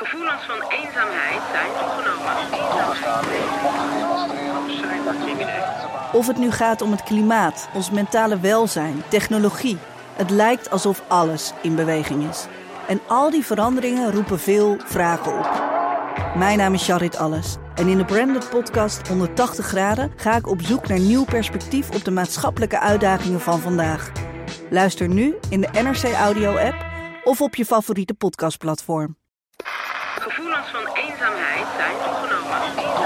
Gevoelens van eenzaamheid zijn toegenomen. Of het nu gaat om het klimaat, ons mentale welzijn, technologie. Het lijkt alsof alles in beweging is. En al die veranderingen roepen veel vragen op. Mijn naam is Charit Alles. En in de Branded Podcast 180 graden ga ik op zoek naar nieuw perspectief op de maatschappelijke uitdagingen van vandaag. Luister nu in de NRC Audio app of op je favoriete podcastplatform. Gevoelens van eenzaamheid zijn toegenomen.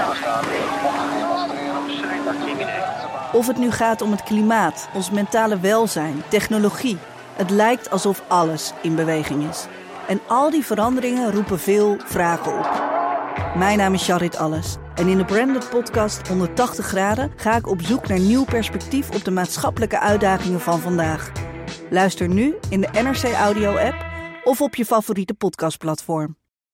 Of het nu gaat om het klimaat, ons mentale welzijn, technologie. Het lijkt alsof alles in beweging is. En al die veranderingen roepen veel vragen op. Mijn naam is Charit Alles. En in de Branded Podcast 180 graden ga ik op zoek naar nieuw perspectief op de maatschappelijke uitdagingen van vandaag. Luister nu in de NRC Audio app of op je favoriete podcastplatform.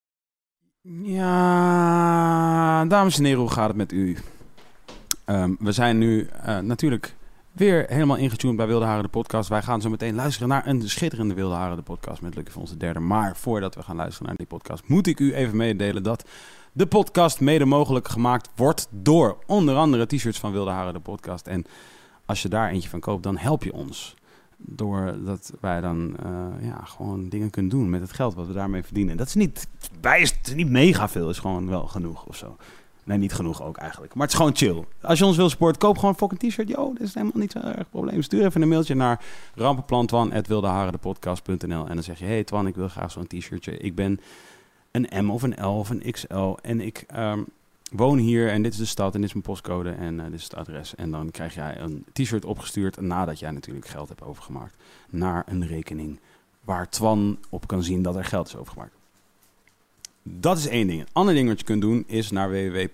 Ja, dames en heren, hoe gaat het met u? We zijn nu natuurlijk weer helemaal ingetuned bij Wilde Haren de podcast. Wij gaan zo meteen luisteren naar een schitterende Wilde Haren de podcast met Lucky van onze derde. Maar voordat we gaan luisteren naar die podcast, moet ik u even meedelen dat de podcast mede mogelijk gemaakt wordt door onder andere t-shirts van Wilde Haren de podcast. En als je daar eentje van koopt, dan help je ons. Doordat wij dan gewoon dingen kunnen doen met het geld wat we daarmee verdienen. Dat is niet mega veel, is gewoon wel genoeg of zo. Nee, niet genoeg ook eigenlijk. Maar het is gewoon chill. Als je ons wil supporten, koop gewoon een fucking t-shirt. Yo, dat is helemaal niet zo erg probleem. Stuur even een mailtje naar rampenplantwan@wildeharendepodcast.nl en dan zeg je, hey Twan, ik wil graag zo'n t-shirtje. Ik ben een M of een L of een XL en ik woon hier en dit is de stad en dit is mijn postcode en dit is het adres. En dan krijg jij een t-shirt opgestuurd nadat jij natuurlijk geld hebt overgemaakt naar een rekening waar Twan op kan zien dat er geld is overgemaakt. Dat is één ding. Een ander ding wat je kunt doen is naar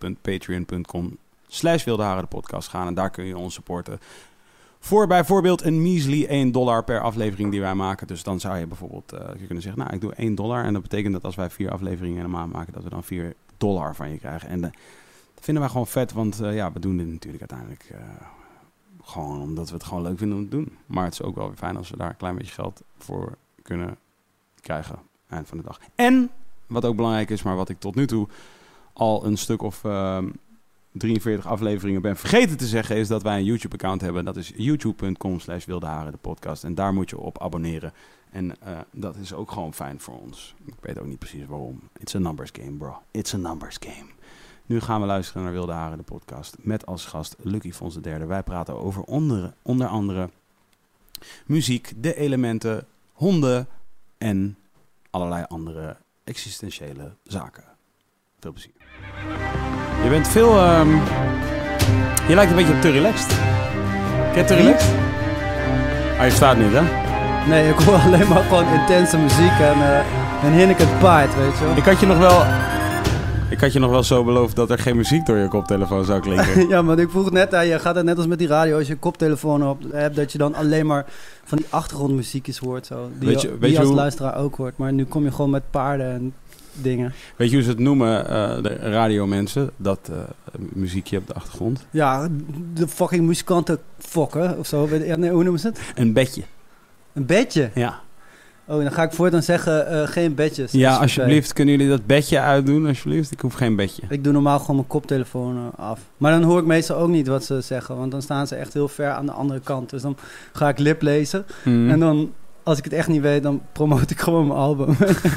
www.patreon.com/wildeharendepodcast gaan en daar kun je ons supporten. Voor bijvoorbeeld een measly $1 per aflevering die wij maken. Dus dan zou je bijvoorbeeld kunnen zeggen, nou ik doe $1 en dat betekent dat als wij 4 afleveringen in een maand maken, dat we dan $4 van je krijgen. En dat vinden wij gewoon vet, want we doen dit natuurlijk uiteindelijk gewoon omdat we het gewoon leuk vinden om te doen. Maar het is ook wel weer fijn als we daar een klein beetje geld voor kunnen krijgen aan het eind van de dag. En wat ook belangrijk is, maar wat ik tot nu toe al een stuk of 43 afleveringen ben vergeten te zeggen, is dat wij een YouTube-account hebben. Dat is youtube.com/wildeharendepodcast. En daar moet je op abonneren. En dat is ook gewoon fijn voor ons. Ik weet ook niet precies waarom. It's a numbers game, bro. It's a numbers game. Nu gaan we luisteren naar Wilde Haren de podcast met als gast Lucky van onze derde. Wij praten over onder andere muziek, de elementen, honden en allerlei andere existentiële zaken. Veel plezier. Je bent veel... je lijkt een beetje te relaxed. Ken je te relaxed? Ah, je staat niet, hè? Nee, ik hoor alleen maar gewoon intense muziek en Hinneke het paard, weet je wel. Ik had je nog wel zo beloofd dat er geen muziek door je koptelefoon zou klinken. Ja, maar ik vroeg net aan je, gaat het net als met die radio, als je een koptelefoon op hebt, dat je dan alleen maar van die achtergrondmuziekjes hoort, zo. Die je als luisteraar ook hoort. Maar nu kom je gewoon met paarden en dingen. Weet je hoe ze het noemen, de radiomensen, dat muziekje op de achtergrond? Ja, de fucking muzikanten fokken of zo. Nee, hoe noemen ze het? Een bedje. Een bedje? Ja. Oh, dan ga ik voortaan zeggen, geen bedjes. Ja, alsjeblieft, kunnen jullie dat bedje uitdoen, alsjeblieft? Ik hoef geen bedje. Ik doe normaal gewoon mijn koptelefoon af. Maar dan hoor ik meestal ook niet wat ze zeggen, want dan staan ze echt heel ver aan de andere kant. Dus dan ga ik lip lezen en dan, als ik het echt niet weet, dan promote ik gewoon mijn album.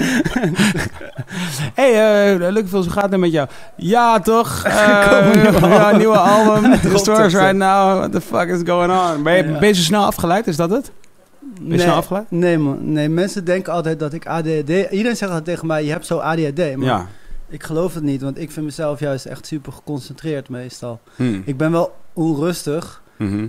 Hey, Lucky, hoe gaat het met jou? Ja, toch? Nieuwe album. The Stores Right Now. What the fuck is going on? Ben je zo snel afgeleid? Is dat het? Ben je snel afgeleid? Nee, man. Nee, mensen denken altijd dat ik ADHD... Iedereen zegt altijd tegen mij, je hebt zo ADHD. Maar ik geloof het niet, want ik vind mezelf juist echt super geconcentreerd meestal. Ik ben wel onrustig.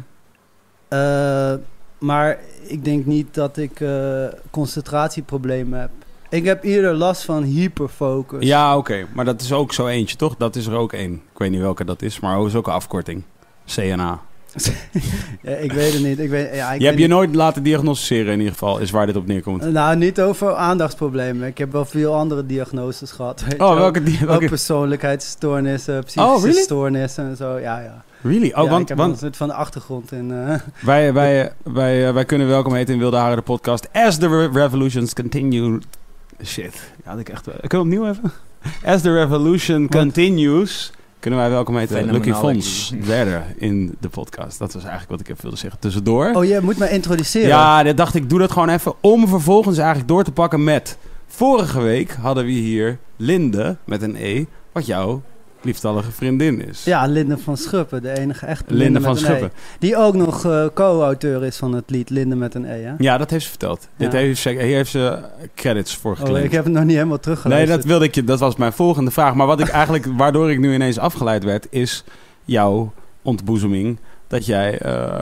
Maar ik denk niet dat ik concentratieproblemen heb. Ik heb eerder last van hyperfocus. Ja, oké. Maar dat is ook zo eentje, toch? Dat is er ook één. Ik weet niet welke dat is, maar dat is ook een afkorting. CNA. Ja, ik weet het niet. Je hebt je nooit laten diagnosticeren in ieder geval, is waar dit op neerkomt. Nou, niet over aandachtsproblemen. Ik heb wel veel andere diagnoses gehad. Welke? Ook persoonlijkheidsstoornissen, psychische stoornissen en zo. Ja. Really? Ja, want ik heb een soort van de achtergrond in... Wij kunnen welkom heten in Wilde Haren de podcast. As the revolutions continue Shit. Ja, had ik echt... Kunnen we opnieuw even? As the revolution continues... Kunnen wij welkom heten Lucky Fons derde in de podcast. Dat was eigenlijk wat ik even wilde zeggen. Tussendoor. Oh, je moet me introduceren. Ja, dat dacht ik, doe dat gewoon even. Om vervolgens eigenlijk door te pakken met... Vorige week hadden we hier Linde met een E. Wat jouw lieftallige vriendin is. Ja, Linde van Schuppen. De enige echte Linde van Schuppen. Die ook nog co-auteur is van het lied Linde met een E. Hè? Ja, dat heeft ze verteld. Ja. Hier heeft ze credits voor geclaimd. Ik heb het nog niet helemaal teruggeluisterd. Nee, dat was mijn volgende vraag. Maar wat ik eigenlijk, waardoor ik nu ineens afgeleid werd, is jouw ontboezeming. Dat jij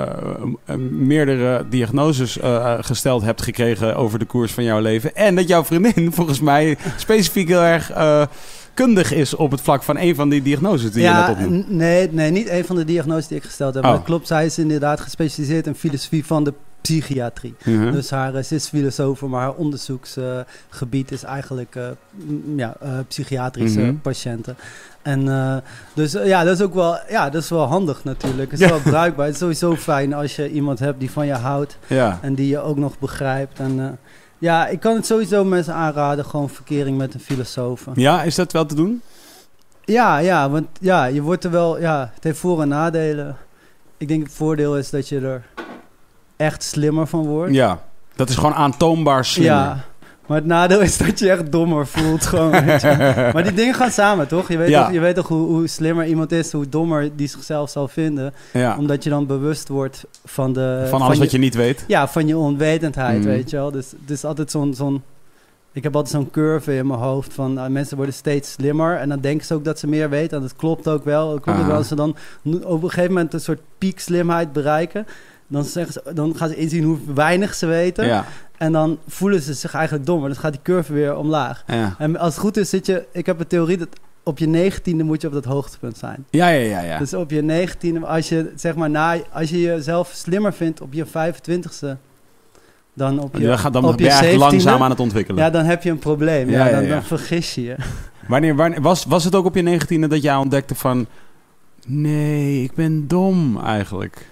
meerdere diagnoses gesteld hebt gekregen over de koers van jouw leven. En dat jouw vriendin volgens mij specifiek heel erg kundig is op het vlak van een van die diagnoses die je net opnoemt. Nee, niet een van de diagnoses die ik gesteld heb. Dat klopt, zij is inderdaad gespecialiseerd in filosofie van de psychiatrie. Uh-huh. Dus ze is filosoof, maar haar onderzoeksgebied is eigenlijk psychiatrische patiënten. En dus dat is ook wel, dat is wel handig natuurlijk. Het is wel bruikbaar. Het is sowieso fijn als je iemand hebt die van je houdt en die je ook nog begrijpt. En ik kan het sowieso mensen aanraden, gewoon verkering met een filosoof. Ja, is dat wel te doen? Ja, want je wordt er wel, het heeft voor- en nadelen. Ik denk het voordeel is dat je er echt slimmer van wordt. Ja, dat is gewoon aantoonbaar slimmer. Ja. Maar het nadeel is dat je echt dommer voelt. Gewoon, weet je. Maar die dingen gaan samen, toch? Je weet toch hoe slimmer iemand is, hoe dommer die zichzelf zal vinden. Ja. Omdat je dan bewust wordt van alles wat je niet weet. Ja, van je onwetendheid, weet je wel. Dus het is altijd zo'n... Ik heb altijd zo'n curve in mijn hoofd van mensen worden steeds slimmer. En dan denken ze ook dat ze meer weten. En dat klopt ook wel. Klopt ook wel als ze dan op een gegeven moment een soort piekslimheid bereiken. Dan gaan ze inzien hoe weinig ze weten. Ja. En dan voelen ze zich eigenlijk dommer. Dan gaat die curve weer omlaag. Ja. En als het goed is ik heb een theorie dat op je 19e moet je op dat hoogtepunt zijn. Ja. Dus op je 19e, als je jezelf slimmer vindt op je 25e, dan op je dan op ben je eigenlijk langzaam aan het ontwikkelen. Ja, dan heb je een probleem. Dan vergis je je. Wanneer was het ook op je 19e dat jij ontdekte van... Nee, ik ben dom eigenlijk.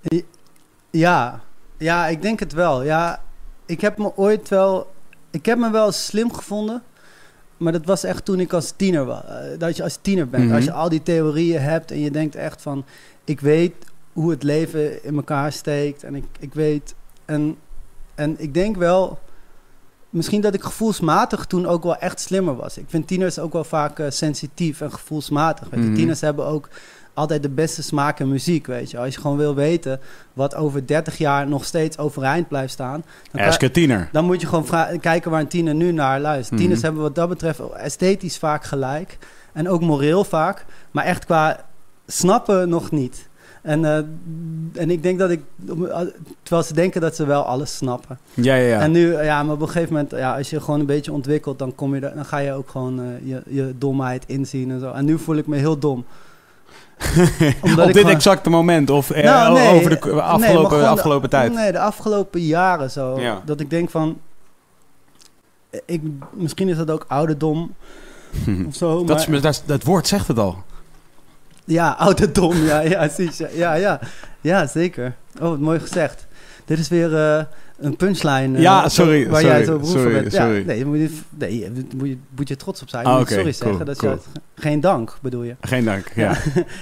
Ja, ik denk het wel. Ja, ik heb me wel slim gevonden. Maar dat was echt toen ik als tiener was. Dat je als tiener bent. Mm-hmm. Als je al die theorieën hebt en je denkt echt van... Ik weet hoe het leven in elkaar steekt. En ik weet... En ik denk wel... Misschien dat ik gevoelsmatig toen ook wel echt slimmer was. Ik vind tieners ook wel vaak sensitief en gevoelsmatig. Mm-hmm. Tieners hebben ook... altijd de beste smaak in muziek, weet je. Als je gewoon wil weten wat over 30 jaar nog steeds overeind blijft staan... Dan moet je gewoon kijken waar een tiener nu naar luistert. Mm-hmm. Tieners hebben wat dat betreft esthetisch vaak gelijk. En ook moreel vaak. Maar echt qua snappen nog niet. En ik denk dat terwijl ze denken dat ze wel alles snappen. Ja. En nu, maar op een gegeven moment, als je gewoon een beetje ontwikkelt... dan ga je ook gewoon je domheid inzien en zo. En nu voel ik me heel dom. Op dit exacte moment? Of over de afgelopen tijd? Nee, de afgelopen jaren zo. Ja. Dat ik denk van... misschien is dat ook ouderdom of zo. Dat woord zegt het al. Ja, ouderdom. Ja, zeker. Oh, wat mooi gezegd. Dit is weer een punchline. Waar jij zo beroepen bent. Sorry. Moet je trots op zijn. Moet sorry zeggen. Cool. Geen dank, bedoel je. Geen dank, ja.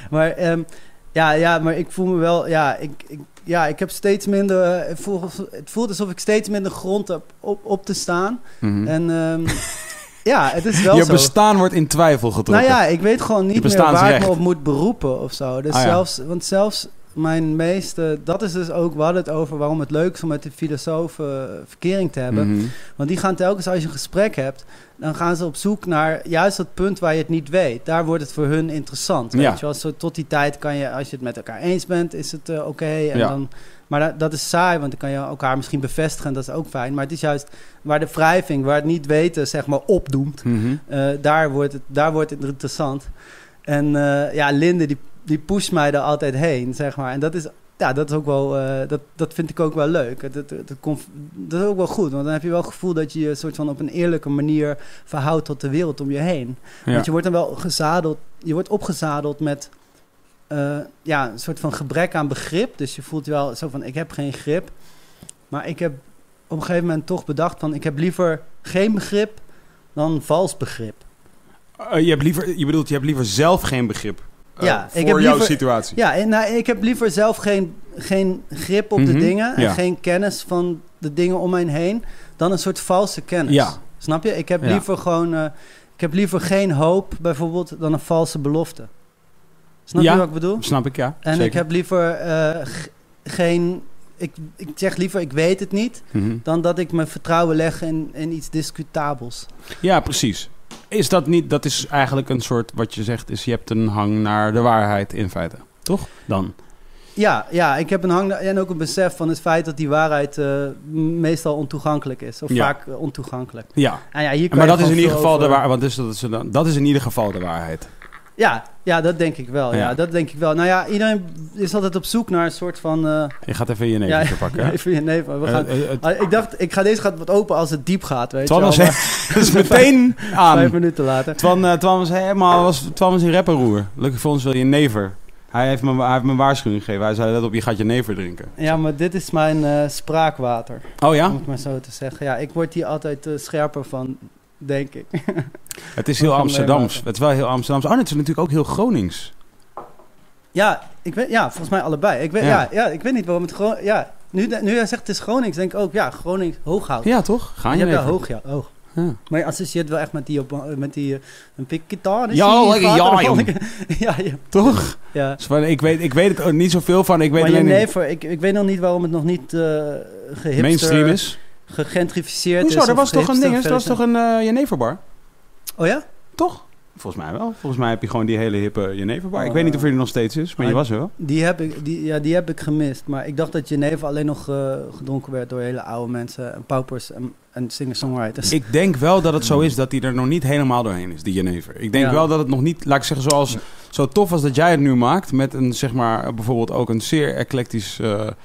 Maar ik voel me wel... ik heb steeds minder... Het voelt alsof ik steeds minder grond heb op te staan. Mm-hmm. En... het is wel je bestaan wordt in twijfel getrokken. Nou ja, ik weet gewoon niet meer waar ik me op moet beroepen of zo. Dus want zelfs mijn meeste... Dat is dus ook, we hadden het over waarom het leuk is om met de filosofen verkering te hebben. Mm-hmm. Want die gaan telkens, als je een gesprek hebt... dan gaan ze op zoek naar juist dat punt waar je het niet weet. Daar wordt het voor hun interessant. Weet je wel? Tot die tijd kan je, als je het met elkaar eens bent, is het oké. Dan... Maar dat is saai, want dan kan je elkaar misschien bevestigen. En dat is ook fijn. Maar het is juist waar de wrijving, waar het niet weten, zeg maar, opdoemt. Mm-hmm. Daar wordt het interessant. En Linde, die pusht mij er altijd heen, zeg maar. En dat is ook wel... dat vind ik ook wel leuk. Dat is ook wel goed. Want dan heb je wel het gevoel dat je je soort van op een eerlijke manier verhoudt tot de wereld om je heen. Ja. Want je wordt dan wel gezadeld... Je wordt opgezadeld met... een soort van gebrek aan begrip. Dus je voelt wel zo van, ik heb geen grip. Maar ik heb op een gegeven moment toch bedacht van... ik heb liever geen begrip dan vals begrip. Je hebt liever zelf geen begrip voor jouw liever, situatie. Ja, ik heb liever zelf geen grip op de dingen en geen kennis van de dingen om mij heen dan een soort valse kennis. Ja. Snap je? Ik heb liever gewoon... ik heb liever geen hoop, bijvoorbeeld, dan een valse belofte. Snap je wat ik bedoel? Snap ik, ja. En zeker. ik heb liever geen... Ik zeg liever, ik weet het niet, dan dat ik mijn vertrouwen leg in iets discutabels. Ja, precies. Is dat niet... Dat is eigenlijk een soort... Wat je zegt is, je hebt een hang naar de waarheid in feite. Toch? Dan... Ja, ik heb een hang en ook een besef van het feit dat die waarheid meestal ontoegankelijk is. Of vaak ontoegankelijk. Ja, hier maar dat is in ieder geval de waarheid. Want dat is in ieder geval de waarheid. Ja, dat denk ik wel. Ja, dat denk ik wel. Nou ja, iedereen is altijd op zoek naar een soort van... Je gaat even je neven pakken. Ja, even je neven. Ik dacht, deze gaat wat open als het diep gaat, weet Twan je wel. Dat is meteen aan. 5 minuten later. Twan was in rapperroer. Gelukkig voor ons wil je een never. Hij heeft me een waarschuwing gegeven. Hij zei, let op, je gaat je never drinken. Ja, maar dit is mijn spraakwater. Oh ja? Om het maar zo te zeggen. Ja, ik word hier altijd scherper van, denk ik. Het is heel Amsterdams. Het is wel heel Amsterdams. Oh, het is natuurlijk ook heel Gronings. Ja, volgens mij allebei. Ik weet niet waarom het gewoon... Ja, nu hij zegt het is Gronings, denk ik ook, ja, Gronings, Hooghout. Ja, toch? Ga je hebt hoog. Ja. Maar je associeert wel echt met die een pikgitaar. Ja, toch? Ja. Dus ik weet het ook niet zoveel van. Ik weet maar alleen ik weet nog niet waarom het nog niet mainstream is. Gegentrificeerd is. Hoezo? Er was toch een ding? Er was toch een Jeneverbar? Oh ja? Toch? Volgens mij wel. Volgens mij heb je gewoon die hele hippe Jeneverbar. Ik weet niet of die er nog steeds is, maar die was er wel. Die heb ik gemist. Maar ik dacht dat Jenever alleen nog gedronken werd door hele oude mensen en paupers en singer-songwriters. Ik denk wel dat het zo is dat die er nog niet helemaal doorheen is, die Jenever. Ik denk wel dat het nog niet, laat ik zeggen, zoals zo tof als dat jij het nu maakt, met een, zeg maar, bijvoorbeeld ook een zeer eclectisch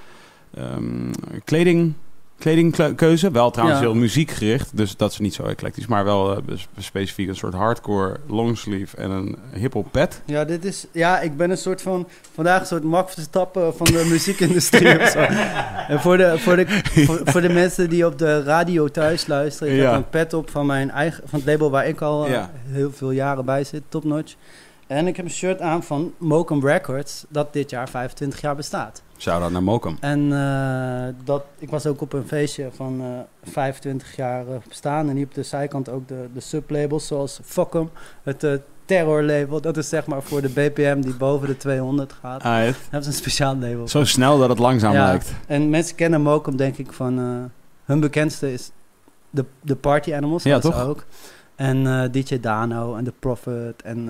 kledingkeuze. Wel trouwens heel muziekgericht, dus dat is niet zo eclectisch, maar wel specifiek een soort hardcore longsleeve en een hip-hop pet. Ja, ik ben vandaag een soort Max Verstappen van de muziekindustrie of zo. En voor de mensen die op de radio thuis luisteren, ik heb een pet op van mijn eigen, van het label waar ik al heel veel jaren bij zit, Top Notch. En ik heb een shirt aan van Mokum Records, dat dit jaar 25 jaar bestaat. Shout-out naar Mokum. En ik was ook op een feestje van 25 jaar bestaan. En hier op de zijkant ook de sublabels, zoals Fuckum, het terrorlabel. Dat is zeg maar voor de BPM die boven de 200 gaat. Dat is een speciaal label. Zo snel dat het langzaam lijkt. En mensen kennen Mokum denk ik van... hun bekendste is de Party Animals. Ja, toch? Ook. En DJ Dano en The Prophet en...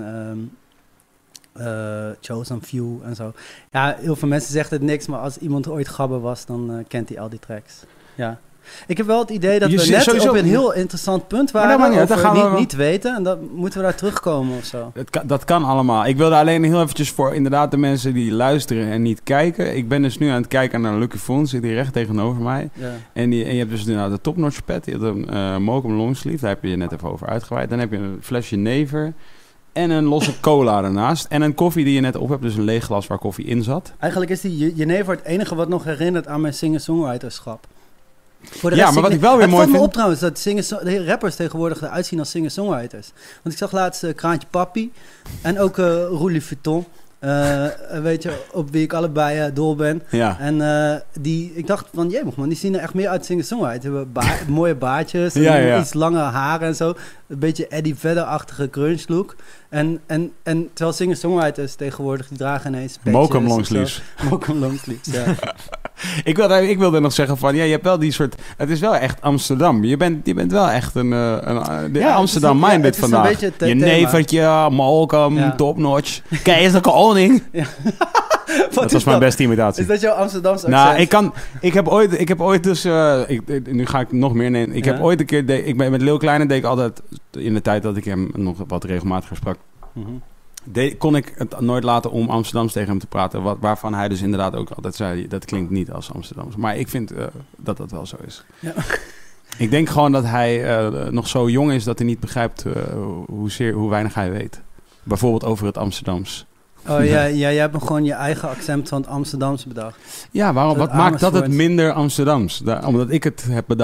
Chosen Few en zo. Ja, heel veel mensen zeggen het niks, maar als iemand ooit gabber was, dan kent hij al die tracks. Ja. Ik heb wel het idee dat we net sowieso op een heel interessant punt waren, dat gaan we niet weten, en dat moeten we daar terugkomen of zo. Dat kan allemaal. Ik wilde alleen heel eventjes voor inderdaad de mensen die luisteren en niet kijken. Ik ben dus nu aan het kijken naar Lucky Fons, zit hier recht tegenover mij. Ja. En je hebt dus de Top Notch pet, je hebt een Mokum longsleeve, daar heb je net even over uitgeweid. Dan heb je een flesje Never en een losse cola ernaast. En een koffie die je net op hebt, dus een leeg glas waar koffie in zat. Eigenlijk is die Jenever het enige wat nog herinnert aan mijn singer-songwriterschap. Voor de rest maar wat ik wel weer mooi vind... Het valt me op trouwens dat de rappers tegenwoordig eruit zien als singer-songwriters. Want ik zag laatst Kraantje Papi en ook Roulis Vuitton. Weet je, op wie ik allebei dol ben. Ja. En ik dacht van, man, die zien er echt meer uit singer-songwriter. Ze hebben mooie baardjes, iets lange haren en zo. Een beetje Eddie Vedder-achtige grunge look. En terwijl singer-songwriters tegenwoordig, die dragen ineens Mokum longsleeves. Mokum longsleeves, ja. Ik wilde nog zeggen van, je hebt wel die soort... Het is wel echt Amsterdam. Je bent wel echt een Amsterdam-minded vandaag. Je nevertje, Mokum, Top Notch, Kees de Koning. Ja. Dat was mijn beste imitatie. Is dat jouw Amsterdamse accent? Nou, ik heb ooit dus... nu ga ik nog meer nemen. Ik heb ooit een keer... Met Leeuw Kleine deed ik altijd... In de tijd dat ik hem nog wat regelmatiger sprak... kon ik het nooit laten om Amsterdams tegen hem te praten. Waarvan hij dus inderdaad ook altijd zei... Dat klinkt niet als Amsterdams. Maar ik vind dat dat wel zo is. Ja. Ik denk gewoon dat hij nog zo jong is... dat hij niet begrijpt hoe weinig hij weet. Bijvoorbeeld over het Amsterdams. Oh ja, jij hebt gewoon je eigen accent van het Amsterdams bedacht. Ja, waarom? Wat maakt dat het minder Amsterdams? Omdat ik het heb bedacht.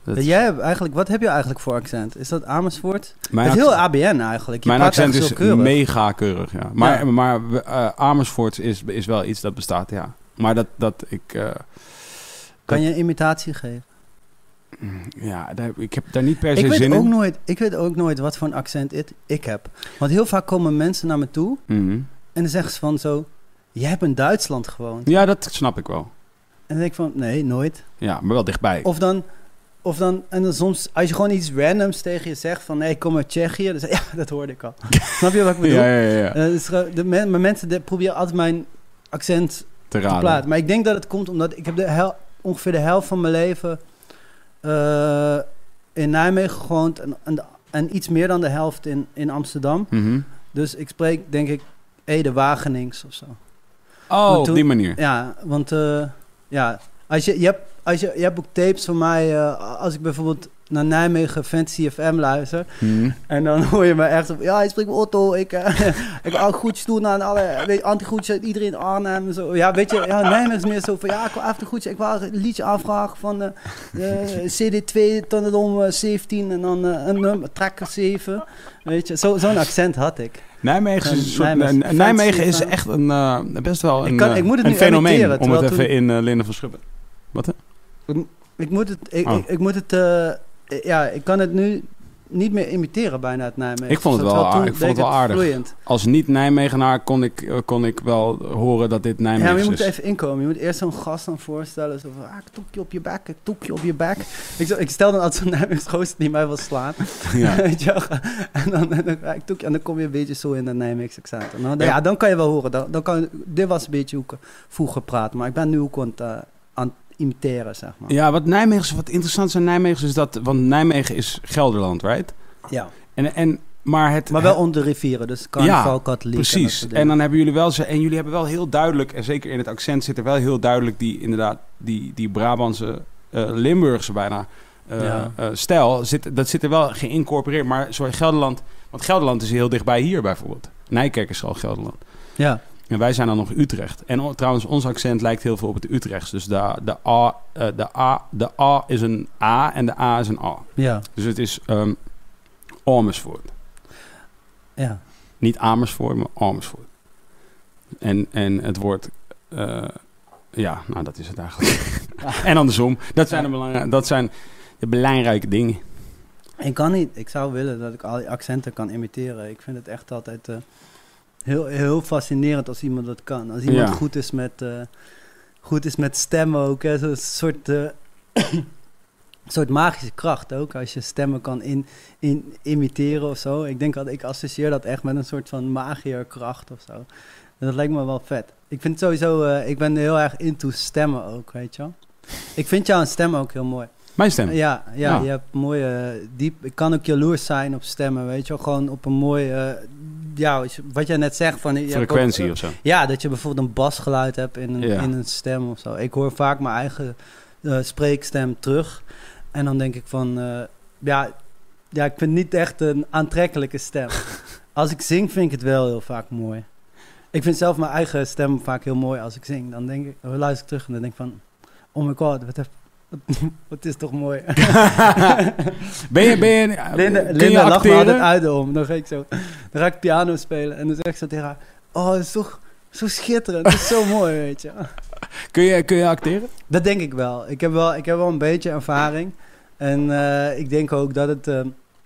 Jij hebt eigenlijk, wat heb je eigenlijk voor accent? Is dat Amersfoort? Het is heel ABN eigenlijk. Mijn accent is mega keurig, ja. Maar Amersfoort is wel iets dat bestaat, ja. Maar dat ik... kan je een imitatie geven? Ja, ik heb daar niet per se zin in. Ik weet ook nooit wat voor een accent ik heb. Want heel vaak komen mensen naar me toe... en dan zeggen ze van zo... jij hebt in Duitsland gewoond. Ja, dat snap ik wel. En dan denk ik van, nee, nooit. Ja, maar wel dichtbij. Of dan, en dan soms, als je gewoon iets randoms tegen je zegt van, nee, ik kom uit Tsjechië. Dan zeg je, ja, dat hoorde ik al. Snap je wat ik bedoel? Ja. Dus maar mensen proberen altijd mijn accent te plaatsen. Maar ik denk dat het komt omdat ik heb ongeveer de helft van mijn leven in Nijmegen gewoond. En iets meer dan de helft in Amsterdam. Mm-hmm. Dus ik spreek, denk ik, Ede-Wagenings of zo. Oh, op die manier. Ja, want je hebt ook tapes van mij, als ik bijvoorbeeld naar Nijmegen Fantasy FM luister. En dan hoor je me echt op, ja, ik spreek met Otto, ik wil ook goedjes doen aan alle, anti-goedjes, iedereen in Arnhem en zo. Ja, weet je, Nijmegen is meer zo van, ja, ik wil even goedjes, ik wil een liedje aanvragen van CD2, Thunderdome 17 en dan een tracker 7. Weet je, zo'n accent had ik. Nijmegen is echt best wel een fenomeen, om het even in Linde van Schubben. Wat? Ik kan het nu niet meer imiteren bijna uit Nijmegen. Ik vond het wel aardig. Vloeiend. Als niet-Nijmegenaar kon ik wel horen dat dit Nijmegen is. Ja, maar je moet even inkomen. Je moet eerst zo'n gast dan voorstellen. Zo van, ik toek je op je bek, ik toek je op je bek. Ik stel dan altijd zo'n Nijmeegse gozer die mij wil slaan. Ja. Weet je wel? En dan kom je een beetje zo in de Nijmeegse accent. Dan kan je wel horen. Dit was een beetje hoe ik vroeger praat. Maar ik ben nu ook aan imiteren, zeg maar. Ja, wat interessant is aan Nijmegen is dat... Want Nijmegen is Gelderland, right? Ja. Maar wel onder de rivieren, dus carnaval, katholiek. Precies. En dan hebben jullie wel... En jullie hebben wel heel duidelijk... En zeker in het accent zit er wel heel duidelijk die Brabantse, Limburgse bijna stijl. Dat zit er wel geïncorporeerd. Maar zoals Gelderland... Want Gelderland is heel dichtbij hier bijvoorbeeld. Nijkerk is al Gelderland. Ja. En wij zijn dan nog Utrecht. En trouwens, ons accent lijkt heel veel op het Utrechts. Dus de A is een A en de A is een A. Ja. Dus het is Amersfoort. Ja. Niet Amersfoort, maar Amersfoort. En het woord... dat is het eigenlijk. En andersom. Dat zijn de belangrijke dingen. Ik zou willen dat ik al die accenten kan imiteren. Ik vind het echt altijd... Heel, heel fascinerend als iemand dat kan. Als iemand goed is met stemmen ook. Hè. Zo'n soort magische kracht ook. Als je stemmen kan imiteren of zo. Ik associeer dat echt met een soort van magierkracht of zo. En dat lijkt me wel vet. Ik vind sowieso... ik ben heel erg into stemmen ook, weet je wel. Ik vind jouw stem ook heel mooi. Mijn stem? Ja, je hebt mooie diep... Ik kan ook jaloers zijn op stemmen, weet je wel. Gewoon op een mooie... wat jij net zegt van... Frequentie of zo. Ja, dat je bijvoorbeeld een basgeluid hebt in een stem of zo. Ik hoor vaak mijn eigen spreekstem terug. En dan denk ik van... ik vind niet echt een aantrekkelijke stem. Als ik zing, vind ik het wel heel vaak mooi. Ik vind zelf mijn eigen stem vaak heel mooi als ik zing. Dan luister ik terug en dan denk ik van... Oh my god, wat is toch mooi. Linda lacht me altijd uit om. Dan ga ik piano spelen en dan zeg ik zo tegen haar... Oh, het is toch zo schitterend. Het is zo mooi, weet je. Kun je acteren? Dat denk ik wel. Ik heb wel een beetje ervaring. En ik denk ook dat het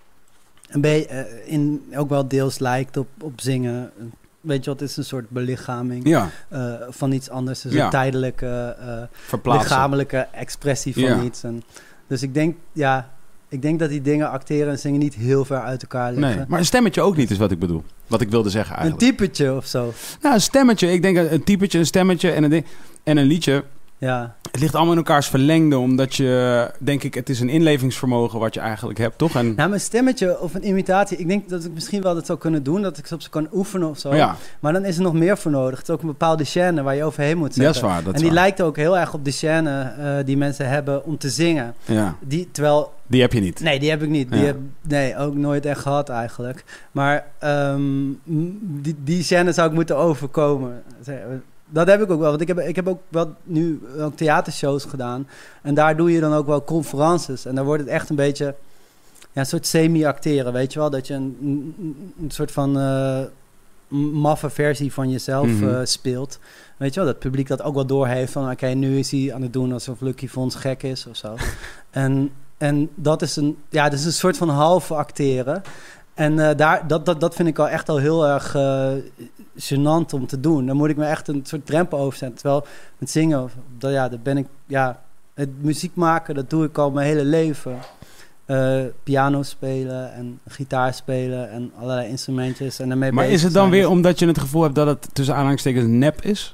ook wel deels lijkt op zingen. Weet je wat, het is een soort belichaming van iets anders. Dus een tijdelijke, lichamelijke expressie van iets. En, dus ik denk dat die dingen, acteren en zingen, niet heel ver uit elkaar liggen. Nee, maar een stemmetje ook niet is wat ik bedoel. Wat ik wilde zeggen eigenlijk. Een typetje of zo. Nou, een stemmetje. Ik denk een typetje, een stemmetje en een liedje. Ja. Het ligt allemaal in elkaars verlengde, omdat je, denk ik, het is een inlevingsvermogen wat je eigenlijk hebt, toch? En... Nou, mijn stemmetje of een imitatie, ik denk dat ik misschien wel dat zou kunnen doen, dat ik ze op ze kan oefenen of zo. Ja. Maar dan is er nog meer voor nodig. Het is ook een bepaalde scène waar je overheen moet zetten. Dat is waar. En die lijkt ook heel erg op de scène die mensen hebben om te zingen. Ja. Die heb je niet. Nee, die heb ik niet. Nee, ook nooit echt gehad eigenlijk. Maar die scène zou ik moeten overkomen. dat heb ik ook wel. Want ik heb ook wel nu ook theatershows gedaan. En daar doe je dan ook wel conferences. En dan wordt het echt een beetje een soort semi-acteren, weet je wel? Dat je een soort van maffe versie van jezelf speelt. Weet je wel, dat het publiek dat ook wel doorheeft van... oké, nu is hij aan het doen alsof Lucky Fons gek is of zo. En dat is dat is een soort van halve acteren. En dat vind ik al echt al heel erg gênant om te doen. Dan moet ik me echt een soort drempel overzetten. Terwijl met zingen, dat ben ik... Ja, het muziek maken, dat doe ik al mijn hele leven. Piano spelen en gitaar spelen en allerlei instrumentjes. En daarmee maar is het dan weer omdat je het gevoel hebt dat het tussen aanhalingstekens nep is?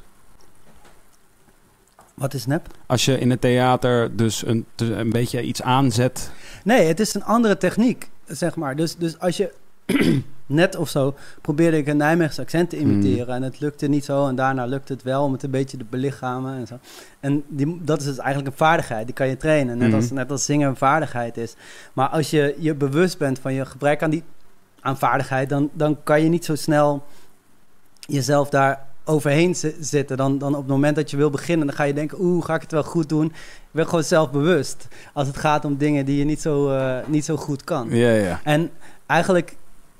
Wat is nep? Als je in het theater dus een beetje iets aanzet. Nee, het is een andere techniek, zeg maar. Dus als je net of zo probeerde ik een Nijmeegse accent te imiteren en het lukte niet zo en daarna lukt het wel om het een beetje te belichamen en zo. En dat is dus eigenlijk een vaardigheid, die kan je trainen, net als zingen een vaardigheid is. Maar als je je bewust bent van je gebrek aan vaardigheid, dan kan je niet zo snel jezelf daar overheen zitten. Dan op het moment dat je wil beginnen, dan ga je denken, ga ik het wel goed doen? Ik ben gewoon zelfbewust als het gaat om dingen die je niet zo goed kan. Ja. En eigenlijk,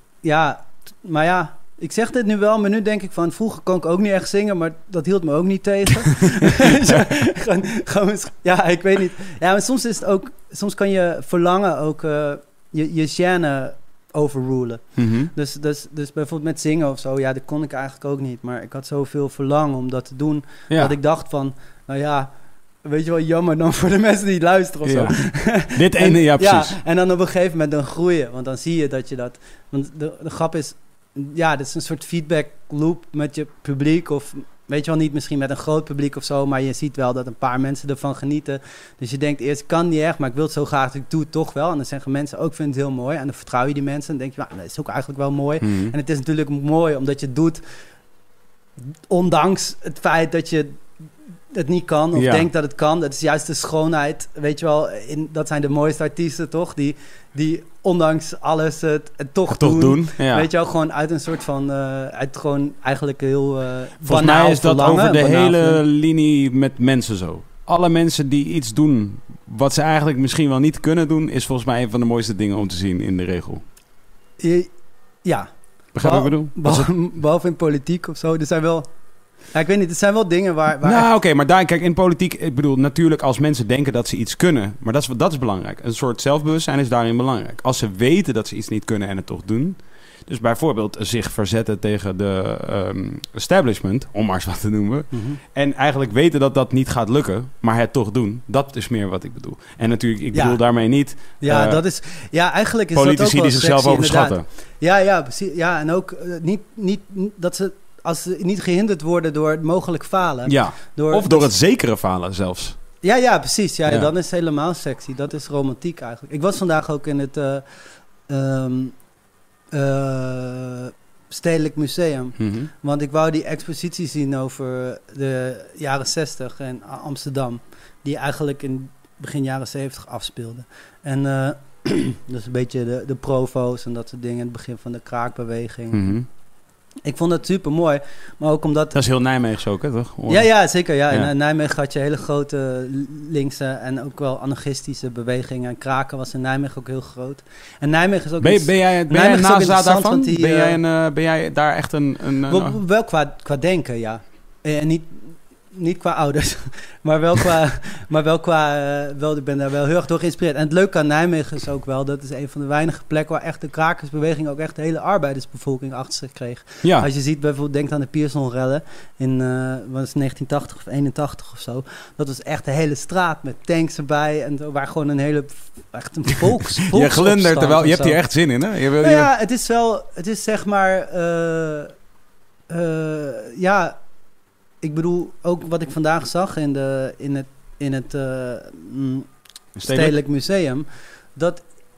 ik zeg dit nu wel, maar nu denk ik van, vroeger kon ik ook niet echt zingen, maar dat hield me ook niet tegen. Ik weet niet. Ja, maar soms is het ook, soms kan je verlangen ook je gêne overrulen. Mm-hmm. Dus bijvoorbeeld met zingen of zo, dat kon ik eigenlijk ook niet. Maar ik had zoveel verlangen om dat te doen, dat ik dacht van, weet je wel, jammer dan voor de mensen die luisteren of zo. Dit ene, precies. Ja, en dan op een gegeven moment dan groeien, want dan zie je dat je dat... Want de grap is, dit is een soort feedback loop met je publiek of... Weet je wel, niet misschien met een groot publiek of zo, maar je ziet wel dat een paar mensen ervan genieten. Dus je denkt eerst, ik kan niet echt, maar ik wil het zo graag, dus ik doe het toch wel. En dan zeggen mensen ook, ik vind het heel mooi. En dan vertrouw je die mensen en denk je, dat is ook eigenlijk wel mooi. Mm. En het is natuurlijk mooi omdat je het doet, ondanks het feit dat je het niet kan of denkt dat het kan. Dat is juist de schoonheid, weet je wel. Dat zijn de mooiste artiesten, toch? Die ondanks alles het toch doen. Ja. Weet je wel, gewoon uit een soort van... uit gewoon eigenlijk heel volgens mij is dat over de hele linie met mensen zo. Alle mensen die iets doen wat ze eigenlijk misschien wel niet kunnen doen, is volgens mij een van de mooiste dingen om te zien in de regel. Ja. Begrijp wat ik bedoel? Behalve in politiek of zo. Er zijn wel... Ja, ik weet niet, het zijn wel dingen waar... Nou, oké, maar daar, kijk, in politiek... Ik bedoel, natuurlijk als mensen denken dat ze iets kunnen... Maar dat is belangrijk. Een soort zelfbewustzijn is daarin belangrijk. Als ze weten dat ze iets niet kunnen en het toch doen... Dus bijvoorbeeld zich verzetten tegen de establishment... Om maar eens wat te noemen. Mm-hmm. En eigenlijk weten dat dat niet gaat lukken... Maar het toch doen. Dat is meer wat ik bedoel. En natuurlijk, ik bedoel daarmee niet... dat is... Ja, eigenlijk is politici dat ook wel die zichzelf overschatten. Ja, precies. Ja, en ook niet dat ze... Als ze niet gehinderd worden door het mogelijk falen. Ja, door het zekere falen zelfs. Ja, precies. Ja, dan is het helemaal sexy. Dat is romantiek eigenlijk. Ik was vandaag ook in het Stedelijk Museum. Mm-hmm. Want ik wou die expositie zien over de jaren 60 in Amsterdam. Die eigenlijk in begin jaren 70 afspeelde. En dus een beetje de provo's en dat soort dingen. Het begin van de kraakbeweging. Mm-hmm. Ik vond het super mooi, maar ook omdat... Dat is heel Nijmegen ook, hè, toch? Ja, zeker. Ja. In Nijmegen had je hele grote linkse en ook wel anarchistische bewegingen. En kraken was in Nijmegen ook heel groot. En Nijmegen is ook... Ben jij een nazaat daarvan? Ben jij daar echt een wel qua denken, ja. En niet qua ouders, maar wel qua... ik ben daar wel heel erg door geïnspireerd. En het leuke aan Nijmegen is ook wel... dat is een van de weinige plekken... waar echt de krakersbeweging ook echt de hele arbeidersbevolking achter zich kreeg. Ja. Als je ziet, bijvoorbeeld, denk aan de Piersonrellen... in 1980 of 81 of zo. Dat was echt de hele straat met tanks erbij... en zo, waar gewoon een volks je glundert er wel, je hebt hier echt zin in, hè? Ja, het is zeg maar... Ik bedoel, ook wat ik vandaag zag in het Stedelijk Museum, dat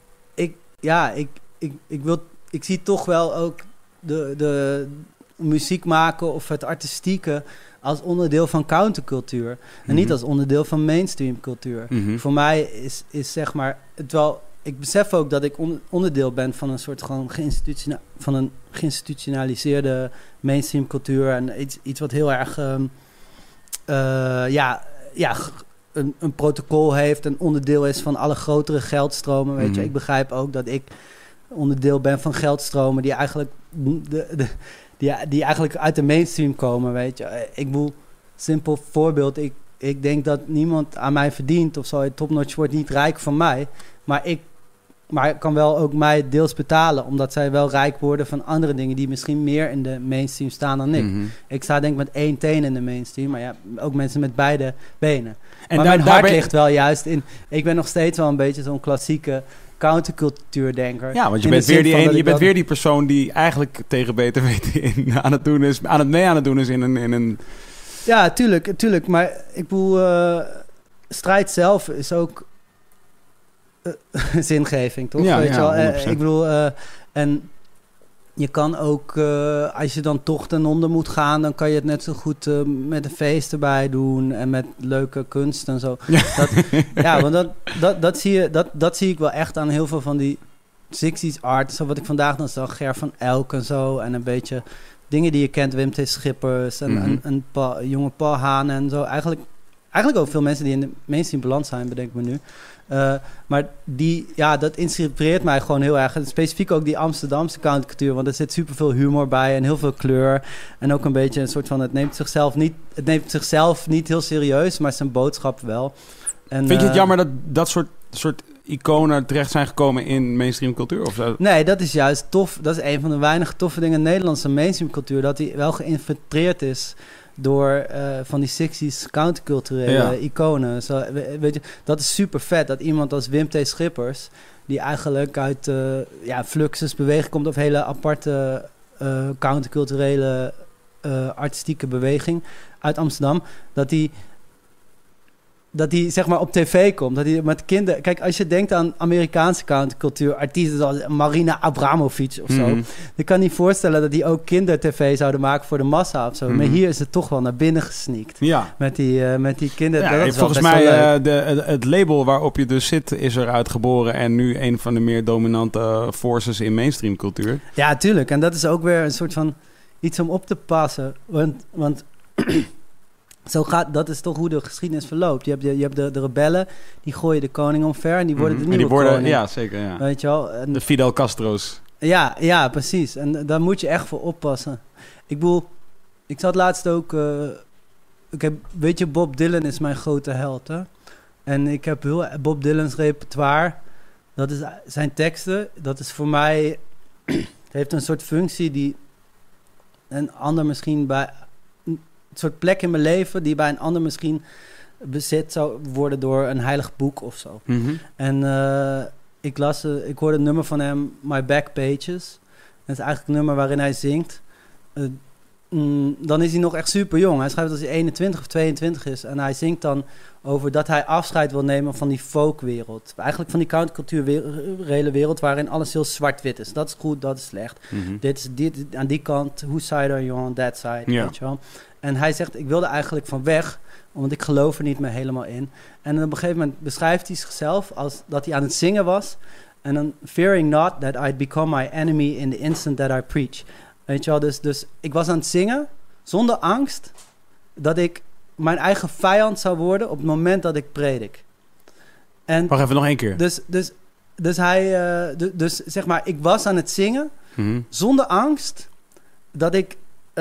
ik zie toch wel ook de muziek maken of het artistieke als onderdeel van countercultuur. En mm-hmm. niet als onderdeel van mainstream cultuur. Mm-hmm. Voor mij is zeg maar, ik besef ook dat ik onderdeel ben van een soort gewoon geïnstitutionaliseerde mainstream cultuur en iets wat heel erg een protocol heeft, een onderdeel is van alle grotere geldstromen. Weet je, ik begrijp ook dat ik onderdeel ben van geldstromen die eigenlijk die eigenlijk uit de mainstream komen. Weet je, ik bedoel, simpel voorbeeld. Ik denk dat niemand aan mij verdient of zo. Topnotch wordt niet rijk van mij, maar ik kan wel ook mij deels betalen, omdat zij wel rijk worden van andere dingen die misschien meer in de mainstream staan dan ik. Ik sta denk ik met 1 teen in de mainstream, maar ja, ook mensen met beide benen. En maar mijn hart ligt wel juist in... Ik ben nog steeds wel een beetje zo'n klassieke countercultuurdenker. Ja, want je bent weer die persoon die eigenlijk tegen beter weten aan het doen is in een... Ja, tuurlijk. Maar ik bedoel, strijd zelf is ook zingeving, toch? Ja, weet je wel? 100%. Ik bedoel, en je kan ook, als je dan toch ten onder moet gaan, dan kan je het net zo goed met een feest erbij doen en met leuke kunst en zo. Ja, want dat zie ik wel echt aan heel veel van die 60s art. Zo wat ik vandaag dan zag, Ger van Elk en zo, en een beetje dingen die je kent, Wim T. Schippers en een jonge Paul Haan en zo. Eigenlijk ook veel mensen die in de mainstream beland zijn, bedenk ik me nu. Maar dat inspireert mij gewoon heel erg. En specifiek ook die Amsterdamse countercultuur, want er zit superveel humor bij en heel veel kleur. En ook een beetje een soort van, het neemt zichzelf niet heel serieus, maar zijn boodschap wel. En, vind je het jammer dat soort iconen terecht zijn gekomen in mainstream cultuur? Of zo? Nee, dat is juist tof. Dat is een van de weinige toffe dingen in de Nederlandse mainstream cultuur, dat die wel geïnfiltreerd is door van die 60s counterculturele iconen. Zo, weet je, dat is super vet, dat iemand als Wim T. Schippers, die eigenlijk uit Fluxus beweging komt, of hele aparte counterculturele artistieke beweging uit Amsterdam, dat die zeg maar op tv komt. Dat hij met kinderen... Kijk, als je denkt aan Amerikaanse countercultuur, artiesten zoals Marina Abramovic of zo, dan kan je niet voorstellen dat die ook kindertv zouden maken voor de massa of zo. Maar hier is het toch wel naar binnen gesneakt. Ja. Met die kinderen. Ja, volgens mij het label waarop je dus zit is eruit geboren en nu een van de meer dominante forces in mainstream cultuur. Ja, tuurlijk. En dat is ook weer een soort van iets om op te passen. Want dat is toch hoe de geschiedenis verloopt. Je hebt de rebellen, die gooien de koning omver en die worden de nieuwe koning. Ja, zeker. Ja. Weet je wel? En, de Fidel Castro's. Ja, precies. En daar moet je echt voor oppassen. Ik bedoel, ik zat laatst ook... weet je, Bob Dylan is mijn grote held, hè? En ik heb Bob Dylan's repertoire. Dat is zijn teksten. Dat is voor mij... het heeft een soort functie die een ander misschien bij... Een soort plek in mijn leven die bij een ander misschien bezit zou worden door een heilig boek of zo. En ik hoorde een nummer van hem, My Back Pages. Dat is eigenlijk een nummer waarin hij zingt. Dan is hij nog echt super jong. Hij schrijft als hij 21 of 22 is. En hij zingt dan over dat hij afscheid wil nemen van die folkwereld. Eigenlijk van die counterculturele wereld waarin alles heel zwart-wit is. Dat is goed, dat is slecht. Dit aan die kant, whose side are you on that side? Ja. Weet je wel? En hij zegt, ik wilde eigenlijk van weg, want ik geloof er niet meer helemaal in. En op een gegeven moment beschrijft hij zichzelf als dat hij aan het zingen was. En dan, fearing not that I'd become my enemy in the instant that I preach. Weet je wel, dus ik was aan het zingen zonder angst dat ik mijn eigen vijand zou worden op het moment dat ik predik. En wacht even, nog 1 keer. Dus zeg maar, ik was aan het zingen zonder angst dat ik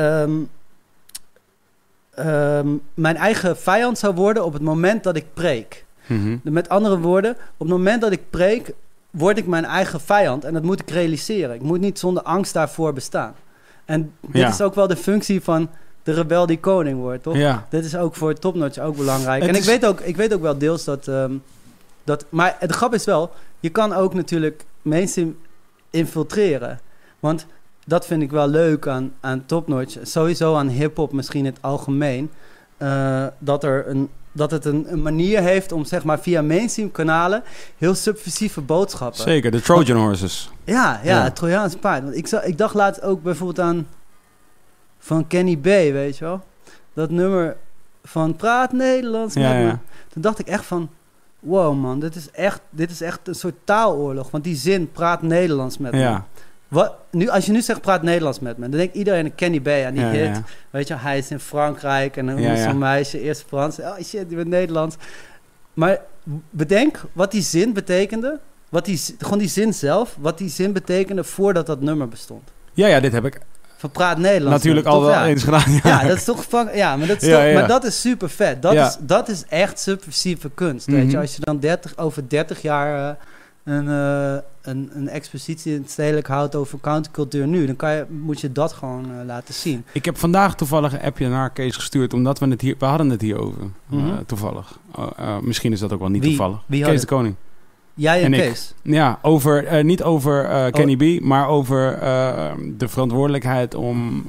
mijn eigen vijand zou worden op het moment dat ik preek. Met andere woorden, op het moment dat ik preek, word ik mijn eigen vijand. En dat moet ik realiseren. Ik moet niet zonder angst daarvoor bestaan. En dit is ook wel de functie van de rebel die koning wordt, toch? Ja. Dit is ook voor Topnotch ook belangrijk. Ik weet ook wel deels dat... Maar de grap is wel, je kan ook natuurlijk mainstream infiltreren. Want dat vind ik wel leuk aan Topnotch. Sowieso aan hiphop misschien in het algemeen. Dat het een manier heeft om zeg maar via mainstream kanalen heel subversieve boodschappen. Zeker, de Trojan Horses. Ja, het Trojaanse paard. Want ik dacht laatst ook bijvoorbeeld aan van Kenny B, weet je wel? Dat nummer van Praat Nederlands met me. Toen dacht ik echt van, wow man, dit is echt een soort taaloorlog. Want die zin, praat Nederlands met me. Als je nu zegt, praat Nederlands met me, dan denkt iedereen aan Kenny B aan die hit. Ja. Weet je, hij is in Frankrijk en dan is zo'n meisje eerst Frans. Oh shit, die bent Nederlands. Maar bedenk wat die zin betekende. Gewoon die zin zelf, wat die zin betekende voordat dat nummer bestond. Ja, dit heb ik... Van praat Nederlands. Natuurlijk al wel eens gedaan. Ja, dat is toch... Maar dat is super vet. Dat is echt subversieve kunst. Weet je, als je dan over 30 jaar een expositie in het stedelijk houdt over countercultuur nu, dan moet je dat gewoon laten zien. Ik heb vandaag toevallig een appje naar Kees gestuurd, omdat we hadden het hier over. Toevallig. Misschien is dat ook wel niet toevallig. Kees de Koning. Jij en Kees? Ja, niet over Kenny B, maar over de verantwoordelijkheid om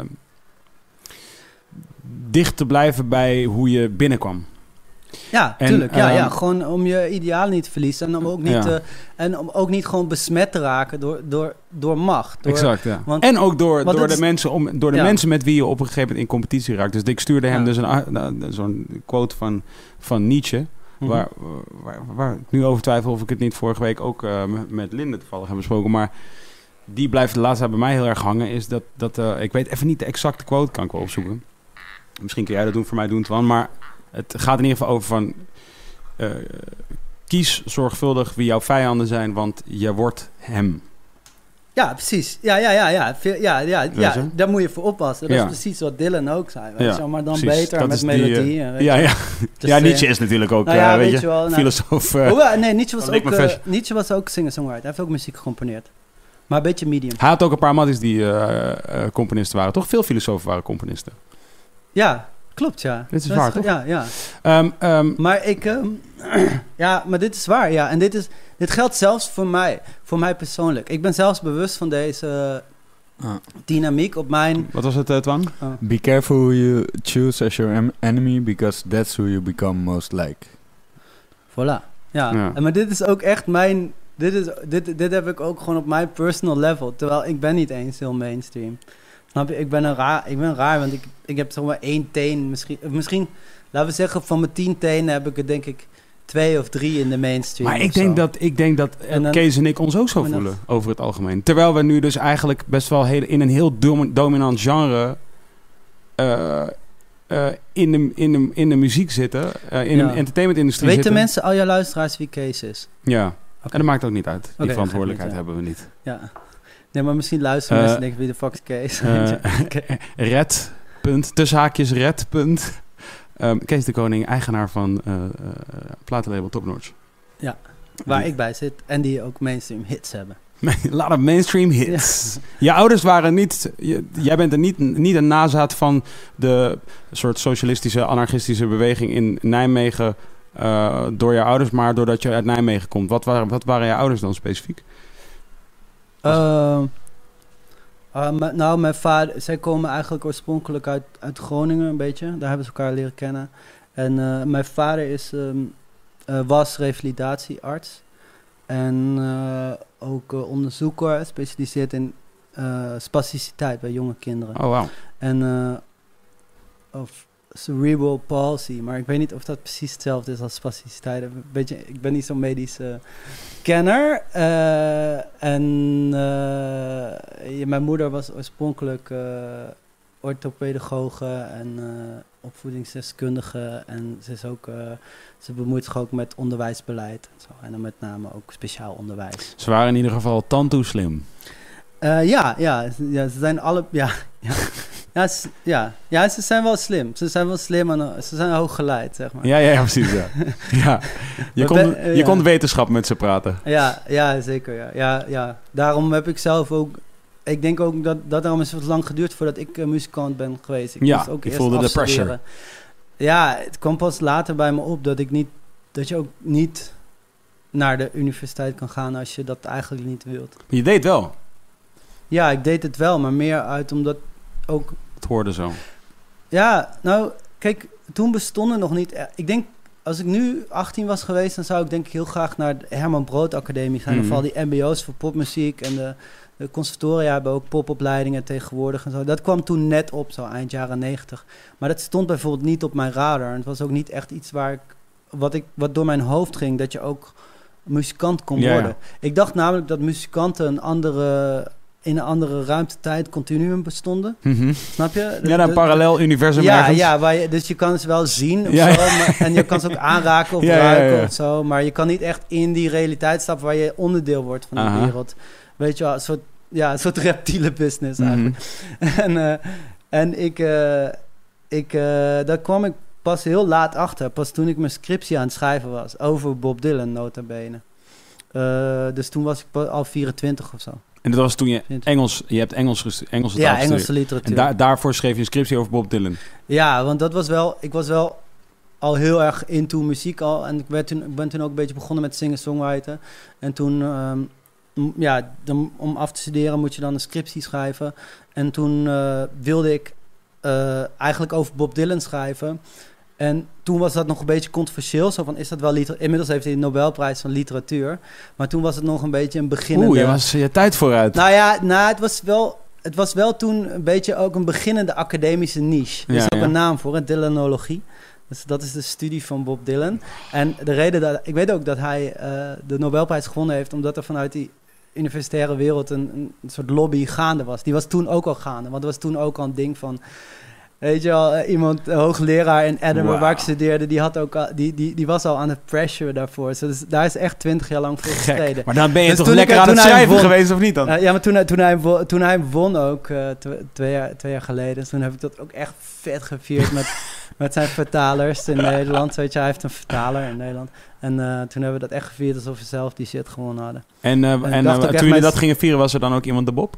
dicht te blijven bij hoe je binnenkwam. Ja, tuurlijk. Gewoon om je ideaal niet te verliezen en om ook niet gewoon besmet te raken door macht. Exact, ja. En ook door de mensen met wie je op een gegeven moment in competitie raakt. Dus ik stuurde hem dus zo'n quote van Nietzsche. Waar ik nu over twijfel of ik het niet vorige week ook met Linde toevallig heb besproken. Maar die blijft de laatste tijd bij mij heel erg hangen. Is dat ik weet even niet de exacte quote, kan ik wel opzoeken. Misschien kun jij dat voor mij doen, Twan. Maar het gaat in ieder geval over van... kies zorgvuldig wie jouw vijanden zijn, want je wordt hem. Ja, precies. Ja. Daar moet je voor oppassen. Dat is precies wat Dylan ook zei. Weet je, maar dan precies. Beter dat met melodie. Nietzsche is natuurlijk ook filosoof. Nietzsche was ook singer-songwriter. Hij heeft ook muziek gecomponeerd. Maar een beetje medium. Hij had ook een paar matties die componisten waren. Toch? Veel filosofen waren componisten. Ja, klopt, ja. Dit is waar, toch? Ja. Maar dit is waar, ja. En dit geldt zelfs voor mij persoonlijk. Ik ben zelfs bewust van deze dynamiek op mijn... Wat was het, Twan? Be careful who you choose as your enemy, because that's who you become most like. Voilà, ja. Maar dit is ook echt mijn... Dit heb ik ook gewoon op mijn personal level. Terwijl ik ben niet eens heel mainstream. Snap je? Ik ben raar, want ik heb zeg maar 1 teen. Misschien, laten we zeggen, van mijn 10 tenen heb ik er denk ik 2 of 3 in de mainstream. Maar ik denk dat Kees en ik ons ook zo voelen over het algemeen. Terwijl we nu dus eigenlijk best wel in een heel dominant genre in de muziek zitten. In de entertainmentindustrie zitten. Weten mensen, al jouw luisteraars, wie Kees is? Ja, en dat maakt ook niet uit. Die verantwoordelijkheid hebben we niet. Ja. Nee, maar misschien luisteren mensen en denken, wie de fuck is Kees? Red. Kees de Koning, eigenaar van platenlabel Top Notch. Ja, waar ik bij zit en die ook mainstream hits hebben. A lot of mainstream hits. Ja. Je ouders waren niet... Jij bent er niet een nazaat van de soort socialistische, anarchistische beweging in Nijmegen door je ouders, maar doordat je uit Nijmegen komt. Wat waren je ouders dan specifiek? Mijn vader... Zij komen eigenlijk oorspronkelijk uit Groningen een beetje. Daar hebben ze elkaar leren kennen. En mijn vader was revalidatiearts. En ook onderzoeker, gespecialiseerd in spasticiteit bij jonge kinderen. Oh, wow. En of cerebral palsy, maar ik weet niet of dat precies hetzelfde is als spasticiteit. Ik ben niet zo'n medisch kenner. Mijn moeder was oorspronkelijk orthopedagoge en opvoedingsdeskundige. En ze bemoeit zich ook met onderwijsbeleid. En, zo. En dan met name ook speciaal onderwijs. Ze waren in ieder geval tantoe slim. Ze zijn alle... Ja, ze zijn wel slim. Ze zijn wel slim en ze zijn hooggeleid, zeg maar. Ja, precies, ja. Je kon wetenschap met ze praten. Ja, zeker, ja. Daarom heb ik zelf ook... Ik denk ook dat daarom is het lang geduurd voordat ik muzikant ben geweest. Ik moest ook eerst voelde de pressure. Ja, het kwam pas later bij me op dat je ook niet naar de universiteit kan gaan als je dat eigenlijk niet wilt. Je deed wel? Ja, ik deed het wel, maar meer uit omdat ook... Het hoorde zo. Ja, nou, kijk, toen bestonden nog niet... Ik denk, als ik nu 18 was geweest, dan zou ik denk ik heel graag naar de Herman Brood Academie gaan. Of al die mbo's voor popmuziek en de conservatoria hebben ook popopleidingen tegenwoordig en zo. Dat kwam toen net op, zo eind jaren 90. Maar dat stond bijvoorbeeld niet op mijn radar. En het was ook niet echt iets wat door mijn hoofd ging, dat je ook muzikant kon worden. Ik dacht namelijk dat muzikanten een andere in een andere ruimte-tijd continuum bestonden. Snap je? Een parallel universum ergens. Ja, dus je kan ze wel zien of zo, en je kan ze ook aanraken of ruiken of zo, maar je kan niet echt in die realiteit stappen waar je onderdeel wordt van de wereld. Weet je wel, een soort reptiele business eigenlijk. Daar kwam ik pas heel laat achter. Pas toen ik mijn scriptie aan het schrijven was. Over Bob Dylan, nota bene. Dus toen was ik al 24 of zo. En dat was toen je Engelse taal gestudeerd. Ja, Engelse literatuur. En daarvoor schreef je een scriptie over Bob Dylan. Ja, want ik was wel al heel erg into muziek al. En ik ben toen ook een beetje begonnen met singer-songwriter. En toen... om af te studeren moet je dan een scriptie schrijven. En toen wilde ik eigenlijk over Bob Dylan schrijven. En toen was dat nog een beetje controversieel. Zo van, is dat wel inmiddels heeft hij de Nobelprijs van literatuur. Maar toen was het nog een beetje een beginnende... je was je tijd vooruit. Het was wel toen een beetje ook een beginnende academische niche. Er is ook een naam voor, het Dylanologie. Dus dat is de studie van Bob Dylan. En de reden dat... Ik weet ook dat hij de Nobelprijs gewonnen heeft... omdat er vanuit die universitaire wereld een soort lobby gaande was. Die was toen ook al gaande. Want er was toen ook al een ding van... Weet je wel, een hoogleraar in Edinburgh waar ik studeerde... die was al aan het pressure daarvoor. Dus daar is echt 20 jaar lang voor gestreden. Maar dan ben je toch lekker aan het schrijven geweest, of niet dan? Maar toen hij won ook, 2 jaar geleden... Dus toen heb ik dat ook echt vet gevierd met zijn vertalers in Nederland. Weet je, hij heeft een vertaler in Nederland. En toen hebben we dat echt gevierd alsof we zelf die shit gewonnen hadden. En toen jullie dat gingen vieren, was er dan ook iemand de Bob?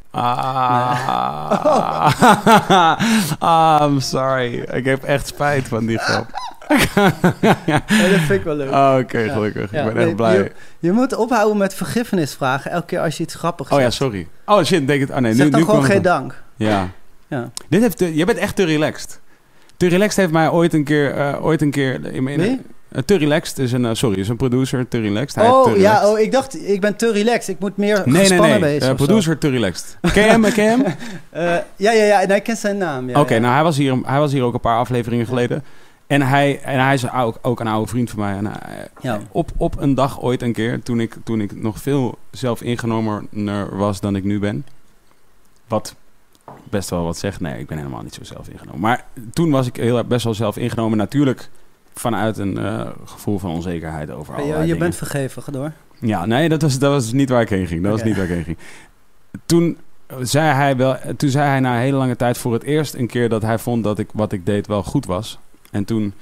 I'm sorry. Ik heb echt spijt van die grap. Dat vind ik wel leuk. Oké, gelukkig. Ik ben echt blij. Je moet ophouden met vergiffenis vragen elke keer als je iets grappigs zegt. Oh ja, sorry. Oh shit, denk ik. Zeg dan gewoon geen dank. Ja. Je bent echt te relaxed. Te relaxed heeft mij ooit een keer te relaxed is een producer, te relaxed. Ik dacht, ik ben te relaxed. Ik moet meer gespannen wezen. Producer te relaxed. Ken je hem? Ja. Nee, ik ken zijn naam. Oké, nou hij was hier ook een paar afleveringen geleden. En hij is ook een oude vriend van mij. En op een dag ooit een keer, toen ik nog veel zelfingenomener was dan ik nu ben. Wat best wel wat zegt. Nee, ik ben helemaal niet zo zelfingenomen. Maar toen was ik best wel zelfingenomen. Natuurlijk vanuit een gevoel van onzekerheid over allerlei dingen. Je bent vergeven, ga door. Ja, nee, dat was niet waar ik heen ging. Toen zei hij na een hele lange tijd voor het eerst een keer dat hij vond dat wat ik deed wel goed was. En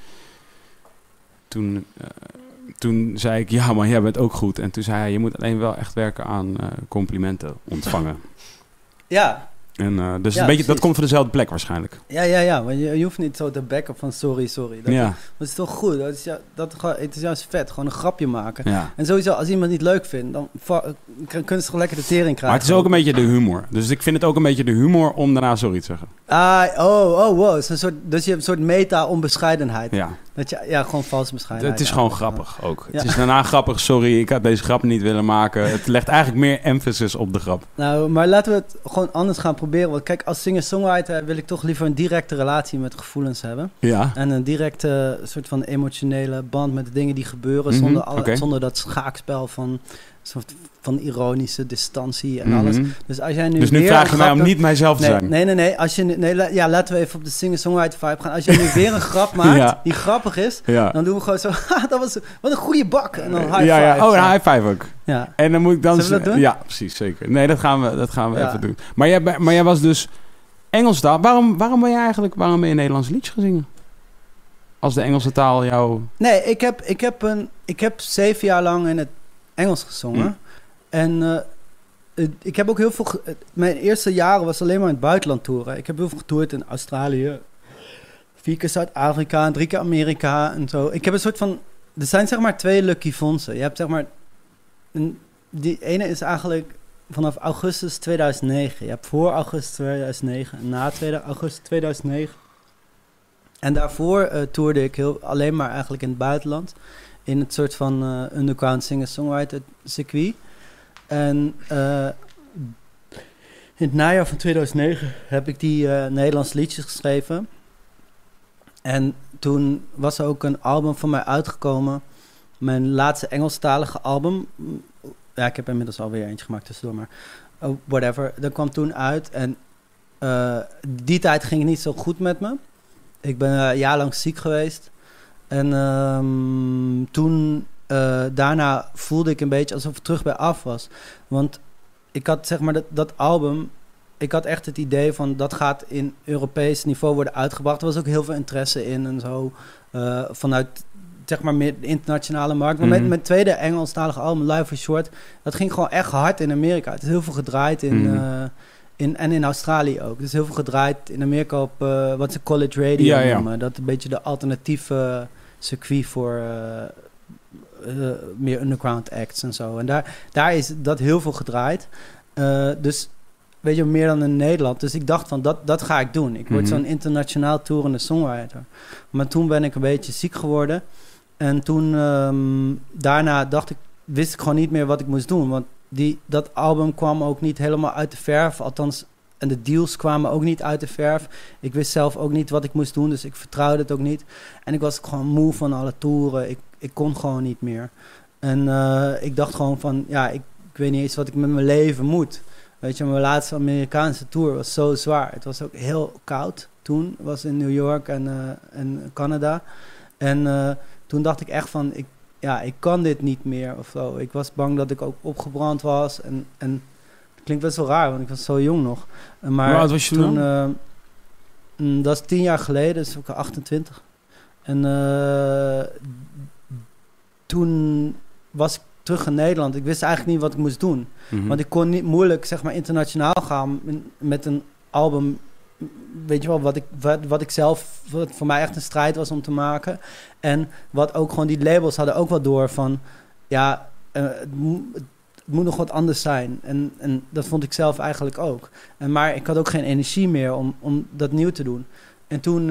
toen zei ik, ja, maar jij bent ook goed. En toen zei hij, je moet alleen wel echt werken aan complimenten ontvangen. Ja. En dus een beetje, dat komt van dezelfde plek waarschijnlijk. Ja, maar je hoeft niet zo te backen van sorry. Dat is toch goed? Het is juist vet, gewoon een grapje maken. Ja. En sowieso, als iemand niet leuk vindt, dan kunnen ze gewoon lekker de tering krijgen. Maar het is ook een beetje de humor. Dus ik vind het ook een beetje de humor om daarna sorry te zeggen. Wow. Dus je hebt een soort meta-onbescheidenheid. Ja. Gewoon valse bescheidenheid. Het is gewoon grappig ook. Ja. Het is daarna grappig, sorry, ik had deze grap niet willen maken. Het legt eigenlijk meer emphasis op de grap. Nou, maar laten we het gewoon anders gaan proberen. Want kijk, als singer-songwriter wil ik toch liever een directe relatie met gevoelens hebben. Ja. En een directe soort van emotionele band met de dingen die gebeuren. Zonder dat schaakspel van soort van ironische distantie en alles. Dus als jij nu vraag je mij om niet mijzelf te zijn. Nee. Laten we even op de singer-songwriter vibe gaan. Als jij nu weer een grap maakt die grappig is, dan doen we gewoon zo, wat een goede bak. En dan high five. Ja. Oh, een high five ook. Ja. En dan moet ik dan... Zullen we dat doen? Ja, precies, zeker. Nee, dat gaan we even doen. Maar jij was dus Engels taal. Waarom ben je Nederlands liedjes gaan zingen? Als de Engelse taal jou... Nee, ik heb 7 jaar lang in het Engels gezongen. En ik heb ook heel veel... Mijn eerste jaren was alleen maar in het buitenland toeren. Ik heb heel veel getoerd in Australië, 4 keer Zuid-Afrika, 3 keer Amerika en zo. Ik heb een soort van... Er zijn zeg maar 2 Lucky Fonsen. Je hebt zeg maar... Die ene is eigenlijk vanaf augustus 2009. Je hebt voor augustus 2009 en na augustus 2009. En daarvoor toerde ik alleen maar eigenlijk in het buitenland. In het soort van underground singer-songwriter circuit. En in het najaar van 2009 heb ik die Nederlandse liedjes geschreven. En toen was er ook een album van mij uitgekomen. Mijn laatste Engelstalige album. Ja, ik heb inmiddels alweer eentje gemaakt tussendoor, maar... whatever. Dat kwam toen uit en die tijd ging het niet zo goed met me. Ik ben een jaar lang ziek geweest. En toen, daarna voelde ik een beetje alsof het terug bij af was. Want ik had zeg maar dat album... Ik had echt het idee van dat gaat in Europees niveau worden uitgebracht. Er was ook heel veel interesse in en zo. Vanuit zeg maar meer de internationale markt. Maar met mijn tweede Engelstalige album, Life is Short... dat ging gewoon echt hard in Amerika. Het is heel veel gedraaid en in Australië ook. Dus heel veel gedraaid in Amerika op wat ze college radio noemen. Dat een beetje de alternatieve circuit voor meer underground acts en zo. En daar is dat heel veel gedraaid. Dus weet je, meer dan in Nederland. Dus ik dacht van, dat ga ik doen. Ik word zo'n internationaal toerende songwriter. Maar toen ben ik een beetje ziek geworden. En toen, daarna wist ik gewoon niet meer wat ik moest doen. Want dat album kwam ook niet helemaal uit de verf. Althans, en de deals kwamen ook niet uit de verf. Ik wist zelf ook niet wat ik moest doen, dus ik vertrouwde het ook niet. En ik was gewoon moe van alle toeren. Ik kon gewoon niet meer. En ik dacht gewoon van, ja, ik weet niet eens wat ik met mijn leven moet. Weet je, mijn laatste Amerikaanse tour was zo zwaar. Het was ook heel koud toen. Het was in New York en Canada. En toen dacht ik echt van, ik kan dit niet meer of zo. Ik was bang dat ik ook opgebrand was. En het klinkt best wel raar, want ik was zo jong nog. Maar hoe oud was je toen? Dat is 10 jaar geleden, dus ik was 28. En toen was ik terug in Nederland. Ik wist eigenlijk niet wat ik moest doen. Want ik kon niet moeilijk, zeg maar, internationaal gaan met een album. Weet je wel, wat ik zelf, wat voor mij echt een strijd was om te maken. En wat ook gewoon die labels hadden ook wel door van, ja, het moet nog wat anders zijn. En dat vond ik zelf eigenlijk ook. Maar ik had ook geen energie meer om dat nieuw te doen. En toen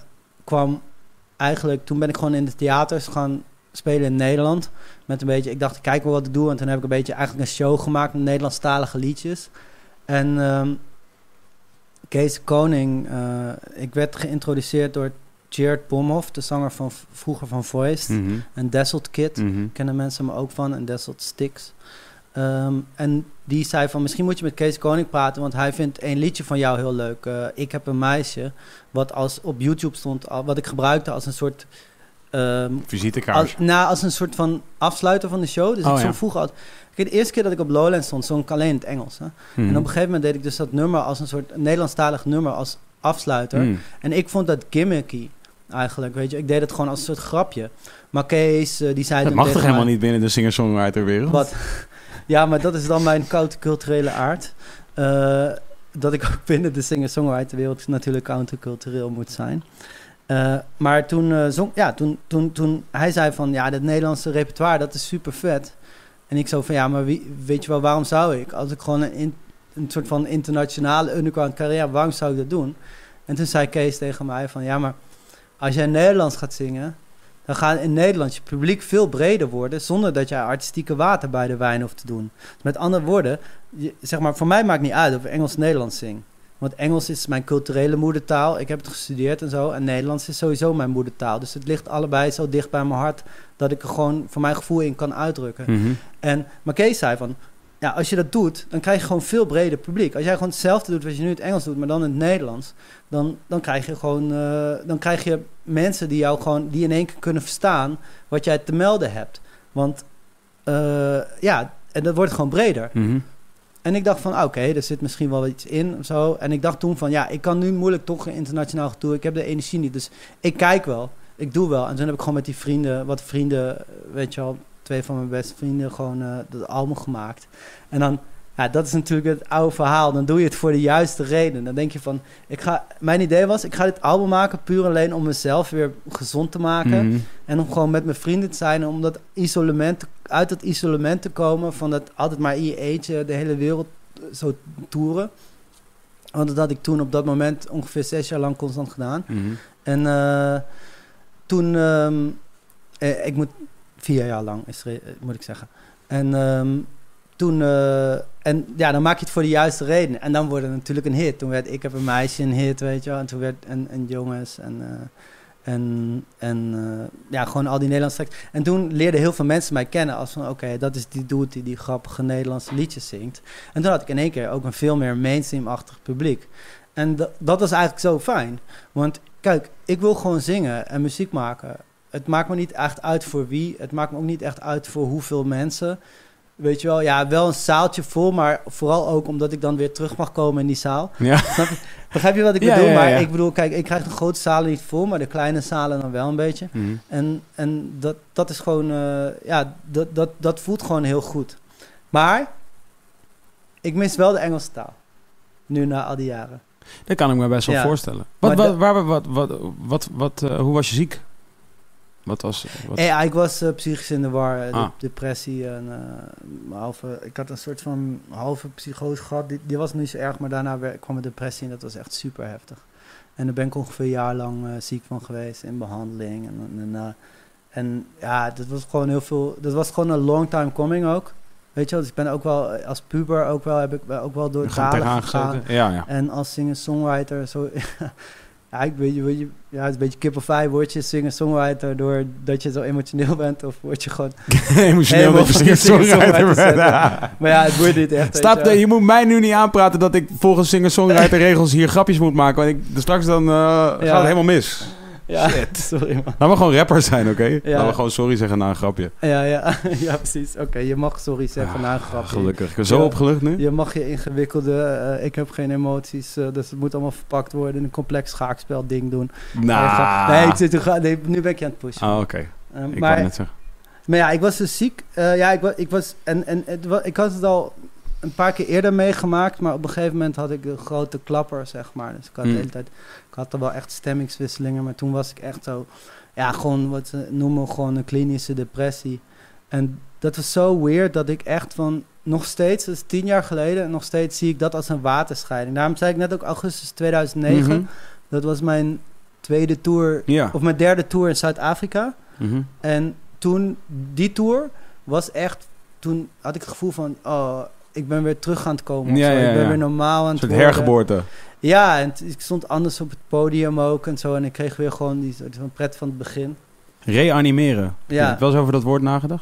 toen ben ik gewoon in de theaters gaan spelen in Nederland. Met een beetje, ik dacht, ik kijk wel wat ik doe. En toen heb ik een beetje eigenlijk een show gemaakt met Nederlandstalige liedjes. En Kees Koning, ik werd geïntroduceerd door Tjeerd Bomhoff, de zanger van vroeger van Voiced. En Dazzled Kid, kennen mensen me ook van. En Dazzled Sticks. En die zei van, misschien moet je met Kees Koning praten, want hij vindt een liedje van jou heel leuk. Ik heb een meisje, wat als op YouTube stond, wat ik gebruikte als een soort visitekaart. Als een soort van afsluiter van de show. Dus ik zo vroeg altijd. De eerste keer dat ik op Lowlands stond, zong ik alleen in het Engels. Hè? En op een gegeven moment deed ik dus dat nummer als een soort Nederlandstalig nummer als afsluiter. En ik vond dat gimmicky eigenlijk, weet je. Ik deed het gewoon als een soort grapje. Maar Kees, die zei... Dat mag toch helemaal niet binnen de singer-songwriter wereld? Wat? Ja, maar dat is dan mijn counterculturele aard. Dat ik ook binnen de singer-songwriter wereld natuurlijk countercultureel moet zijn. Maar toen hij zei van, ja, dat Nederlandse repertoire, dat is super vet. En ik zo van, ja, maar weet je wel, waarom zou ik? Als ik gewoon een soort van internationale underground carrière, waarom zou ik dat doen? En toen zei Kees tegen mij van, ja, maar als jij Nederlands gaat zingen, dan gaat in Nederland je publiek veel breder worden, zonder dat jij artistieke water bij de wijn hoeft te doen. Met andere woorden, zeg maar, voor mij maakt niet uit of ik Engels-Nederlands zing. Want Engels is mijn culturele moedertaal. Ik heb het gestudeerd en zo. En Nederlands is sowieso mijn moedertaal. Dus het ligt allebei zo dicht bij mijn hart dat ik er gewoon voor mijn gevoel in kan uitdrukken. Maar Kees zei van, ja, als je dat doet, dan krijg je gewoon veel breder publiek. Als jij gewoon hetzelfde doet wat je nu in het Engels doet, maar dan in het Nederlands, dan krijg je gewoon, dan krijg je mensen die jou gewoon, die in één keer kunnen verstaan wat jij te melden hebt. Want en dat wordt gewoon breder. En ik dacht van, oké, er zit misschien wel iets in of zo. En ik dacht toen van, ja, ik kan nu moeilijk toch internationaal toe. Ik heb de energie niet, dus ik kijk wel. Ik doe wel. En toen heb ik gewoon met die wat vrienden, weet je wel, 2 van mijn beste vrienden, gewoon dat album gemaakt. En dan, ja, dat is natuurlijk het oude verhaal. Dan doe je het voor de juiste reden. Dan denk je van, mijn idee was, ik ga dit album maken puur alleen om mezelf weer gezond te maken. En om gewoon met mijn vrienden te zijn, om dat uit dat isolement te komen, van dat altijd maar in je eentje de hele wereld zo toeren. Want dat had ik toen op dat moment ongeveer 6 jaar lang constant gedaan. En toen, ik moet 4 jaar lang, moet ik zeggen. En toen, dan maak je het voor de juiste reden. En dan wordt het natuurlijk een hit. Toen werd Ik heb een meisje een hit, weet je wel. En toen werd en jongens. En gewoon al die Nederlandse teksten. En toen leerden heel veel mensen mij kennen als van... oké, dat is die dude die grappige Nederlandse liedjes zingt. En toen had ik in één keer ook een veel meer mainstream-achtig publiek. En dat was eigenlijk zo fijn. Want kijk, ik wil gewoon zingen en muziek maken. Het maakt me niet echt uit voor wie. Het maakt me ook niet echt uit voor hoeveel mensen. Weet je wel, ja, wel een zaaltje vol, maar vooral ook omdat ik dan weer terug mag komen in die zaal. Ja. Begrijp je wat ik bedoel? Maar ik bedoel, kijk, ik krijg de grote zalen niet vol, maar de kleine zalen dan wel een beetje. Mm. En dat is gewoon, dat voelt gewoon heel goed. Maar ik mis wel de Engelse taal. Nu na al die jaren. Dat kan ik me best wel voorstellen. Hoe was je ziek? Ik was psychisch in de war, depressie en ik had een soort van halve psychose gehad. Die was niet zo erg, maar daarna kwam een depressie en dat was echt super heftig. En daar ben ik ongeveer een jaar lang ziek van geweest in behandeling. En dat was gewoon heel veel. Dat was gewoon een long time coming ook. Weet je wel, dus ik ben ook wel als puber heb ik ook wel door het dalen gegaan. Ja. En als singer-songwriter zo. Ja, het is een beetje kip-of-ei. Word je singer-songwriter doordat je zo emotioneel bent? Of word je gewoon... emotioneel dat je singer-songwriter bent? Maar ja, het wordt niet echt. Je moet mij nu niet aanpraten dat ik volgens singer-songwriter regels hier grapjes moet maken. Want straks dan gaat het helemaal mis. Ja, shit. Sorry man. Laten we gewoon rappers zijn, oké? Ja. Laten we gewoon sorry zeggen na een grapje. Ja, precies. Oké, je mag sorry zeggen na een grapje. Gelukkig. Ik ben zo opgelucht nu. Je mag je ingewikkelde, ik heb geen emoties, dus het moet allemaal verpakt worden in een complex schaakspel ding doen. Nu ben ik je aan het pushen. Oké. Ik wou net zeggen. Maar ja, ik was dus ziek. Ik had het al een paar keer eerder meegemaakt, maar op een gegeven moment had ik een grote klapper, zeg maar. Dus ik had de hele tijd, ik had er wel echt stemmingswisselingen, maar toen was ik echt zo, gewoon wat ze noemen gewoon een klinische depressie. En dat was zo weird dat ik echt van, nog steeds, dat is 10 jaar geleden, en nog steeds zie ik dat als een waterscheiding. Daarom zei ik net ook augustus 2009, dat was mijn tweede tour, of mijn derde tour in Zuid-Afrika. Mm-hmm. En toen, die tour was echt, toen had ik het gevoel van, ik ben weer terug aan het komen. Ik ben weer normaal aan het worden. Een soort hergeboorte. Ja, en ik stond anders op het podium ook en zo. En ik kreeg weer gewoon die soort van pret van het begin. Reanimeren. Ja. Heb je wel eens over dat woord nagedacht?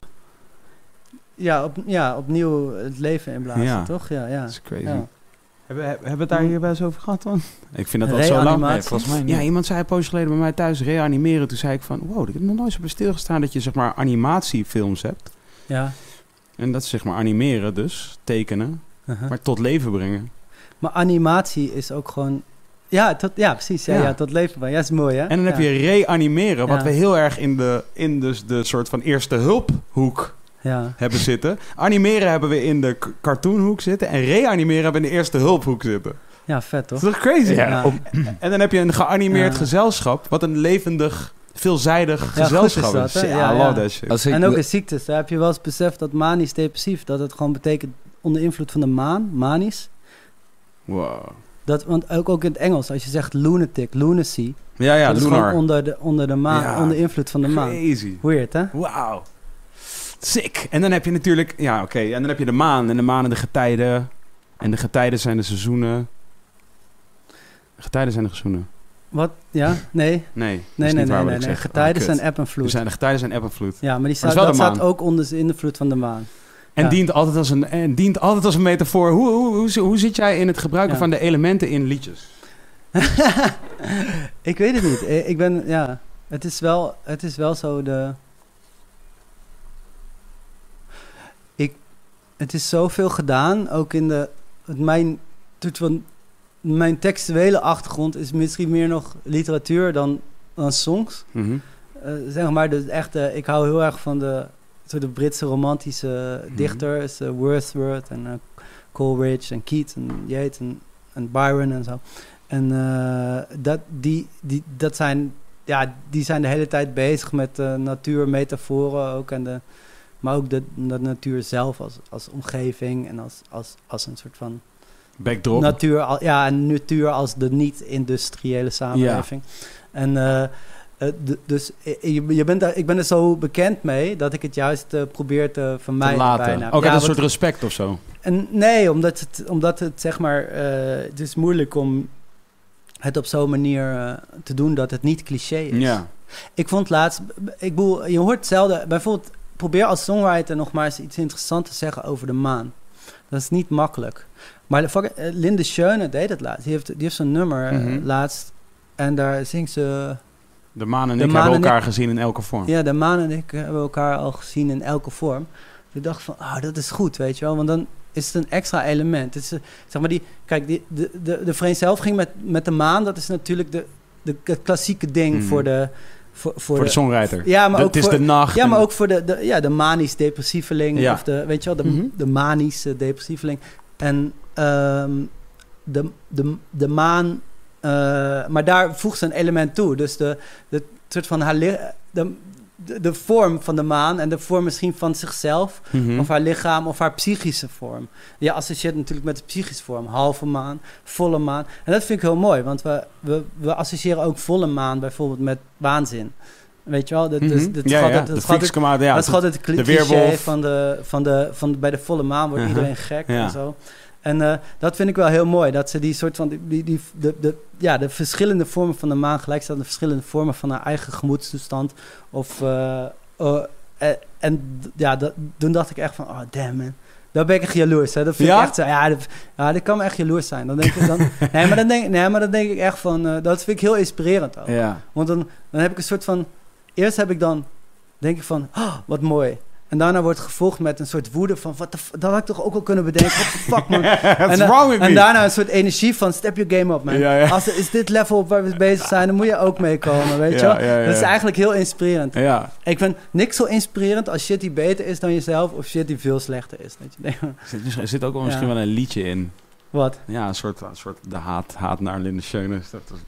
Opnieuw het leven inblazen, toch? Ja. Dat is crazy. Ja. Hebben we het daar hier wel eens over gehad dan? Ik vind dat wel zo lang. Nee, volgens mij niet. Ja, iemand zei een poosje geleden bij mij thuis reanimeren. Toen zei ik van, wow, ik heb nog nooit zo bij stilgestaan dat je zeg maar animatiefilms hebt. Ja. En dat is zeg maar animeren dus, tekenen, maar tot leven brengen. Maar animatie is ook gewoon... precies. Ja, tot leven brengen. Ja, is mooi, hè? En dan heb je reanimeren, wat we heel erg in dus de soort van eerste hulphoek hebben zitten. Animeren hebben we in de cartoonhoek zitten en reanimeren hebben we in de eerste hulphoek zitten. Ja, vet toch? Dat is toch crazy? Ja. En dan heb je een geanimeerd gezelschap, wat een levendig... veelzijdig gezelschap is. Love that shit. En ook in ziektes. Daar heb je wel eens beseft dat manisch depressief, dat het gewoon betekent onder invloed van de maan, manisch. Wow. Want ook in het Engels, als je zegt lunatic, lunacy. Dat is lunar. Gewoon onder de maan, onder invloed van de maan. Crazy. Weird, hè? Wauw. Sick. En dan heb je natuurlijk, en dan heb je de maan en de maan en de getijden. En de getijden zijn de seizoenen. Getijden zijn de seizoenen. Wat? Ja? Nee. Nee. Getijden zijn eb en vloed. De getijden zijn eb en vloed. Ja, maar dat staat ook onder de invloed van de maan. En dient altijd als een metafoor. Hoe zit jij in het gebruiken van de elementen in liedjes? Ik weet het niet. Het is wel zo het is zoveel gedaan, ook in mijn textuele achtergrond is misschien meer nog literatuur dan songs. Mm-hmm. Zeg maar, dus echt, ik hou heel erg van de Britse romantische dichters, Wordsworth en Coleridge en Keats en Yeats en Byron en zo. En die zijn de hele tijd bezig met natuurmetaforen ook maar ook de natuur zelf als omgeving en als een soort van backdrop. Natuur als de niet-industriële samenleving. Ja. En ik ben er zo bekend mee dat ik het juist probeer te vermijden. Te laten. Bijna. Ook uit een soort respect of zo? Nee, omdat het zeg maar... het is moeilijk om het op zo'n manier te doen dat het niet cliché is. Ja. Ik vond laatst... je hoort zelden... Bijvoorbeeld, probeer als songwriter nog maar eens iets interessants te zeggen over de maan. Dat is niet makkelijk. Maar Linde Schöne deed het laatst. Die heeft zo'n nummer laatst. En daar zingt ze... De maan en ik hebben elkaar gezien in elke vorm. Ja, de maan en ik hebben elkaar al gezien in elke vorm. Ik dacht van, dat is goed, weet je wel. Want dan is het een extra element. Het is, zeg maar de Vreemd zelf ging met de maan. Dat is natuurlijk het klassieke ding voor de... Voor de songwriter. Ja, maar ook het is de nacht. Ja, maar ook voor de manisch-depressieveling. Ja. Of weet je wel, de manisch-depressieveling. En de maan... maar daar voegt ze een element toe. Dus de soort van de vorm van de maan en de vorm misschien van zichzelf, of haar lichaam, of haar psychische vorm. Je associeert natuurlijk met de psychische vorm. Halve maan, volle maan. En dat vind ik heel mooi, want we associëren ook volle maan bijvoorbeeld met waanzin. Weet je wel? Dat is altijd het cliché van bij de volle maan wordt iedereen gek en zo. En dat vind ik wel heel mooi. Dat ze die soort van... de verschillende vormen van de maan gelijkstellen aan de verschillende vormen van haar eigen gemoedstoestand. Toen dacht ik echt van... Oh, damn man. Daar ben ik echt jaloers. Hè. Dat vind ik echt zo... dat kan me echt jaloers zijn. Dan denk ik dan... maar dan denk ik echt van... dat vind ik heel inspirerend ook. Ja. Want dan heb ik een soort van... Eerst denk ik van... Oh, wat mooi. En daarna wordt gevolgd met een soort woede van... dat had ik toch ook wel kunnen bedenken. What the fuck, man. En daarna een soort energie van... Step your game up, man. Ja. Is dit level op waar we bezig zijn... dan moet je ook meekomen, weet je wel? Dat is eigenlijk heel inspirerend. Ja. Ik vind niks zo inspirerend... als shit die beter is dan jezelf... of shit die veel slechter is. Weet je? Er zit ook wel misschien wel een liedje in... Wat? Ja, een soort de haat naar Linde Schöne.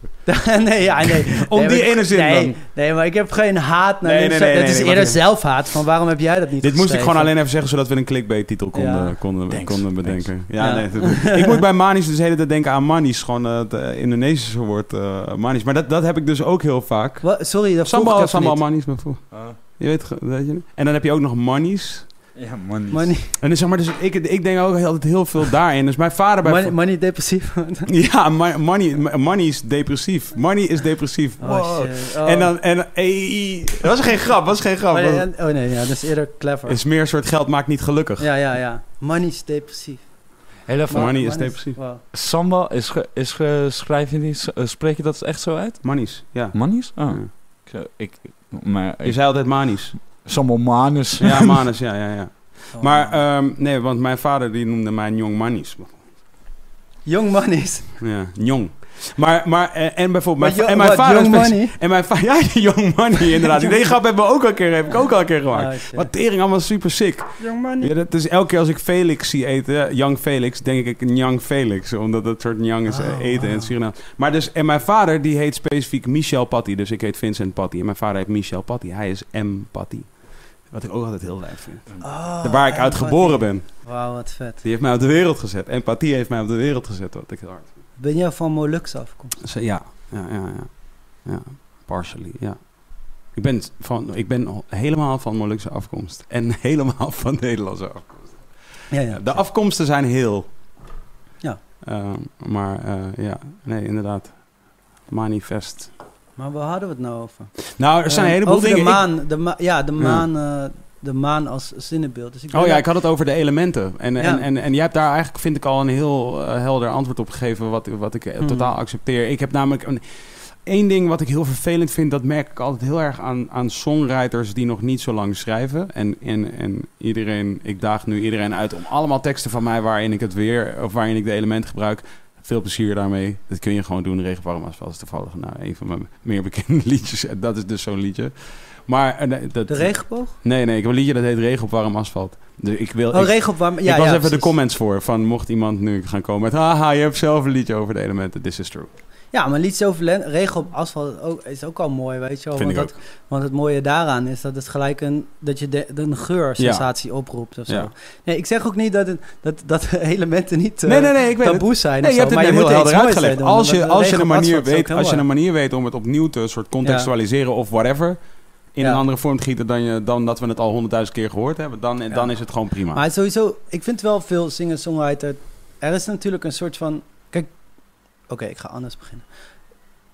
Nee. Om die ene zin dan. Nee, maar ik heb geen haat naar Linde Schöne. Het is eerder zelfhaat. Van waarom heb jij dat niet Dit moest ik gewoon alleen even zeggen... zodat we een clickbait-titel konden bedenken. Ik moet bij Manisch dus de hele tijd denken aan Manisch. Gewoon het Indonesische woord Manisch. Maar dat heb ik dus ook heel vaak. Sorry, dat Sambal Manisch. Je weet je. En dan heb je ook nog Manisch... Ja, money. En zeg maar, dus ik denk ook altijd heel veel daarin. Dus mijn vader... Money depressief. Ja, money is depressief. Money is depressief. Oh, shit. Dat was geen grap, dat is eerder clever. Het is meer een soort geld maakt niet gelukkig. Ja. Money is depressief. Heel even. Money is depressief. Wow. Samba spreek je dat echt zo uit? Manisch, ja. Manisch? Oh. Ja. Je zei altijd manisch. Sambal Manus. Ja, Manus, ja. Oh, maar, nee, want mijn vader die noemde mij Jong Manisch. Jong Manisch? Ja, Jong. Maar en bijvoorbeeld... mijn vader... Young Money? En mijn vader... Ja, Young Money, inderdaad. Die grap heb ik ook al een keer gemaakt. Wat tering, allemaal super sick. Young Money. Ja, dat is elke keer als ik Felix zie eten, Young Felix, denk ik een Young Felix. Omdat dat soort Young is eten in Suriname. Maar dus... En mijn vader, die heet specifiek Michel Patty. Dus ik heet Vincent Patty. En mijn vader heet Michel Patty. Hij is M. Patty. Wat ik ook altijd heel lijf vind. Waar ik uit geboren ben. Wauw, wat vet. Die heeft mij op de wereld gezet. Empathie heeft mij op de wereld gezet. Wat ik heel hard vind. Ben jij van Molukse afkomst? Ja. Partially, ja. Ik ben helemaal van Molukse afkomst. En helemaal van Nederlandse afkomst. Ja. De afkomsten zijn heel. Ja. Nee, inderdaad. Manifest. Maar waar hadden we het nou over? Nou, er zijn een heleboel dingen. De maan als zinnenbeeld. Dus ik had het over de elementen. En jij hebt daar eigenlijk, vind ik, al een heel helder antwoord op gegeven... wat ik totaal accepteer. Ik heb namelijk... Eén ding wat ik heel vervelend vind... dat merk ik altijd heel erg aan songwriters... die nog niet zo lang schrijven. En iedereen... Ik daag nu iedereen uit om allemaal teksten van mij... waarin ik de elementen gebruik... Veel plezier daarmee. Dat kun je gewoon doen. Regenwarm asfalt is toevallig een van mijn meer bekende liedjes. Dat is dus zo'n liedje. Maar, de regenboog? Nee, ik heb een liedje dat heet Regen op warm asfalt. Regen op warm... Ja, ik was even de comments voor. Van mocht iemand nu gaan komen met... Haha, je hebt zelf een liedje over de elementen. This is true. Ja, maar liedjes over regen op asfalt is ook al mooi, weet je wel. Want het mooie daaraan is dat het gelijk dat je een geursensatie oproept of zo. Ja. Nee, ik zeg ook niet dat elementen niet taboe zijn. Nee, je hebt het net heel helder uitgelegd. Als je een manier weet om het opnieuw te soort contextualiseren of whatever... in een andere vorm te gieten dan dat we het al 100.000 keer gehoord hebben... dan is het gewoon prima. Maar sowieso, ik vind wel veel singer-songwriter... Er is natuurlijk een soort van... Kijk, oké, ik ga anders beginnen.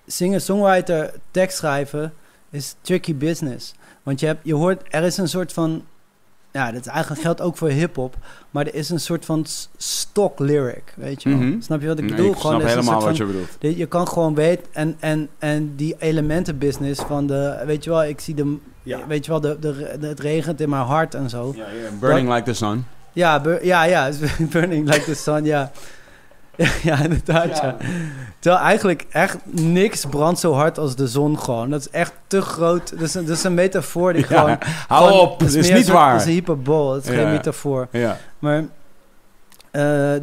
singer-songwriter tekst schrijven is tricky business. Want je hoort, er is een soort van... Ja, dat eigenlijk geldt ook voor hip-hop. Maar er is een soort van stock lyric, weet je wel. Mm-hmm. Snap je wat ik bedoel? Ik snap helemaal wat je bedoelt. Je kan gewoon weten... En die elementen-business van de... Weet je wel, ik zie de... Ja. Weet je wel, het regent in mijn hart en zo. Ja, burning like the sun. Ja, burning like the sun, ja. Ja, inderdaad, ja. Terwijl eigenlijk echt niks brandt zo hard als de zon gewoon. Dat is echt te groot. Dat is een metafoor die gewoon... Hou op, dat is niet waar. Dat is een hyperbol, dat is geen metafoor. Ja. Maar er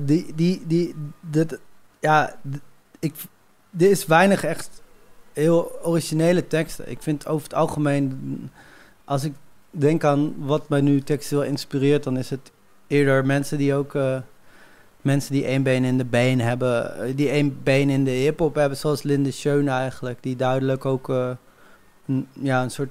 is weinig echt heel originele teksten. Ik vind over het algemeen, als ik denk aan wat mij nu textueel inspireert, dan is het eerder mensen die ook... mensen die één been in de been hebben, die één been in de hip-hop hebben, zoals Linde Schöne eigenlijk, die duidelijk ook een soort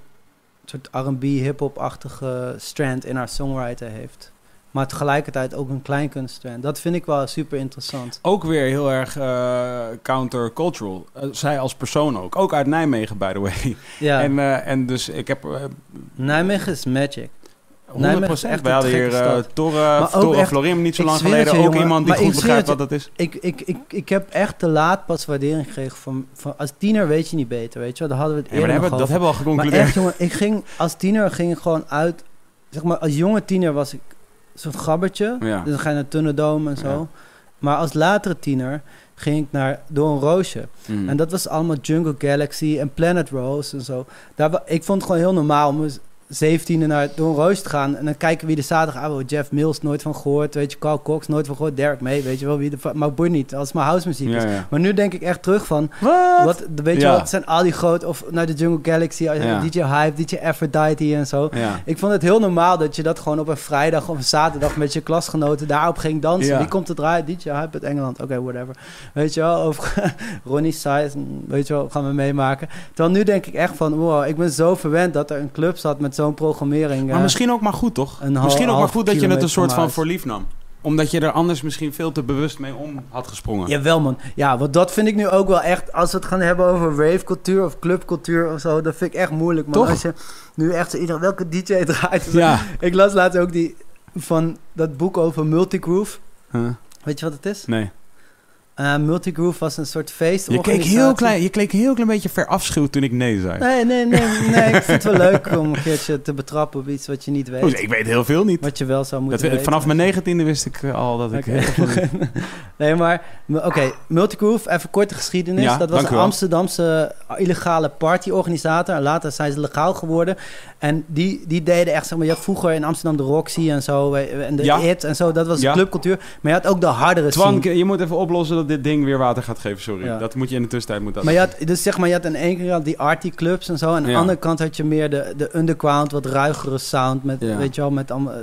R&B hip-hop-achtige strand in haar songwriter heeft. Maar tegelijkertijd ook een kleinkunststrand. Dat vind ik wel super interessant. Ook weer heel erg countercultural. Zij als persoon ook. Ook uit Nijmegen, by the way. Ja. En dus ik heb... Nijmegen is magic. 100%. Wij hadden hier Torre Florim niet zo lang geleden. Ook iemand die goed begrijpt wat dat is. Ik heb echt te laat pas waardering gekregen van als tiener weet je niet beter, weet je wel. Daar hadden we het eerder over. Dat hebben we al geconcludeerd. Maar echt, jongen, als tiener ging ik gewoon uit... Zeg maar, als jonge tiener was ik zo'n gabbertje. Ja. Dus dan ga je naar Thunderdome en zo. Ja. Maar als latere tiener ging ik naar Door een Roosje. Mm. En dat was allemaal Jungle Galaxy en Planet Rose en zo. Ik vond het gewoon heel normaal om 17e naar Door een Roosje te gaan. En dan kijken wie de zaterdagavond... Jeff Mills, nooit van gehoord. Weet je, Carl Cox, nooit van gehoord. Derek May, weet je wel. Maar boeit niet, als het maar housemuziek is. Ja. Maar nu denk ik echt terug van... Wat weet je wel, het zijn al die grote... Of naar de Jungle Galaxy, DJ Hype, DJ Aphrodite en zo. Ja. Ik vond het heel normaal dat je dat gewoon op een vrijdag of een zaterdag... met je klasgenoten daarop ging dansen. Wie komt er draaien? DJ Hype uit Engeland. Oké, whatever. Weet je wel, of Ronnie Size, weet je wel, gaan we meemaken. Terwijl nu denk ik echt van... Wow, ik ben zo verwend dat er een club zat met zo'n programmering. Maar misschien ook maar goed, toch? Misschien ook maar goed dat je het een soort van voor lief nam. Omdat je er anders misschien veel te bewust mee om had gesprongen. Jawel, man. Ja, want dat vind ik nu ook wel echt... Als we het gaan hebben over ravecultuur of clubcultuur of zo... dat vind ik echt moeilijk, man. Toch? Als je nu echt zo... Welke DJ draait? Ja. Ik las laatst ook van dat boek over Multigroove. Weet je wat het is? Nee. Multigroove was een soort feest. Je keek heel klein beetje verafschuwd toen ik nee zei. Nee. Ik vind het wel leuk om een keertje te betrappen op iets wat je niet weet. Ik weet heel veel niet. Wat je wel zou moeten weten. Vanaf mijn 19e wist ik al dat ik... Nee, maar... Oké, Multigroove, even korte geschiedenis. Ja, dat was een Amsterdamse illegale partyorganisator. En later zijn ze legaal geworden. En die deden echt, zeg maar... Je had vroeger in Amsterdam de Roxy en zo. En de IT en zo. Dat was de clubcultuur. Maar je had ook de hardere scene. Je moet even oplossen dat dit ding weer water gaat geven, sorry. Ja. Dat moet je in de tussentijd... Maar je had aan de ene kant die arty clubs en zo. En aan de andere kant had je meer de underground, wat ruigere sound. Met, weet je wel, met allemaal...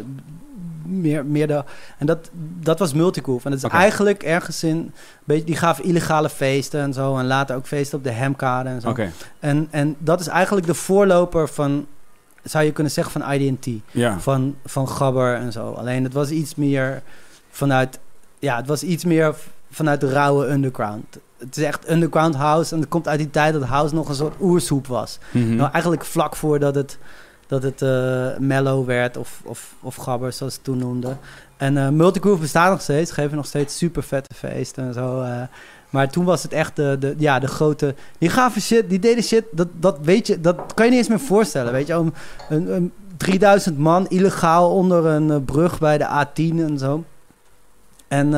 Meer de... En dat was Multigroove. En dat is eigenlijk ergens in... Die gaven illegale feesten en zo. En later ook feesten op de Hemkade en zo. Okay. En dat is eigenlijk de voorloper van... Zou je kunnen zeggen van IDT. Ja. Van Gabber en zo. Alleen het was iets meer vanuit... Ja, het was iets meer... vanuit de rauwe underground. Het is echt underground house. En het komt uit die tijd dat house nog een soort oersoep was. Mm-hmm. Nou, eigenlijk vlak voordat het mellow werd. Of gabber, zoals ze het toen noemden. En Multigroove bestaat nog steeds. Geven nog steeds super vette feesten en zo. Maar toen was het echt de grote... Die gaven shit, die deden shit. Dat weet je, dat kan je niet eens meer voorstellen. Weet je, een 3000 man illegaal onder een brug bij de A10 en zo. En...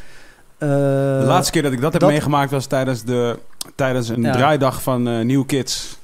de laatste keer dat ik dat heb meegemaakt was tijdens een draaidag van New Kids.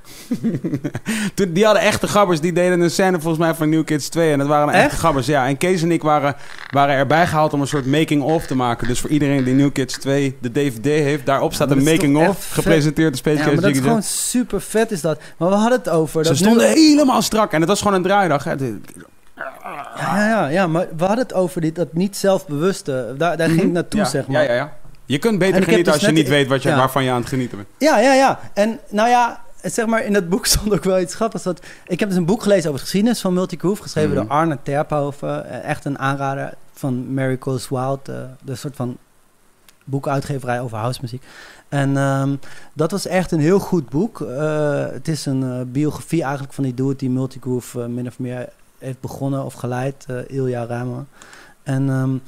Die hadden echte gabbers, die deden een scène volgens mij van New Kids 2. En dat waren echte gabbers, ja. En Kees en ik waren erbij gehaald om een soort making-of te maken. Dus voor iedereen die New Kids 2 de DVD heeft, daarop staat een making-of, gepresenteerd door Space Case. Maar dat is gewoon super vet is dat. Maar we hadden het over... Ze stonden helemaal strak en het was gewoon een draaidag. Hè. Ja, maar we hadden het over dat niet zelfbewuste. Daar ging ik naartoe, zeg maar. Ja. Je kunt beter genieten als je niet weet waarvan je aan het genieten bent. Ja. En nou ja, zeg maar, in dat boek stond ook wel iets grappigs. Ik heb dus een boek gelezen over de geschiedenis van Multigroove, geschreven door Arne Terphoven. Echt een aanrader van Mary Goes Wild, de soort van boekuitgeverij over housemuziek. En dat was echt een heel goed boek. Het is een biografie eigenlijk van die dude die Multigroove min of meer heeft begonnen of geleid, Ilja Reimer. En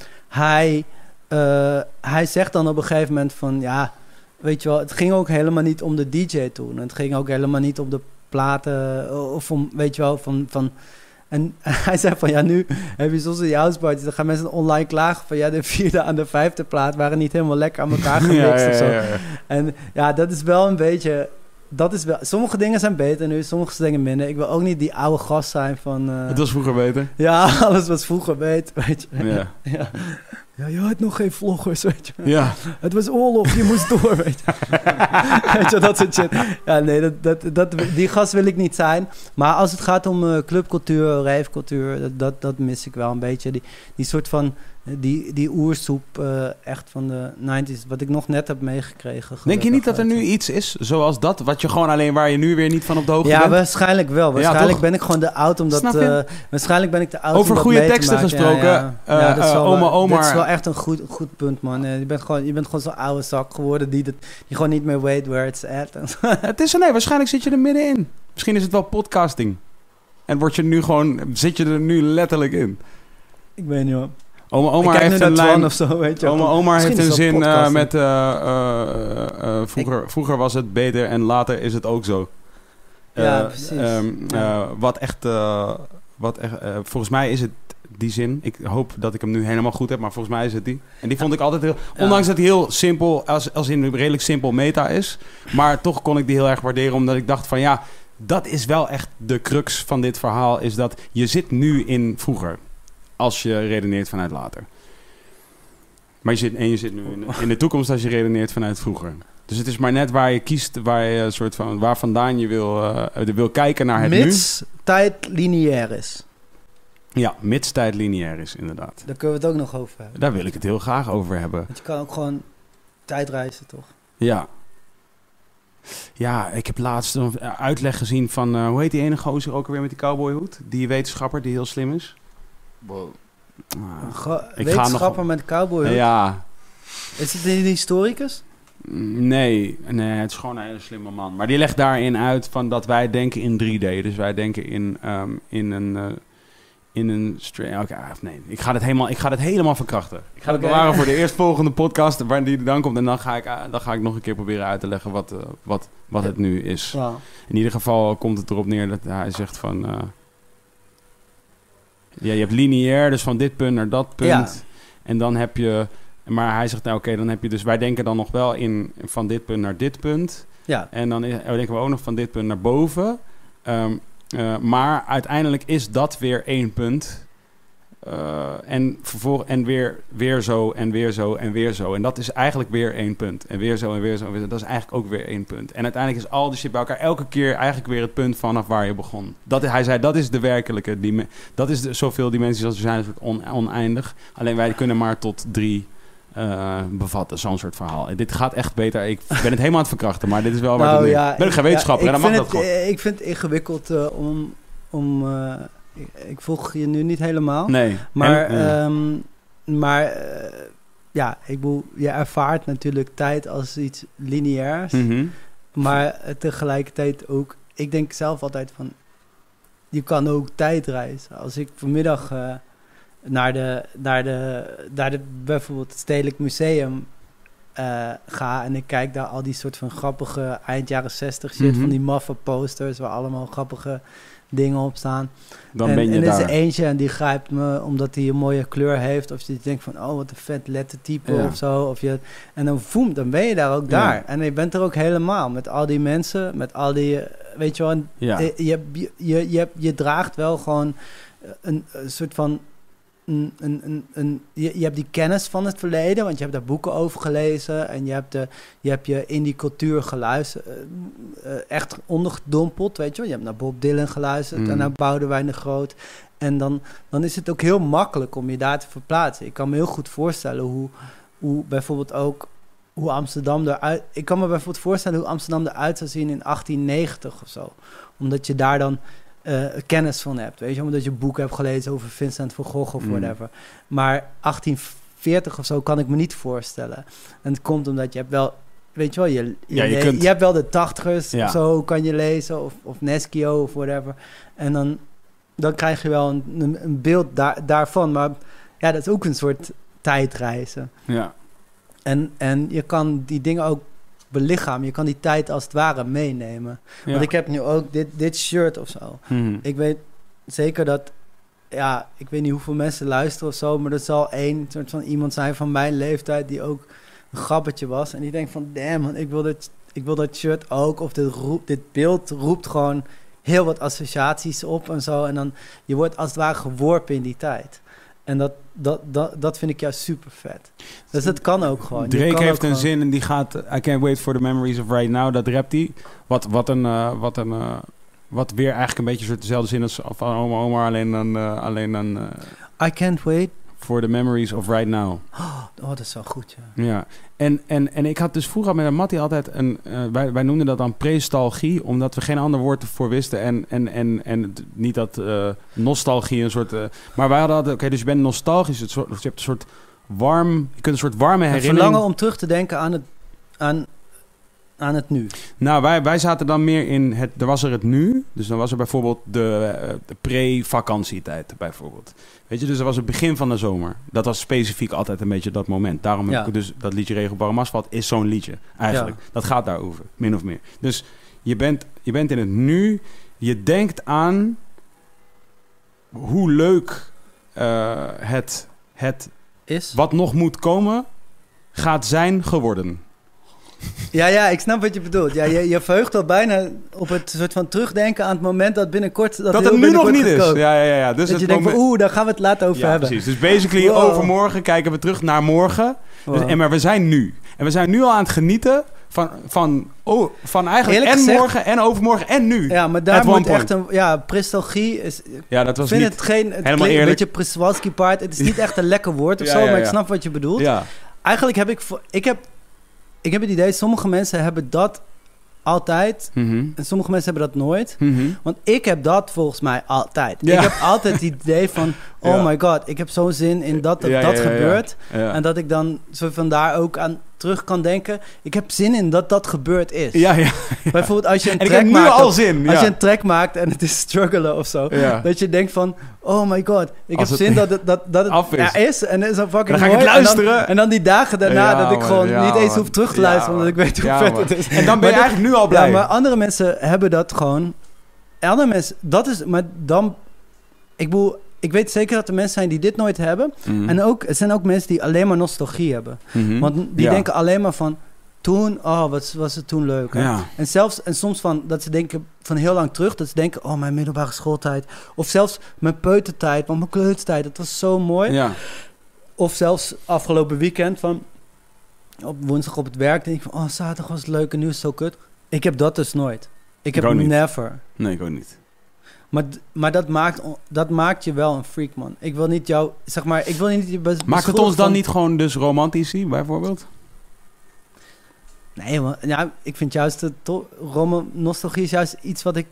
hij zegt dan op een gegeven moment van, ja, weet je wel, het ging ook helemaal niet om de DJ toen. Het ging ook helemaal niet om de platen of om, weet je wel, van en hij zei van, ja, nu heb je soms in die houseparties, dan gaan mensen online klagen van, ja, de 4e en de 5e plaat waren niet helemaal lekker aan elkaar gemixt of zo. Ja. En ja, dat is wel een beetje, sommige dingen zijn beter nu, sommige dingen minder. Ik wil ook niet die oude gast zijn van... het was vroeger beter. Ja, alles was vroeger beter, weet je. Ja. Ja, je had nog geen vloggers, weet je. Ja. Het was oorlog, je moest door, weet je. Weet je, dat soort shit. Ja, nee, die gast wil ik niet zijn. Maar als het gaat om clubcultuur, ravecultuur, dat mis ik wel een beetje. Die soort van, die oersoep echt van de 90's, wat ik nog net heb meegekregen. Denk je niet dat er nu iets is zoals dat, wat je gewoon alleen waar je nu weer niet van op de hoogte bent? Ja, waarschijnlijk wel. Waarschijnlijk ben ik gewoon de oud omdat... waarschijnlijk ben ik de oud over goede teksten gesproken. Dat is wel echt een goed punt, man. Je bent gewoon zo'n oude zak geworden die gewoon niet meer weet where it's at. Het is waarschijnlijk zit je er middenin. Misschien is het wel podcasting. En zit je er nu letterlijk in. Ik weet niet, hoor. Oma heeft een lijn of zo, weet je. Oma heeft een zin met vroeger was het beter en later is het ook zo. Ja, precies. Volgens mij is het die zin. Ik hoop dat ik hem nu helemaal goed heb, maar volgens mij is het die. En die vond ik altijd heel... Ondanks dat hij heel simpel, als in een redelijk simpel meta is. Maar toch kon ik die heel erg waarderen, omdat ik dacht van ja, dat is wel echt de crux van dit verhaal, is dat je zit nu in vroeger. Als je redeneert vanuit later. Maar je zit nu in de toekomst als je redeneert vanuit vroeger. Dus het is maar net waar je kiest, waar vandaan je wil kijken naar het nu. Mits tijd lineair is. Ja, mits tijd lineair is, inderdaad. Daar kunnen we het ook nog over hebben. Daar wil ik het heel graag over hebben. Want je kan ook gewoon tijdreizen, toch? Ja. Ja, ik heb laatst een uitleg gezien van... hoe heet die ene gozer ook alweer met die cowboyhoed? Die wetenschapper die heel slim is. Wow. Wetenschapper met cowboyhoed? Ja. Is het een historicus? Nee, het is gewoon een hele slimme man. Maar die legt daarin uit van dat wij denken in 3D. Dus wij denken in een nee, ik ga het helemaal verkrachten. Ik ga het bewaren voor de eerstvolgende podcast waar die dan komt. En dan ga ik nog een keer proberen uit te leggen wat het nu is. Ja. In ieder geval komt het erop neer dat hij zegt van... je hebt lineair, dus van dit punt naar dat punt. Ja. En dan heb je... Maar hij zegt, dan heb je dus... Wij denken dan nog wel in van dit punt naar dit punt. Ja. En dan denken we ook nog van dit punt naar boven. Maar uiteindelijk is dat weer 1 punt. En weer zo en weer zo en weer zo. En dat is eigenlijk weer 1 punt. En weer zo en weer zo en weer zo. Dat is eigenlijk ook weer 1 punt. En uiteindelijk is al die shit bij elkaar elke keer eigenlijk weer het punt vanaf waar je begon. Hij zei, dat is de werkelijke... dat is zoveel dimensies als er zijn, een soort oneindig. Alleen wij kunnen maar tot 3... bevatten, zo'n soort verhaal. Dit gaat echt beter. Ik ben het helemaal aan het verkrachten, maar dit is wel waar ik ben geen wetenschapper en dan mag dat gewoon. Ik vind het ingewikkeld om ik volg je nu niet helemaal. Nee. Maar ik bedoel, je ervaart natuurlijk tijd als iets lineairs. Mm-hmm. Maar tegelijkertijd ook, ik denk zelf altijd van, je kan ook tijd reizen. Als ik vanmiddag naar de bijvoorbeeld het Stedelijk Museum ga en ik kijk daar al die soort van grappige eind jaren 60 shit, van die maffe posters waar allemaal grappige dingen op staan. Dan ben je en daar. Er is er eentje en die grijpt me omdat hij een mooie kleur heeft, of je denkt van, oh, wat een vet lettertype of zo. En dan ben je daar ook daar. En je bent er ook helemaal met al die mensen, met al die, weet je wel, je draagt wel gewoon een soort van je hebt die kennis van het verleden, want je hebt daar boeken over gelezen en je hebt je in die cultuur geluisterd, echt ondergedompeld, weet je wel. Je hebt naar Bob Dylan geluisterd en naar Boudewijn de Groot. En dan is het ook heel makkelijk om je daar te verplaatsen. Ik kan me heel goed voorstellen hoe bijvoorbeeld ook hoe Amsterdam eruit... Ik kan me bijvoorbeeld voorstellen hoe Amsterdam eruit zou zien in 1890 of zo. Omdat je daar dan kennis van hebt, weet je, omdat je boeken hebt gelezen over Vincent van Gogh of whatever. Maar 1840 of zo kan ik me niet voorstellen. En het komt omdat je hebt wel weet je wel, je hebt wel de 80ers of zo, kan je lezen, of Neskio of whatever. En dan krijg je wel een beeld daarvan. Maar ja, dat is ook een soort tijdreizen. Ja. En je kan die dingen ook belichamen. Je kan die tijd als het ware meenemen. Ja. Want ik heb nu ook dit shirt of zo. Ik weet zeker dat... Ja, ik weet niet hoeveel mensen luisteren of zo... maar er zal één soort van iemand zijn van mijn leeftijd... die ook een grappetje was. En die denkt van... damn, man, ik wil dat shirt ook. Of dit beeld roept gewoon heel wat associaties op en zo. En dan je wordt als het ware geworpen in die tijd. En dat vind ik juist super vet. Dus dat kan ook gewoon. Drake heeft een zin en die gaat... I can't wait for the memories of right now. Dat rapt hij. Wat weer eigenlijk een beetje soort dezelfde zin als van Omar. Alleen dan... I can't wait... For the memories of right now. Oh, dat is wel goed, ja. Ja. En ik had dus vroeger met een Mattie altijd wij noemden dat dan prestalgie, omdat we geen ander woord ervoor wisten. En niet dat nostalgie een soort... maar wij hadden altijd, oké, dus je bent nostalgisch. Dus je hebt een soort warm... Je kunt een soort warme herinnering... verlangen om terug te denken aan het nu. Nou, wij zaten dan meer in het... Er was er het nu. Dus dan was er bijvoorbeeld de pre-vakantietijd bijvoorbeeld. Weet je, dus dat was het begin van de zomer. Dat was specifiek altijd een beetje dat moment. Daarom heb ik dus dat liedje Regenboog Asfalt is zo'n liedje eigenlijk. Ja. Dat gaat daarover, min of meer. Dus je bent in het nu. Je denkt aan hoe leuk het is. Wat nog moet komen gaat zijn geworden. Ja, ik snap wat je bedoelt. Ja, je verheugt al bijna op het soort van terugdenken aan het moment dat binnenkort... Dat het nu nog niet is. Ja. Dus dat je denkt van, daar gaan we het later over hebben. Precies. Dus basically overmorgen kijken we terug naar morgen. Wow. Dus, maar we zijn nu. En we zijn nu al aan het genieten van eigenlijk en gezegd, morgen en overmorgen en nu. Ja, maar daar moet echt een... Ja, prestalgie is... Ja, dat was vind niet het geen... Het helemaal eerlijk. Een beetje Przewalski part. Het is niet echt een lekker woord of zo, maar ik snap wat je bedoelt. Ja. Eigenlijk heb ik heb het idee, sommige mensen hebben dat altijd. En sommige mensen hebben dat nooit. Want ik heb dat volgens mij altijd. Ja. Ik heb altijd het idee van... oh my god, ik heb zo'n zin in dat gebeurt. Ja. En dat ik dan zo van daar ook aan terug kan denken. Ik heb zin in dat gebeurd is. Ja. Bijvoorbeeld als je een track maakt... nu al zin. Als je een track maakt en het is struggelen of zo. Ja. Dat je denkt van... oh my god, ik heb zin dat het is. En dat is dan fucking mooi. Dan ga ik het luisteren. En dan die dagen daarna dat ik gewoon niet eens hoef terug te luisteren. Omdat ik weet hoe vet het is. En dan ben je eigenlijk nu al blij. Ja, maar andere mensen hebben dat gewoon... Andere mensen... Dat is... Maar dan... Ik weet zeker dat er mensen zijn die dit nooit hebben. En ook, er zijn ook mensen die alleen maar nostalgie hebben. Want die denken alleen maar van... Toen, wat was het toen leuk. Hè? Ja. En soms van dat ze denken van heel lang terug... dat ze denken, mijn middelbare schooltijd. Of zelfs mijn peutertijd, want mijn kleutertijd... dat was zo mooi. Ja. Of zelfs afgelopen weekend van... op woensdag op het werk denk ik van... zaterdag was het leuk en nu is het zo kut. Ik heb dat dus nooit. Ik heb never. Nee, ik ook niet. Maar dat maakt je wel een freak, man. Ik wil niet jou... Zeg maar, ik wil niet... Maakt het ons dan niet gewoon dus romantici, bijvoorbeeld? Nee, man. Ja, ik vind juist... nostalgie is juist iets wat ik...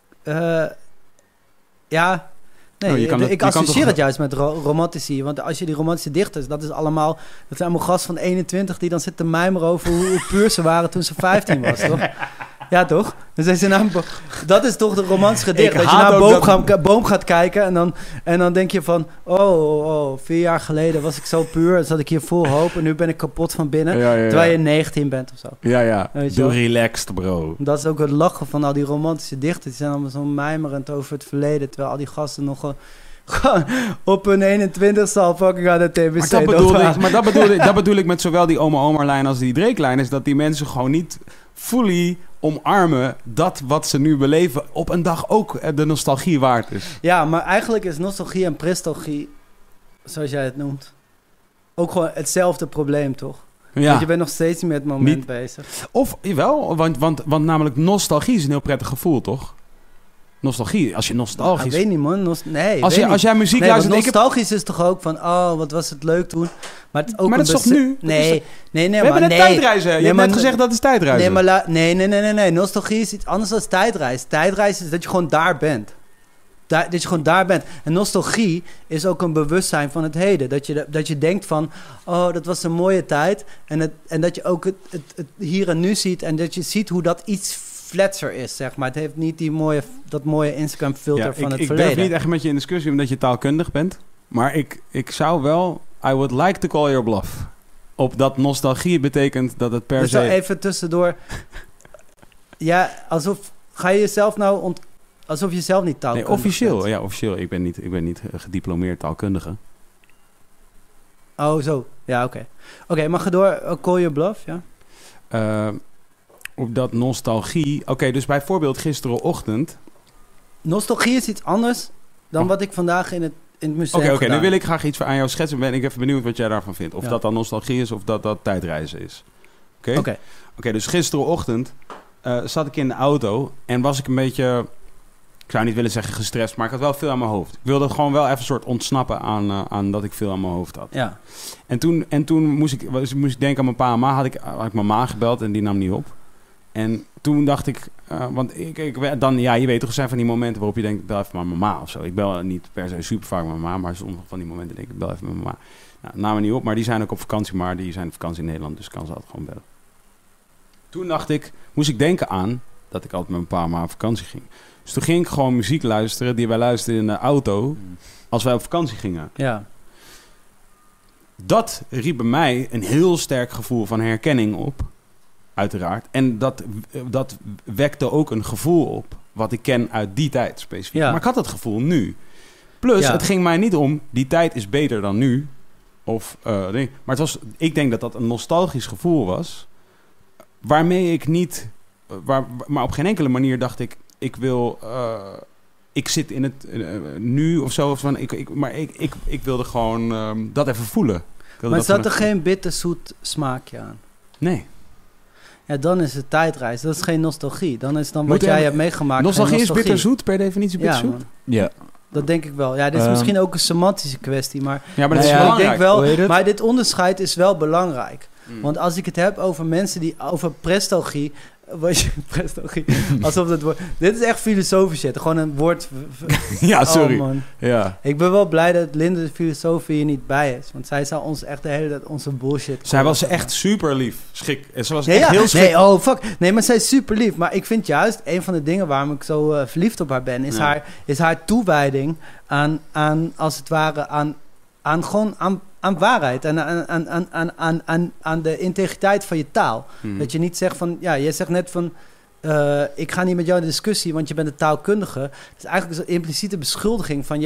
ik associeer het juist met romantici. Want als je die romantische dichters... Dat zijn allemaal gasten van 21... die dan zitten mijmeren over hoe puur ze waren... toen ze 15 was, toch? Ja, toch? Dus dat is toch de romantische gedicht. Dat je naar een boom gaat kijken... en dan denk je van... 4 jaar geleden was ik zo puur... zat ik hier vol hoop... en nu ben ik kapot van binnen... terwijl je 19 bent of zo. Ja. Doe relaxed, bro. Dat is ook het lachen van al die romantische dichters. Die zijn allemaal zo mijmerend over het verleden... terwijl al die gasten nog... op hun 21ste al fucking aan de TBC. Dat bedoel ik met zowel die Omar-lijn als die Drake-lijn... is dat die mensen gewoon niet fully omarmen dat wat ze nu beleven op een dag ook de nostalgie waard is. Ja, maar eigenlijk is nostalgie en prestalgie, zoals jij het noemt, ook gewoon hetzelfde probleem, toch? Ja. Want je bent nog steeds met het moment bezig. Of, jawel, want namelijk nostalgie is een heel prettig gevoel, toch? Nostalgie, als je nostalgisch... Ik weet niet, man. Als jij muziek luistert... Nostalgisch is toch ook van... wat was het leuk toen. Maar het is ook maar dat is toch nu? Nee. We hebben net tijdreizen. Je hebt net gezegd dat is tijdreizen. Nee. Nostalgie is iets anders dan tijdreis. Tijdreis is dat je gewoon daar bent. dat je gewoon daar bent. En nostalgie is ook een bewustzijn van het heden. Dat je denkt van, oh, dat was een mooie tijd. En dat je ook het hier en nu ziet. En dat je ziet hoe dat iets fletser is, zeg maar. Het heeft niet dat mooie Instagram filter van het verleden. Ik durf niet echt met je in discussie omdat je taalkundig bent. Maar ik zou wel... I would like to call your bluff. Op dat nostalgie betekent dat het per se... Dus even tussendoor... ja, ga je jezelf nou... alsof je zelf niet taalkundig bent. Officieel. Ja, officieel. Ik ben niet gediplomeerd taalkundige. Oh, zo. Ja, oké. Oké, mag je door. Call your bluff, ja? Op dat nostalgie... Oké, dus bijvoorbeeld gisterenochtend... Nostalgie is iets anders dan wat ik vandaag in het museum Oké, nu wil ik graag iets aan jou schetsen. Ben ik even benieuwd wat jij daarvan vindt. Of dat dan nostalgie is of dat tijdreizen is. Oké, dus gisterenochtend zat ik in de auto en was ik een beetje... Ik zou niet willen zeggen gestrest, maar ik had wel veel aan mijn hoofd. Ik wilde gewoon wel even een soort ontsnappen aan dat ik veel aan mijn hoofd had. Ja. En toen moest ik denken aan mijn pa en ma. Had ik mijn ma gebeld en die nam niet op. En toen dacht ik... want je weet toch, er zijn van die momenten waarop je denkt... bel even maar mijn ma of zo. Ik bel niet per se super vaak met mijn ma, maar sommige van die momenten denk ik... bel even met mijn ma. Nou, namen niet op, maar die zijn ook op vakantie. Maar die zijn op vakantie in Nederland, dus kan ze altijd gewoon bellen. Toen moest ik denken aan dat ik altijd met mijn pa en ma op vakantie ging. Dus toen ging ik gewoon muziek luisteren die wij luisterden in de auto als wij op vakantie gingen. Ja. Dat riep bij mij een heel sterk gevoel van herkenning op, uiteraard. En dat wekte ook een gevoel op wat ik ken uit die tijd specifiek. Ja. Maar ik had dat gevoel nu. Plus, het ging mij niet om, die tijd is beter dan nu. Maar ik denk dat een nostalgisch gevoel was, waarmee ik niet... maar op geen enkele manier dacht ik... ik zit in het nu of zo. Ik wilde gewoon dat even voelen. Maar zat er geen bitterzoet smaakje aan? Nee. Ja, dan is het tijdreis. Dat is geen nostalgie. Dan is wat jij hebt meegemaakt. Nostalgie is bitterzoet, per definitie bitterzoet? Ja. Dat denk ik wel. Ja, dit is misschien ook een semantische kwestie. Maar dat is belangrijk. Ik denk wel, maar dit onderscheid is wel belangrijk. Want als ik het heb over mensen die over prestalgie... alsof dat woord... Dit is echt filosofisch shit. Gewoon een woord... ja, sorry. Oh, man. Ja. Ik ben wel blij dat Linde de filosoof hier niet bij is. Want zij zou ons echt de hele tijd onze bullshit... Zij was echt super lief. Ze was echt heel schik. Nee, oh fuck. Nee, maar zij is super lief. Maar ik vind juist... een van de dingen waarom ik zo verliefd op haar ben... is haar toewijding aan als het ware... aan waarheid en aan de integriteit van je taal. Dat je niet zegt van... Ja, jij zegt net van... ik ga niet met jou in discussie, want je bent een taalkundige. Dat is eigenlijk een impliciete beschuldiging van...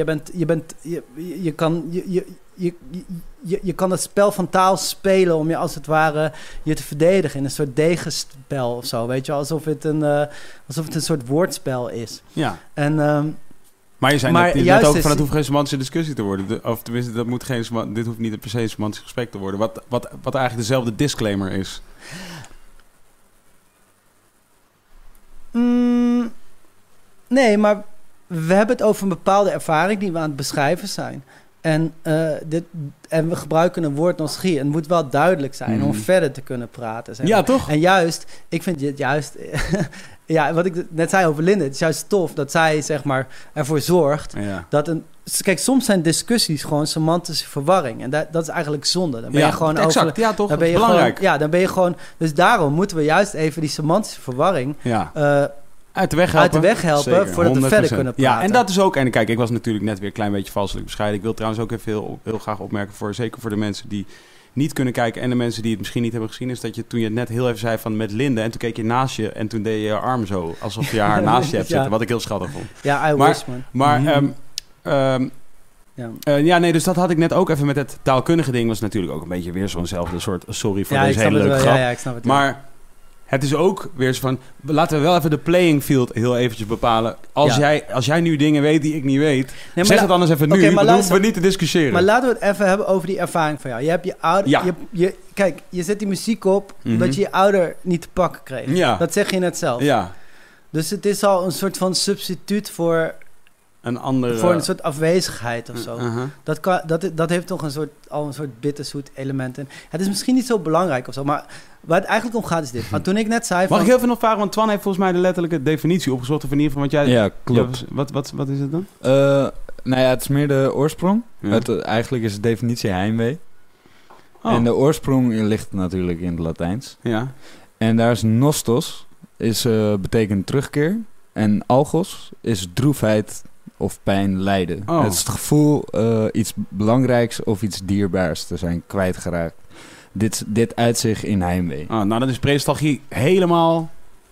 Je kan het spel van taal spelen om je als het ware je te verdedigen in een soort degenspel of zo. Weet je, alsof het een soort woordspel is. Ja. En... Maar je zei net ook van het hoeft geen semantische discussie te worden. Of tenminste, dit hoeft niet per se een semantisch gesprek te worden. Wat eigenlijk dezelfde disclaimer is. Nee, maar we hebben het over een bepaalde ervaring die we aan het beschrijven zijn. En we gebruiken een woord nostalgie. En het moet wel duidelijk zijn om verder te kunnen praten. Zeg maar. Ja, toch? En juist, ik vind het juist... ja, wat ik net zei over Linde, het is juist tof dat zij zeg maar ervoor zorgt dat kijk, soms zijn discussies gewoon semantische verwarring en dat is eigenlijk zonde. Dan ben je gewoon exact. Ja, toch? Dan ben je belangrijk. Gewoon, dan ben je gewoon. Dus daarom moeten we juist even die semantische verwarring uit de weg helpen Zeker, voordat we verder kunnen praten. Ja, en dat is ook. En kijk, ik was natuurlijk net weer een klein beetje valselijk bescheiden. Ik wil trouwens ook even heel graag opmerken zeker voor de mensen die niet kunnen kijken en de mensen die het misschien niet hebben gezien, is dat je toen je het net heel even zei van met Linde en toen keek je naast je en toen deed je je arm zo alsof je haar naast je hebt zitten, wat ik heel schattig vond. Ja, wish, man. Maar dus dat had ik net ook even met het taalkundige ding. Was natuurlijk ook een beetje weer zo'nzelfde soort sorry voor deze hele leuke grap. Ja, ik snap het. Maar het is ook weer zo van, laten we wel even de playing field heel eventjes bepalen. Als jij nu dingen weet die ik niet weet, zeg het anders even nu. Dan hoeven we niet te discussiëren. Maar laten we het even hebben over die ervaring van jou. Je hebt je ouder... Kijk, je zet die muziek op dat je je ouder niet te pakken kreeg. Ja. Dat zeg je net zelf. Ja. Dus het is al een soort van substituut voor een andere... Voor een soort afwezigheid of zo. Dat heeft toch een soort bitterzoet element in. Het is misschien niet zo belangrijk of zo, maar waar het eigenlijk om gaat is dit. Want toen ik net zei... Mag ik heel veel nog vragen? Want Twan heeft volgens mij de letterlijke definitie opgezocht. Of in ieder geval wat jij... Ja, klopt. Wat is het dan? Nou ja, het is meer de oorsprong. Ja. eigenlijk is de definitie heimwee. Oh. En de oorsprong ligt natuurlijk in het Latijns. Ja. En daar is nostos, betekent terugkeer. En algos is droefheid of pijn, lijden. Oh. Het is het gevoel iets belangrijks of iets dierbaars te zijn kwijtgeraakt. Dit uit zich in heimwee. Oh, nou, dan is prestalgie helemaal...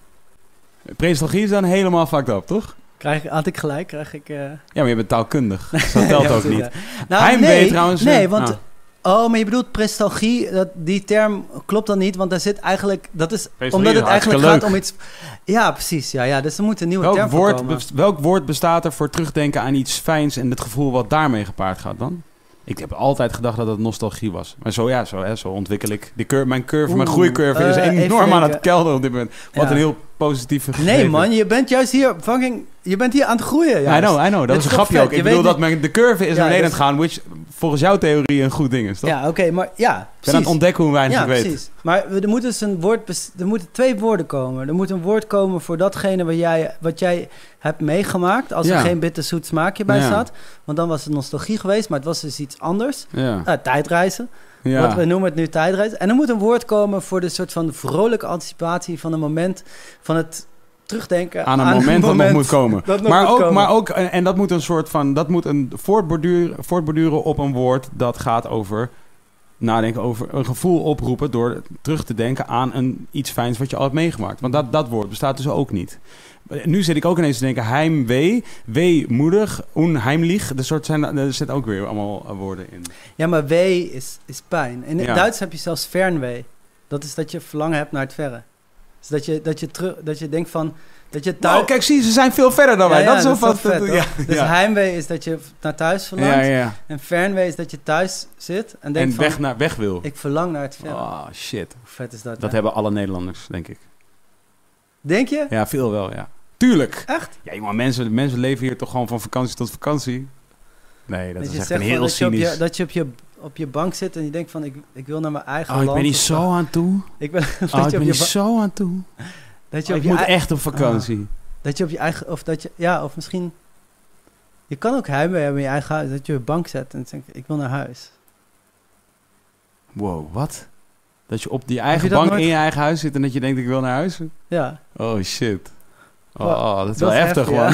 Prestalgie is dan helemaal fucked up, toch? Had ik gelijk? Ja, maar je bent taalkundig. Dus dat telt ook niet. Ja. Nou, Heimwee trouwens... Nee, want... Oh, maar je bedoelt prestalgie, die term klopt dan niet, want daar zit eigenlijk... Dat is omdat het eigenlijk gaat om iets... Ja, precies. Ja, dus er moet een nieuwe term voor komen. Welk woord bestaat er voor terugdenken aan iets fijns en het gevoel wat daarmee gepaard gaat dan? Ik heb altijd gedacht dat het nostalgie was. Maar zo ontwikkel ik. Mijn groeicurve is enorm aan het kelderen op dit moment. Wat een heel positieve gegeven. Nee man, je bent juist hier je bent hier aan het groeien. Juist. I know. Dat is een grapje ook. Ik bedoel dat de curve is naar beneden aan het gaan, which volgens jouw theorie een goed ding is, toch? Ja, oké, maar ja, precies. Ik ben aan het ontdekken hoe weinig ik weet. Ja, precies. Maar er moeten 2 woorden komen. Er moet een woord komen voor datgene wat jij hebt meegemaakt, als er geen bitterzoet smaakje bij staat. Want dan was het nostalgie geweest, maar het was dus iets anders. Ja. Tijdreizen. Ja. Wat we noemen het nu tijdreizen. En er moet een woord komen voor de soort van vrolijke anticipatie van een moment van het terugdenken aan een moment dat nog moet komen. Maar ook, en dat moet een soort van, dat moet een voortborduren op een woord dat gaat over nadenken over een gevoel oproepen door terug te denken aan iets fijns wat je al hebt meegemaakt. Want dat woord bestaat dus ook niet. Nu zit ik ook ineens te denken, heimwee, weemoedig, unheimlich. Er zitten ook weer allemaal woorden in. Ja, maar wee is pijn. In het Duits heb je zelfs fernwee. Dat is dat je verlangen hebt naar het verre. Dus dat je denkt van... Dat je thuis... Oh, kijk, zie, ze zijn veel verder dan wij. Dat is zo vet, Dus heimwee is dat je naar thuis verlangt. Ja. En fernwee is dat je thuis zit en denkt weg wil. Ik verlang naar het verre. Oh, shit. Hoe vet is dat? Dat hebben alle Nederlanders, denk ik. Denk je? Ja, veel wel, ja. Tuurlijk. Echt? Ja, jongen, mensen leven hier toch gewoon van vakantie tot vakantie. Nee, dat is echt een heel cynisch... Dat je op je bank zit en je denkt van... Ik wil naar mijn eigen land. Ik ben niet zo aan toe. Ik ben zo aan toe. Ik moet echt op vakantie. Dat je op je eigen... Of misschien... Je kan ook heimwee hebben in je eigen huis. Dat je op je bank zet en denkt... Ik wil naar huis. Wow, wat? Dat je op die eigen bank in je eigen huis zit en dat je denkt... Ik wil naar huis? Ja. Oh, shit. Dat is wel heftig, man.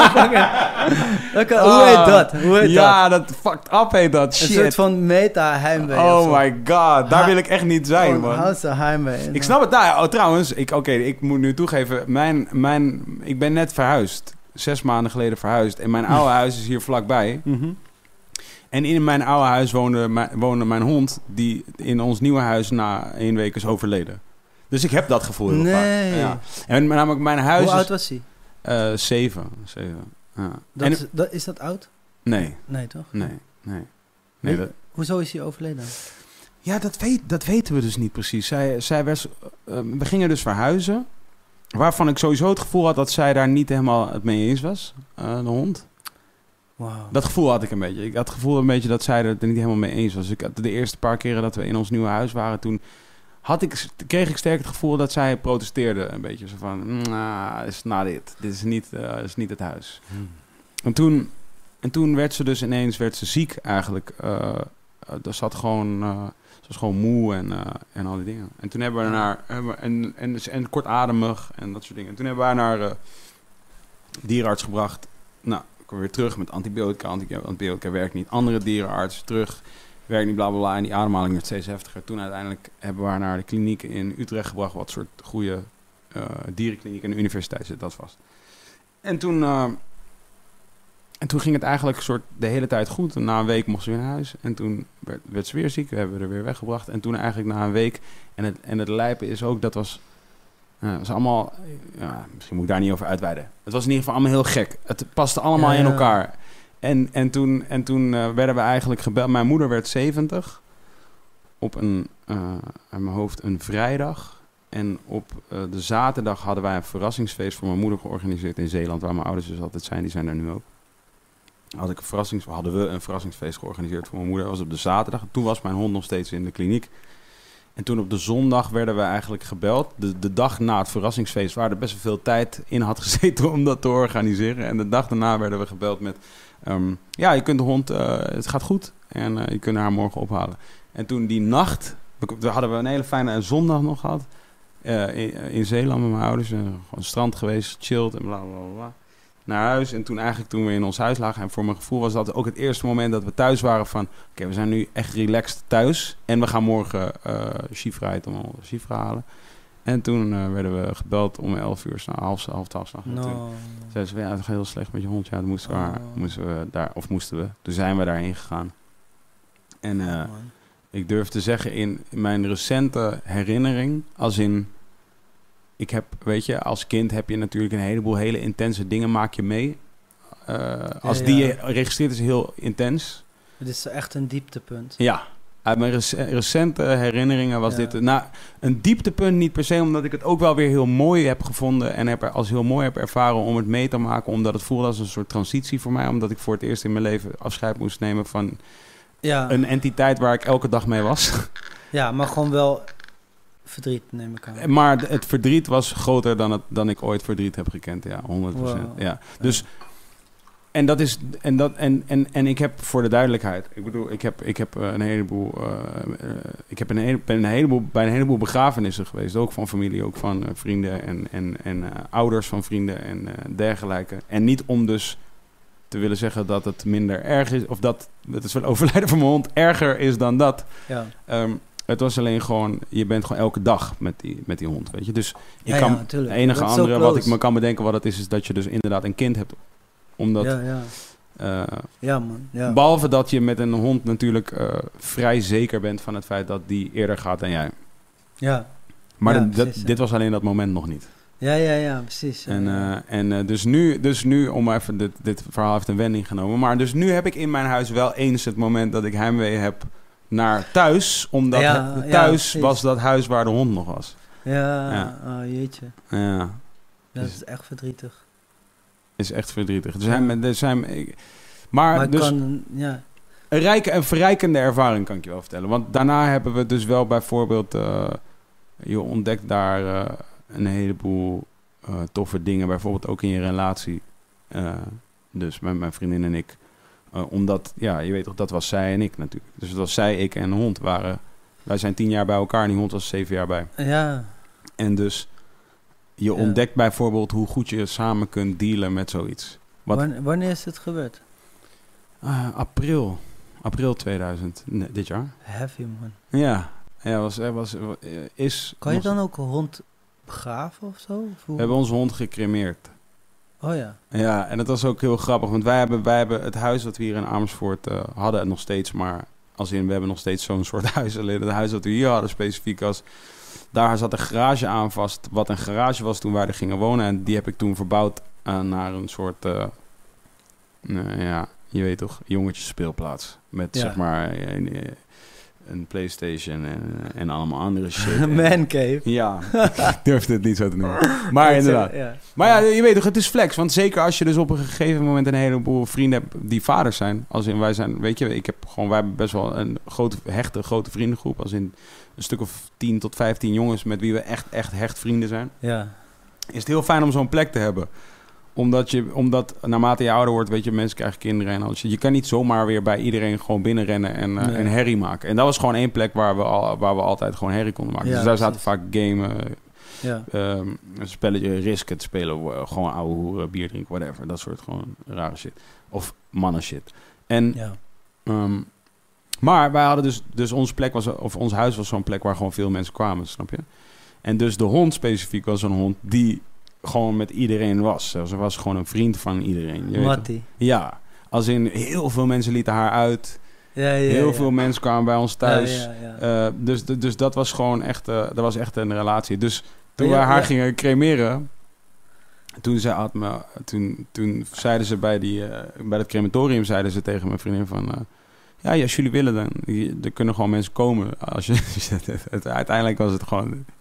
Hoe heet dat? Dat fucked up heet dat. Shit. Een soort van meta-heimwee. Oh my god, daar wil ik echt niet zijn, man. House heimwee. Ik snap het. Trouwens, ik moet nu toegeven. Ik ben net verhuisd. 6 maanden geleden verhuisd. En mijn oude huis is hier vlakbij. Mm-hmm. En in mijn oude huis woonde mijn hond... die in ons nieuwe huis na 1 week is overleden. Dus ik heb dat gevoel heel vaak. Ja. En namelijk mijn huis... Hoe oud was hij? 7. Ja. Is dat oud? Nee. Nee, toch? Nee. Hoezo is hij overleden? Ja, dat weten we dus niet precies. We gingen dus verhuizen. Waarvan ik sowieso het gevoel had dat zij daar niet helemaal het mee eens was. De hond. Wow. Dat gevoel had ik een beetje. Ik had het gevoel een beetje dat zij er niet helemaal mee eens was. De eerste paar keren dat we in ons nieuwe huis waren, toen kreeg ik sterk het gevoel dat zij protesteerde een beetje. Zo van, is not it. Dit is niet het huis. En toen werd ze dus ineens ziek eigenlijk. Ze was gewoon moe en al die dingen. En toen hebben we en kortademig en dat soort dingen. En toen hebben we haar naar dierenarts gebracht. Nou, ik kwam weer terug met antibiotica. Antibiotica werkt niet. Andere dierenarts terug. Werkt niet, blablabla. En die ademhaling werd steeds heftiger. Toen uiteindelijk hebben we haar naar de kliniek in Utrecht gebracht. Wat soort goede dierenkliniek en de universiteit zit dat vast. En toen ging het eigenlijk de hele tijd goed. En na een week mocht ze weer naar huis. En toen werd ze weer ziek. We hebben er weer weggebracht. En toen eigenlijk na een week... En het lijpen is ook... Dat was allemaal... misschien moet ik daar niet over uitweiden. Het was in ieder geval allemaal heel gek. Het paste allemaal in elkaar. En toen werden we eigenlijk gebeld. Mijn moeder werd 70. Op aan mijn hoofd een vrijdag. En op de zaterdag hadden wij een verrassingsfeest voor mijn moeder georganiseerd in Zeeland. Waar mijn ouders dus altijd zijn. Die zijn daar nu ook. hadden we een verrassingsfeest georganiseerd voor mijn moeder. Dat was op de zaterdag. Toen was mijn hond nog steeds in de kliniek. En toen op de zondag werden we eigenlijk gebeld. De dag na het verrassingsfeest, waar er best wel veel tijd in had gezeten om dat te organiseren. En de dag daarna werden we gebeld met... je kunt de hond, het gaat goed. En je kunt haar morgen ophalen. En toen die nacht, hadden we een hele fijne zondag nog gehad. In Zeeland met mijn ouders. Gewoon strand geweest, chilled en bla bla bla. Naar huis. En toen we in ons huis lagen. En voor mijn gevoel was dat ook het eerste moment dat we thuis waren van... Oké, we zijn nu echt relaxed thuis. En we gaan morgen Chiefra om Chiefra halen. En toen werden we gebeld om 11 uur, half 12 s'nachts. No. Zeiden ze, het gaat heel slecht met je hond. Ja, dat moesten we. Toen zijn we daarheen gegaan. En ik durf te zeggen, in mijn recente herinnering, als in... Ik heb, als kind heb je natuurlijk een heleboel hele intense dingen maak je mee. Die je registreert is heel intens. Het is echt een dieptepunt. Ja, uit mijn recente herinneringen was dit... een dieptepunt niet per se, omdat ik het ook wel weer heel mooi heb gevonden... en als heel mooi heb ervaren om het mee te maken... omdat het voelde als een soort transitie voor mij... omdat ik voor het eerst in mijn leven afscheid moest nemen van een entiteit waar ik elke dag mee was. Ja, maar gewoon wel... verdriet, neem ik aan. Maar het verdriet was groter dan ik ooit verdriet heb gekend. Ja, 100%. Wow. Ja. Dus, en ik heb voor de duidelijkheid... Ik bedoel, ik heb een heleboel... bij een heleboel begrafenissen geweest. Ook van familie, ook van vrienden en ouders van vrienden en dergelijke. En niet om dus te willen zeggen dat het minder erg is... of dat het is wel overlijden van mijn hond erger is dan dat... Ja. Het was alleen gewoon, je bent gewoon elke dag met die hond, weet je. Dus het enige andere wat ik me kan bedenken wat het is dat je dus inderdaad een kind hebt. Omdat, man. Ja. Behalve dat je met een hond natuurlijk vrij zeker bent van het feit dat die eerder gaat dan jij. Ja. Maar dit was alleen dat moment nog niet. Ja, precies. En dus nu, om even, dit verhaal heeft een wending genomen. Maar dus nu heb ik in mijn huis wel eens het moment dat ik heimwee heb... naar thuis, omdat thuis was dat huis waar de hond nog was. Ja. Oh jeetje. Ja. Dat is echt verdrietig. Is echt verdrietig. Maar dus een verrijkende ervaring kan ik je wel vertellen. Want daarna hebben we dus wel bijvoorbeeld... je ontdekt daar een heleboel toffe dingen. Bijvoorbeeld ook in je relatie. Dus met mijn vriendin en ik... omdat, je weet toch, dat was zij en ik natuurlijk. Dus het was zij, ik en een hond wij zijn 10 jaar bij elkaar en die hond was 7 jaar bij. Ja. En dus je ontdekt bijvoorbeeld hoe goed je samen kunt dealen met zoiets. Wanneer is het gebeurd? April 2000, dit jaar. Heavy, man. Ja, Kan je dan ook een hond begraven of zo? We hebben onze hond gecremeerd. Oh ja. Ja, en dat was ook heel grappig. Want wij hebben het huis dat we hier in Amersfoort hadden en nog steeds. Maar we hebben nog steeds zo'n soort huis. Alleen het huis dat we hier hadden specifiek daar zat een garage aan vast. Wat een garage was toen wij er gingen wonen. En die heb ik toen verbouwd naar een soort... je weet toch, jongetjes speelplaats. Met zeg maar... een PlayStation en allemaal andere shit. Man cave. Ja, ik durfde het niet zo te noemen. Maar inderdaad. Maar je weet toch, het is flex. Want zeker als je dus op een gegeven moment een heleboel vrienden hebt die vaders zijn. Als in wij zijn, weet je, wij hebben best wel een grote vriendengroep. Als in een stuk of 10 tot 15 jongens met wie we echt hecht vrienden zijn. Ja. Is het heel fijn om zo'n plek te hebben. Omdat naarmate je ouder wordt, weet je, mensen krijgen kinderen en alles. Je kan niet zomaar weer bij iedereen gewoon binnenrennen en herrie maken. En dat was gewoon één plek waar we altijd gewoon herrie konden maken. Dus daar zaten vaak gamen, een spelletje Risk het spelen, gewoon ouwe hoeren, bier drinken, whatever. Dat soort gewoon rare shit. Of mannen shit. En, maar wij hadden dus onze plek ons huis was zo'n plek waar gewoon veel mensen kwamen, snap je? En dus de hond specifiek was zo'n hond die... gewoon met iedereen was. Ze was gewoon een vriend van iedereen. Mattie. Ja. Als in heel veel mensen lieten haar uit. Heel veel mensen kwamen bij ons thuis. Dus dat was gewoon echt... dat was echt een relatie. Dus toen wij haar gingen cremeren... Toen zeiden ze bij het crematorium... zeiden ze tegen mijn vriendin van... als jullie willen, dan kunnen gewoon mensen komen. Uiteindelijk was het gewoon...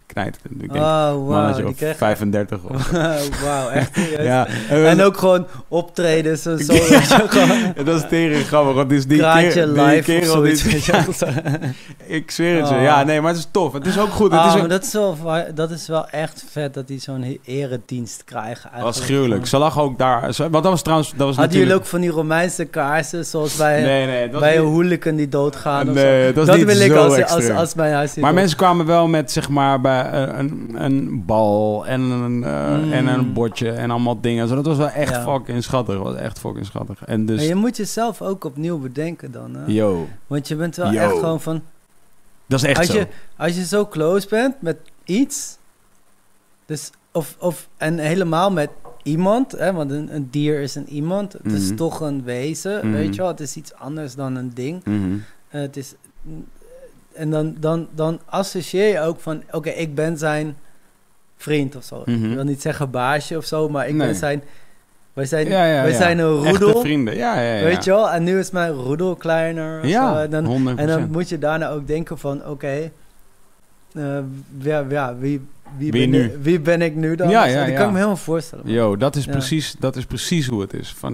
knijt. Ik denk, wow. Die kreeg 35 of wauw, echt. Ja. En ook gewoon optredens en zo. Dat is tegen grappig. Want is die Kraatje live of zoiets. Ik zweer het je. Ja, nee, maar het is tof. Het is ook goed. Maar dat is wel echt vet dat die zo'n eredienst krijgen. Dat was gruwelijk. Ze lag ook daar. Want dat was trouwens... Hadden jullie ook van die Romeinse kaarsen, zoals bij een hooligan die doodgaan? Nee, dat is niet wil zo ik als mijn huis. Maar mensen kwamen wel met, zeg maar, bij een bal en een bordje en allemaal dingen. Zo, dat was wel echt fucking schattig. Dat was echt fucking schattig. En dus... Maar je moet jezelf ook opnieuw bedenken dan. Hè? Yo. Want je bent wel echt gewoon van... Dat is echt als je zo close bent met iets... Dus, en helemaal met iemand... Hè, want een dier is een iemand. Het is toch een wezen, weet je wel. Het is iets anders dan een ding. Het is... En dan associeer je ook van... Oké, ik ben zijn vriend of zo. Ik wil niet zeggen baasje of zo, maar ik ben zijn... Wij zijn een roedel. Echte vrienden, Weet je wel? En nu is mijn roedel kleiner. Ja, en dan moet je daarna ook denken van... Oké, wie ben ik nu dan? Dat kan ik me helemaal voorstellen. Yo, dat is precies hoe het is.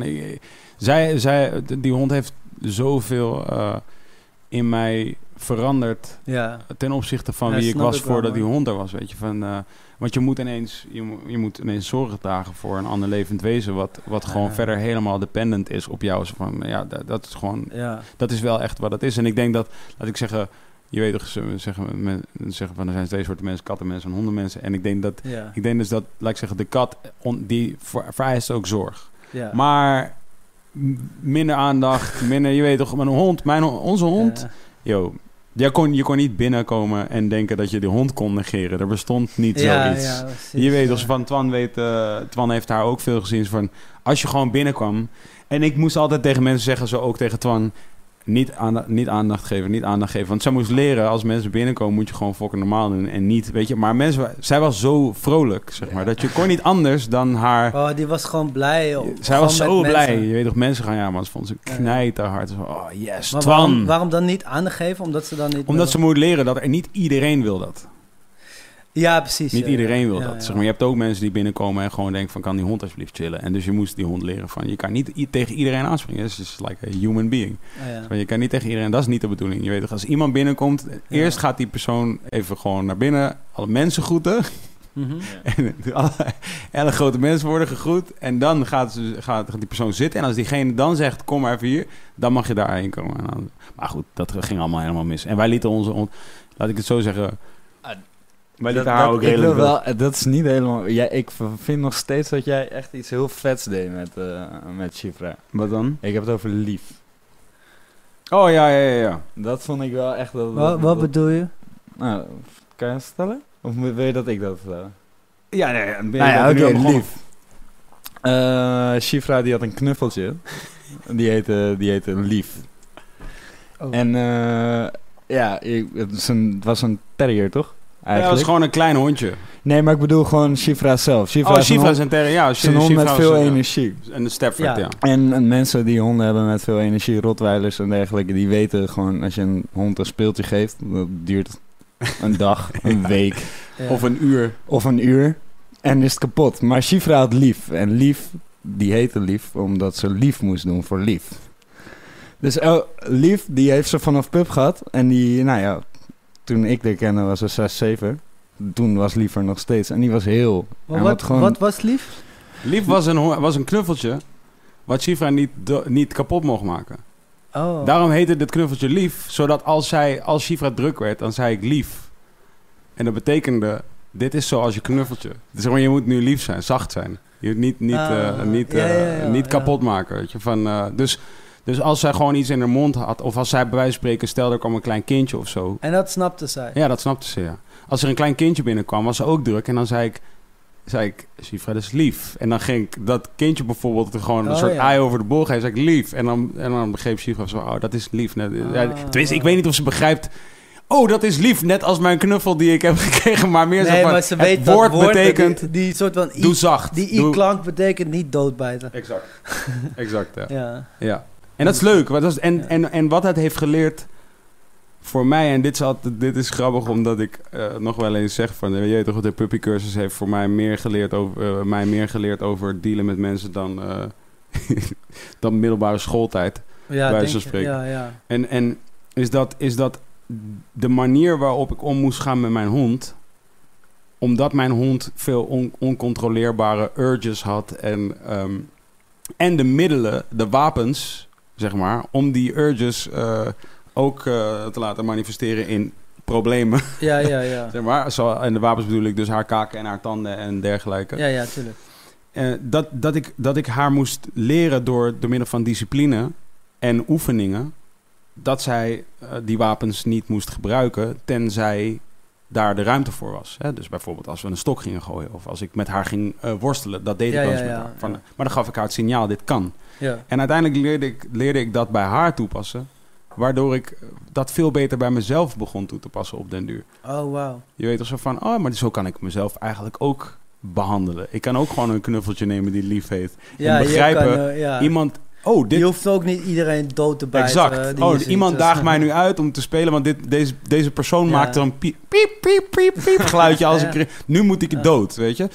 Die hond heeft zoveel in mij veranderd ten opzichte van wie ik was voordat die hond er was, weet je. Want je moet ineens zorgen dragen voor een ander levend wezen wat gewoon verder helemaal dependent is op jou. Dat is gewoon, dat is wel echt wat het is. En ik denk dat, laat ik zeggen, je weet toch, zeggen van er zijn twee soorten mensen, kattenmensen en hondenmensen. En ik denk dus dat, laat ik zeggen, de kat, die vereist ook zorg. Ja. Maar minder aandacht, je weet toch, onze hond, je kon niet binnenkomen en denken dat je die hond kon negeren. Er bestond niet zoiets. Ja, je weet, als van Twan heeft haar ook veel gezien van, als je gewoon binnenkwam. En ik moest altijd tegen mensen zeggen, zo ook tegen Twan, niet aandacht geven. Want zij moest leren, als mensen binnenkomen, moet je gewoon fucking normaal doen. En niet, weet je, maar zij was zo vrolijk, zeg maar, dat je kon niet anders dan haar... Oh, die was gewoon blij. Zij was zo blij. Je weet toch, mensen gaan, maar ze vond ze knijterhard. Oh, yes, maar Twan. Waarom dan niet aandacht geven? Omdat ze moet leren dat er niet iedereen wil dat. Ja, precies. Niet iedereen wil dat. Zeg maar, je hebt ook mensen die binnenkomen en gewoon denken van, kan die hond alsjeblieft chillen? En dus je moest die hond leren van, je kan niet tegen iedereen aanspringen. Het is just like a human being. Dus je kan niet tegen iedereen, dat is niet de bedoeling. Je weet toch, als iemand binnenkomt, eerst gaat die persoon even gewoon naar binnen, alle mensen groeten. En alle grote mensen worden gegroet. En dan gaat die persoon zitten. En als diegene dan zegt, kom maar even hier, dan mag je daarheen komen. Maar goed, dat ging allemaal helemaal mis. En wij lieten onze, laat ik het zo zeggen... Maar dat is niet helemaal... ik vind nog steeds dat jij echt iets heel vets deed met Shifra. Wat dan? Ik heb het over lief. Oh, ja. Dat vond ik wel echt... Wat bedoel je? Nou, kan je dat vertellen? Of wil je dat ik dat vertellen? Ja, nee. Oké, lief. Shifra, die had een knuffeltje. Die heette Lief. Oh. En het was een terrier, toch? Eigenlijk. Ja, dat is gewoon een klein hondje. Nee, maar ik bedoel gewoon Shifra zelf. Shifra is een terrier. Ja, een hond met veel energie. En de Stafford, ja. En mensen die honden hebben met veel energie, Rottweilers en dergelijke, die weten gewoon, als je een hond een speeltje geeft, dat duurt een dag, een week. Of een uur. En is het kapot. Maar Shifra had Lief. En Lief, die heette Lief, omdat ze lief moest doen voor Lief. Dus Lief, die heeft ze vanaf pup gehad. En die, toen ik dit kende was ze 6, 7. Toen was Lief er nog steeds. En die was heel... Wat was Lief? Lief was een knuffeltje wat Shifra niet kapot mocht maken. Oh. Daarom heette dit knuffeltje Lief. Zodat als Shifra druk werd, dan zei ik Lief. En dat betekende, dit is zoals je knuffeltje. Dus zeg maar, je moet nu lief zijn, zacht zijn. Je moet niet kapot maken. Weet je? Dus als zij gewoon iets in haar mond had, of als zij bij wijze van spreken, stel er kwam een klein kindje of zo. En dat snapte zij? Ja, dat snapte ze, ja. Als er een klein kindje binnenkwam, was ze ook druk. En dan zei ik, Shifra, dat is lief. En dan ging ik dat kindje bijvoorbeeld gewoon een soort ei over de bol geven. Zei ik, lief. En dan begreep Shifra zo, oh, dat is lief. Tenminste, ik weet niet of ze begrijpt... Oh, dat is lief, net als mijn knuffel die ik heb gekregen, maar meer zo van, maar ze weet dat woord betekent, die soort van doe zacht. Die i-klank betekent niet doodbijten. Exact, ja. En dat is leuk. En wat het heeft geleerd, voor mij, en dit is grappig omdat ik nog wel eens zeg van, je weet toch, de puppycursus heeft voor mij meer geleerd over dealen met mensen dan middelbare schooltijd. Ja, bij zo'n spreken. Ja. En is dat de manier waarop ik om moest gaan met mijn hond, omdat mijn hond veel oncontroleerbare urges had en de middelen, de wapens, zeg maar, om die urges ook te laten manifesteren in problemen. Ja. Zeg maar. En de wapens bedoel ik dus haar kaken en haar tanden en dergelijke. Ja, tuurlijk. Dat ik haar moest leren door middel van discipline en oefeningen, dat zij die wapens niet moest gebruiken, tenzij daar de ruimte voor was. Hè? Dus bijvoorbeeld als we een stok gingen gooien of als ik met haar ging worstelen, dat deed ik wel eens met haar. Maar dan gaf ik haar het signaal, dit kan. Ja. En uiteindelijk leerde ik dat bij haar toepassen, waardoor ik dat veel beter bij mezelf begon toe te passen op den duur. Oh, wow. Je weet toch zo van, maar zo kan ik mezelf eigenlijk ook behandelen. Ik kan ook gewoon een knuffeltje nemen die lief heeft. Ja, en begrijpen, iemand... Je hoeft ook niet iedereen dood te bijten. Exact. Iemand daagt mij nu uit om te spelen, want deze persoon maakt er een piep, piep, piep, piep, piep geluidje als ik... Nu moet ik dood, weet je.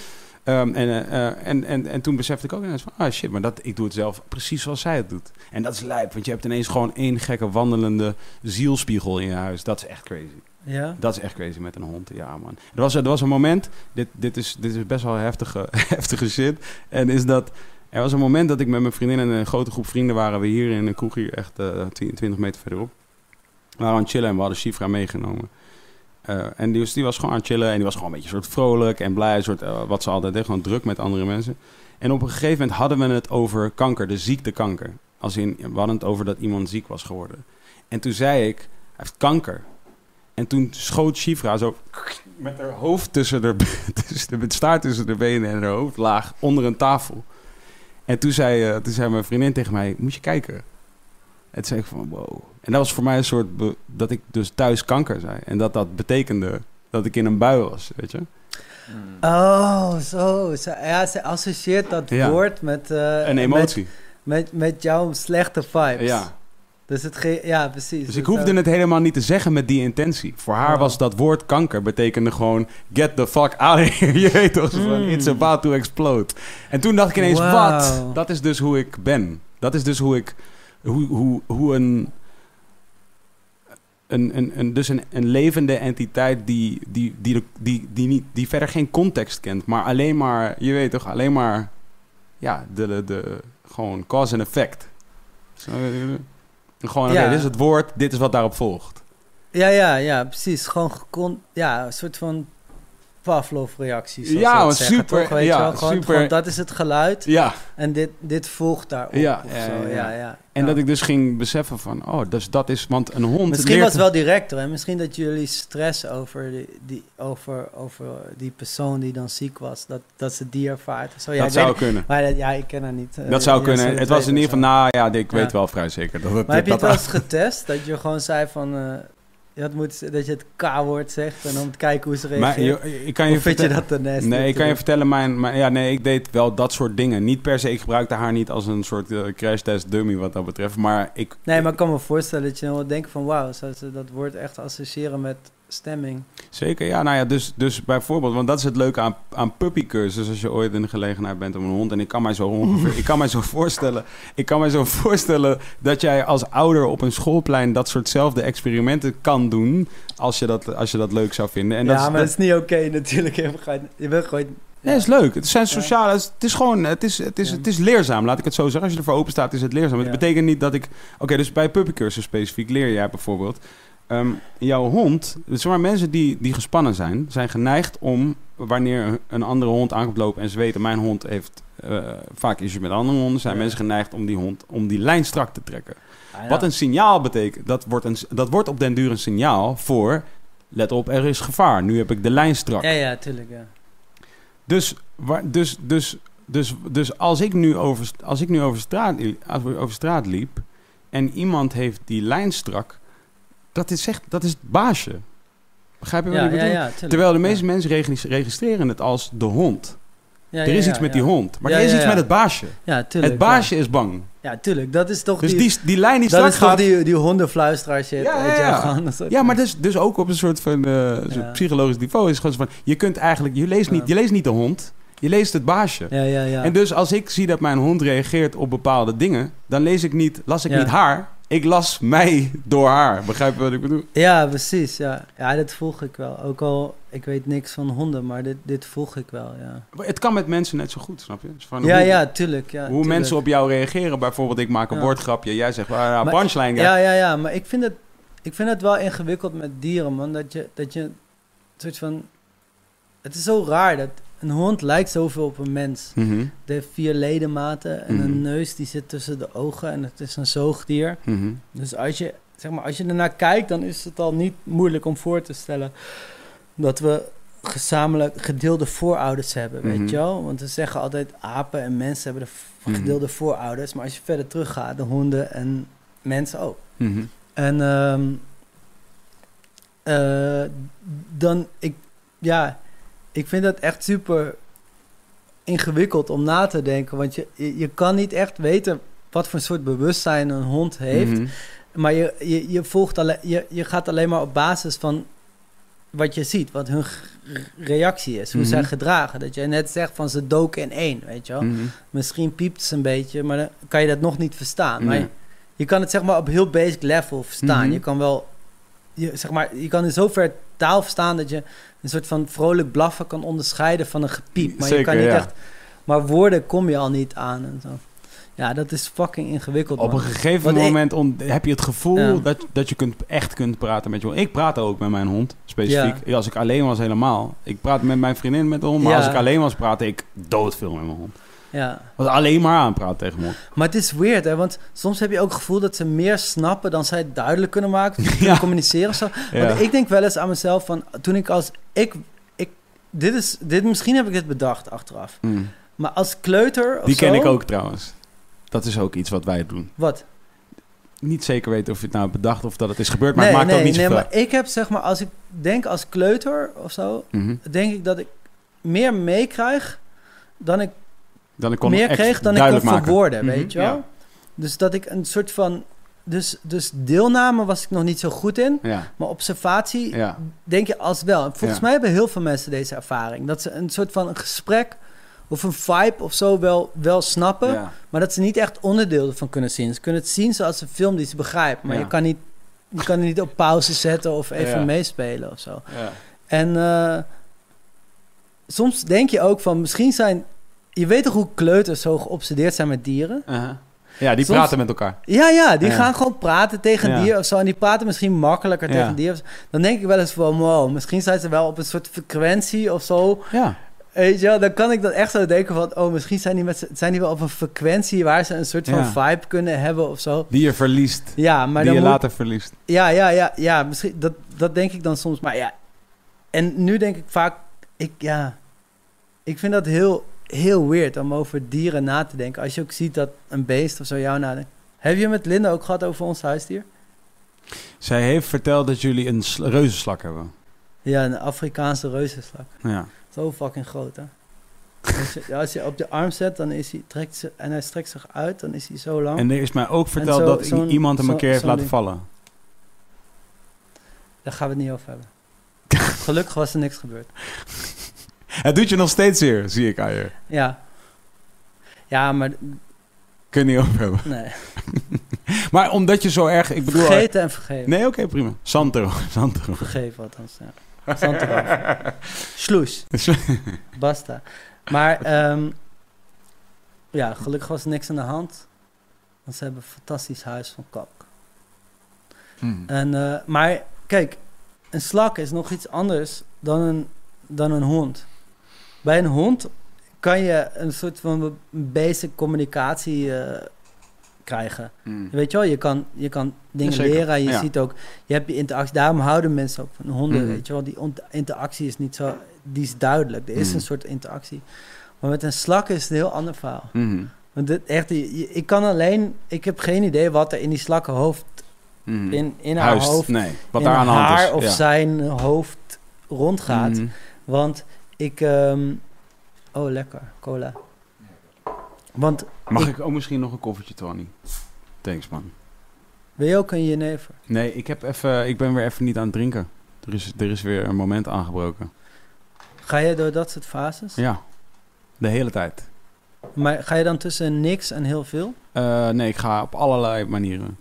En toen besefte ik ook ineens van, shit, maar ik doe het zelf precies zoals zij het doet. En dat is lijp, want je hebt ineens gewoon één gekke wandelende zielspiegel in je huis. Dat is echt crazy. Ja? Dat is echt crazy met een hond, ja man. Er was een moment, dit is best wel heftige shit, en is dat... Er was een moment dat ik met mijn vriendin en een grote groep vrienden waren we hier in een kroeg hier echt 20 meter verderop. We waren aan het chillen en we hadden Shifra meegenomen. En die was gewoon aan het chillen en die was gewoon een beetje soort vrolijk en blij, soort wat ze altijd deed, gewoon druk met andere mensen. En op een gegeven moment hadden we het over kanker, de ziekte kanker. We hadden het over dat iemand ziek was geworden. En toen zei ik, hij heeft kanker. En toen schoot Shifra zo met haar hoofd met staart tussen de benen en haar hoofd laag onder een tafel. En toen zei mijn vriendin tegen mij, moet je kijken. En toen zei ik van, wow. En dat was voor mij een soort, dat ik dus thuis kanker zei. En dat betekende dat ik in een bui was, weet je. Oh, zo. Ja, ze associeert dat woord met... een emotie. Met jouw slechte vibes. Ja. Dus precies. Dus ik hoefde het helemaal niet te zeggen met die intentie. Voor haar was dat woord kanker betekende gewoon get the fuck out of here. Je weet toch, it's about to explode. En toen dacht ik ineens, wat? Dat is dus hoe ik ben. Dat is dus hoe ik... Hoe een levende entiteit die verder geen context kent, maar alleen maar, je weet toch, alleen maar gewoon cause and effect. Gewoon, dit is het woord, dit is wat daarop volgt. Ja, precies. Gewoon een soort van Pavlov-reacties. Ja, super. Weet je wel? Gewoon, dat is het geluid. Ja. En dit volgt daarop. Ja. En dat ik dus ging beseffen van, dus dat is, want een hond... Misschien was het wel direct hoor. Misschien dat jullie stress over die persoon die dan ziek was, dat ze die ervaart. Zo, dat zou kunnen. Maar ik ken haar niet. Dat zou kunnen. Het was in ieder geval, ik weet wel vrij zeker. Maar heb je het wel eens getest? Dat je gewoon zei van... dat je het K-woord zegt en om te kijken hoe ze reageert. Hoe vind je dat dan? Nee, ik kan je vertellen, ik deed wel dat soort dingen. Niet per se, ik gebruikte haar niet als een soort crash test dummy wat dat betreft, maar ik... Nee, maar ik kan me voorstellen dat je dan wel denkt van wauw, zou ze dat woord echt associëren met stemming? Zeker, dus bijvoorbeeld, want dat is het leuke aan puppycursus, als je ooit in de gelegenheid bent om een hond, en ik kan mij zo voorstellen dat jij als ouder op een schoolplein dat soortzelfde experimenten kan doen, als je dat leuk zou vinden. En maar dat is niet oké natuurlijk. Je bent gewoon... Nee, het is leuk. Het zijn sociale... Het is gewoon... Het is leerzaam, laat ik het zo zeggen. Als je ervoor open staat, is het leerzaam. Het betekent niet dat ik... Oké, dus bij puppycursus specifiek leer jij bijvoorbeeld... jouw hond... Dus maar mensen die gespannen zijn geneigd om... Wanneer een andere hond aankomt lopen en ze weten... Mijn hond heeft vaak issues met andere honden... Zijn mensen geneigd om die lijn strak te trekken. Wat een signaal betekent... Dat wordt op den duur een signaal voor... Let op, er is gevaar. Nu heb ik de lijn strak. Ja, tuurlijk, ja. Dus als ik nu over straat liep en iemand heeft die lijn strak, dat is het baasje. Begrijp je wat ik bedoel? Ja, terwijl de meeste mensen registreren het als de hond. Er is iets met die hond. Maar er is iets met het baasje. Ja, tuurlijk. Het baasje is bang. Ja, tuurlijk. Dat is toch dus die lijn die straks gaat... Dat is toch die hondenfluisteraar shit. Ja, maar dus ook op een soort van psychologisch niveau is gewoon van... Je kunt eigenlijk... Je leest niet de hond. Je leest het baasje. Ja. En dus als ik zie dat mijn hond reageert op bepaalde dingen... dan las ik niet haar... Ik las mij door haar. Begrijp je wat ik bedoel? Ja, precies. Ja, dit volg ik wel. Ook al, ik weet niks van honden, maar dit volg ik wel, ja. Maar het kan met mensen net zo goed, snap je? Dus van tuurlijk. Ja, hoe mensen op jou reageren. Bijvoorbeeld, ik maak een woordgrapje. Jij zegt, punchline. Ja, maar ik vind het wel ingewikkeld met dieren, man. Dat je soort van... Het is zo raar dat... Een hond lijkt zoveel op een mens. Mm-hmm. De heeft 4 ledematen en een neus die zit tussen de ogen en het is een zoogdier. Mm-hmm. Dus als je ernaar kijkt, dan is het al niet moeilijk om voor te stellen dat we gezamenlijk gedeelde voorouders hebben, weet je wel? Want we zeggen altijd apen en mensen hebben de gedeelde voorouders, maar als je verder teruggaat, de honden en mensen ook. Mm-hmm. En ik vind dat echt super ingewikkeld om na te denken. Want je kan niet echt weten wat voor soort bewustzijn een hond heeft. Mm-hmm. Maar je volgt je gaat alleen maar op basis van wat je ziet. Wat hun reactie is. Hoe zij gedragen. Dat jij net zegt van ze doken in één, weet je wel. Mm-hmm. Misschien piept ze een beetje, maar dan kan je dat nog niet verstaan. Nee. Maar je kan het zeg maar op heel basic level verstaan. Mm-hmm. Je kan wel... Je kan in zover taal verstaan dat je een soort van vrolijk blaffen kan onderscheiden van een gepiep. Maar Zeker, je kan niet echt... Maar woorden kom je al niet aan en zo. Ja, dat is fucking ingewikkeld, Op man. een gegeven moment heb je het gevoel dat je echt kunt praten met je hond. Ik praat ook met mijn hond, specifiek. Ja. Als ik alleen was helemaal. Ik praat met mijn vriendin met de hond, maar als ik alleen was, praatte ik doodveel met mijn hond. Ja. Was alleen maar aanpraten tegen me. Maar het is weird, hè? Want soms heb je ook het gevoel dat ze meer snappen dan zij het duidelijk kunnen maken. Dus kunnen communiceren of zo. Want ik denk wel eens aan mezelf van... Toen ik als... Misschien heb ik dit bedacht achteraf. Maar als kleuter of Die zo... ken ik ook trouwens. Dat is ook iets wat wij doen. Wat? Niet zeker weten of je het nou bedacht of dat het is gebeurd, maar het maakt ook niet zoveel. Maar ik heb zeg maar... Als ik denk als kleuter of zo... denk ik dat ik meer meekrijg dan ik meer kreeg dan ik kon verwoorden, weet je wel? Ja. Dus dat ik een soort van... Dus deelname was ik nog niet zo goed in. Ja. Maar observatie denk je als wel. Volgens mij hebben heel veel mensen deze ervaring. Dat ze een soort van een gesprek of een vibe of zo wel snappen. Ja. Maar dat ze niet echt onderdeel van kunnen zien. Ze kunnen het zien zoals een film die ze begrijpen. Maar je kan het niet op pauze zetten of even meespelen of zo. Ja. En soms denk je ook van misschien zijn... Je weet toch hoe kleuters zo geobsedeerd zijn met dieren? Uh-huh. Ja, die praten met elkaar. Ja, die gaan gewoon praten tegen dieren of zo. En die praten misschien makkelijker tegen dieren. Dan denk ik wel eens van, wow, misschien zijn ze wel op een soort frequentie of zo. Ja. Weet je wel, dan kan ik dat echt zo denken van... Oh, misschien zijn die wel op een frequentie... waar ze een soort van vibe kunnen hebben of zo. Die je verliest. Ja, maar die je later verliest. Ja, misschien, dat denk ik dan soms. Maar ja, en nu denk ik vaak... Ik vind dat heel weird om over dieren na te denken. Als je ook ziet dat een beest of zo jou nadenkt. Heb je met Linda ook gehad over ons huisdier? Zij heeft verteld dat jullie een reuzenslak hebben. Ja, een Afrikaanse reuzenslak. Ja. Zo fucking groot, hè? Als je op de arm zet, dan is hij strekt zich uit, dan is hij zo lang. En er is mij ook verteld dat iemand hem een keer heeft laten vallen. Daar gaan we het niet over hebben. Gelukkig was er niks gebeurd. Het doet je nog steeds zeer, zie ik aan je. Ja. Ja, maar... Kun je niet over hebben. Nee. Maar omdat je zo erg... Ik bedoel, vergeten en vergeven. Nee, oké, prima. Santero. Vergeven althans, ja. Santero. Sloes. Basta. Maar gelukkig was er niks aan de hand. Want ze hebben een fantastisch huis van kalk. Maar kijk, een slak is nog iets anders dan een hond. Bij een hond kan je een soort van basic communicatie krijgen. Weet je wel, je kan dingen leren. Je ziet ook, je hebt je interactie. Daarom houden mensen ook van honden, weet je wel. Die interactie is niet zo, die is duidelijk. Er is een soort interactie. Maar met een slak is het een heel ander verhaal. Want ik heb geen idee wat er in die slakkenhoofd in haar hoofd, wat daar aan de hand is. Of zijn hoofd rondgaat. Want ik Oh, lekker. Cola. Want Mag ik ook misschien nog een koffertje, Tony? Thanks, man. Wil je ook een jenever? Nee, ik ben weer even niet aan het drinken. Er is weer een moment aangebroken. Ga je door dat soort fases? Ja, de hele tijd. Maar ga je dan tussen niks en heel veel? Nee, ik ga op allerlei manieren.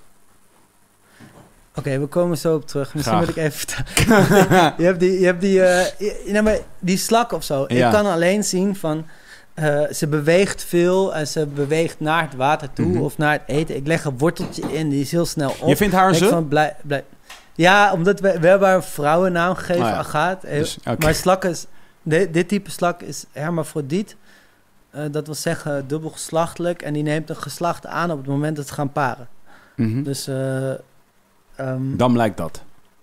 Oké, we komen zo op terug. Misschien moet ik even vertellen. je hebt die slak of zo. Ja. Ik kan alleen zien van... ze beweegt veel en ze beweegt naar het water toe of naar het eten. Ik leg een worteltje in, die is heel snel op. Je vindt haar zo? Ja, omdat we hebben haar een vrouwennaam gegeven, Agathe. Dus, okay. Maar slak is... Dit type slak is hermafrodiet. Dat wil zeggen dubbelgeslachtelijk. En die neemt een geslacht aan op het moment dat ze gaan paren. Mm-hmm. Dus... dan blijkt dat.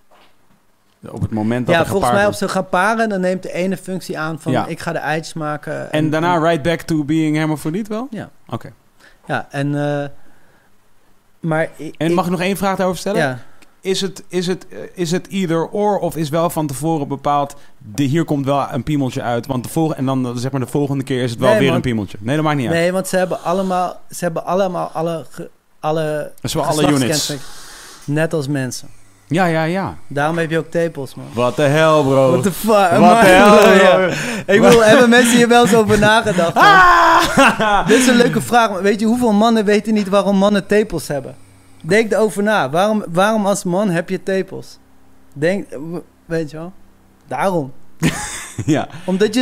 Op het moment dat volgens mij als ze gaan paren, dan neemt de ene functie aan van ik ga de eitjes maken. En daarna right back to being hermafrodiet wel? Ja. Oké. Ja, en... maar mag ik nog één vraag daarover stellen? Ja. Is het either or of is wel van tevoren bepaald... hier komt wel een piemeltje uit, want en dan zeg maar de volgende keer is het wel weer een piemeltje? Nee, dat maakt niet uit. Nee, want ze hebben allemaal alle dat is wel alle units. Net als mensen. Ja. Daarom heb je ook tepels, man. What the hell, bro? What the fuck? What the hell, bro? Ik bedoel, hebben mensen hier wel eens over nagedacht? Dit is een leuke vraag. Weet je, hoeveel mannen weten niet waarom mannen tepels hebben? Denk erover na. Waarom als man heb je tepels? Weet je wel? Daarom. Ja. Omdat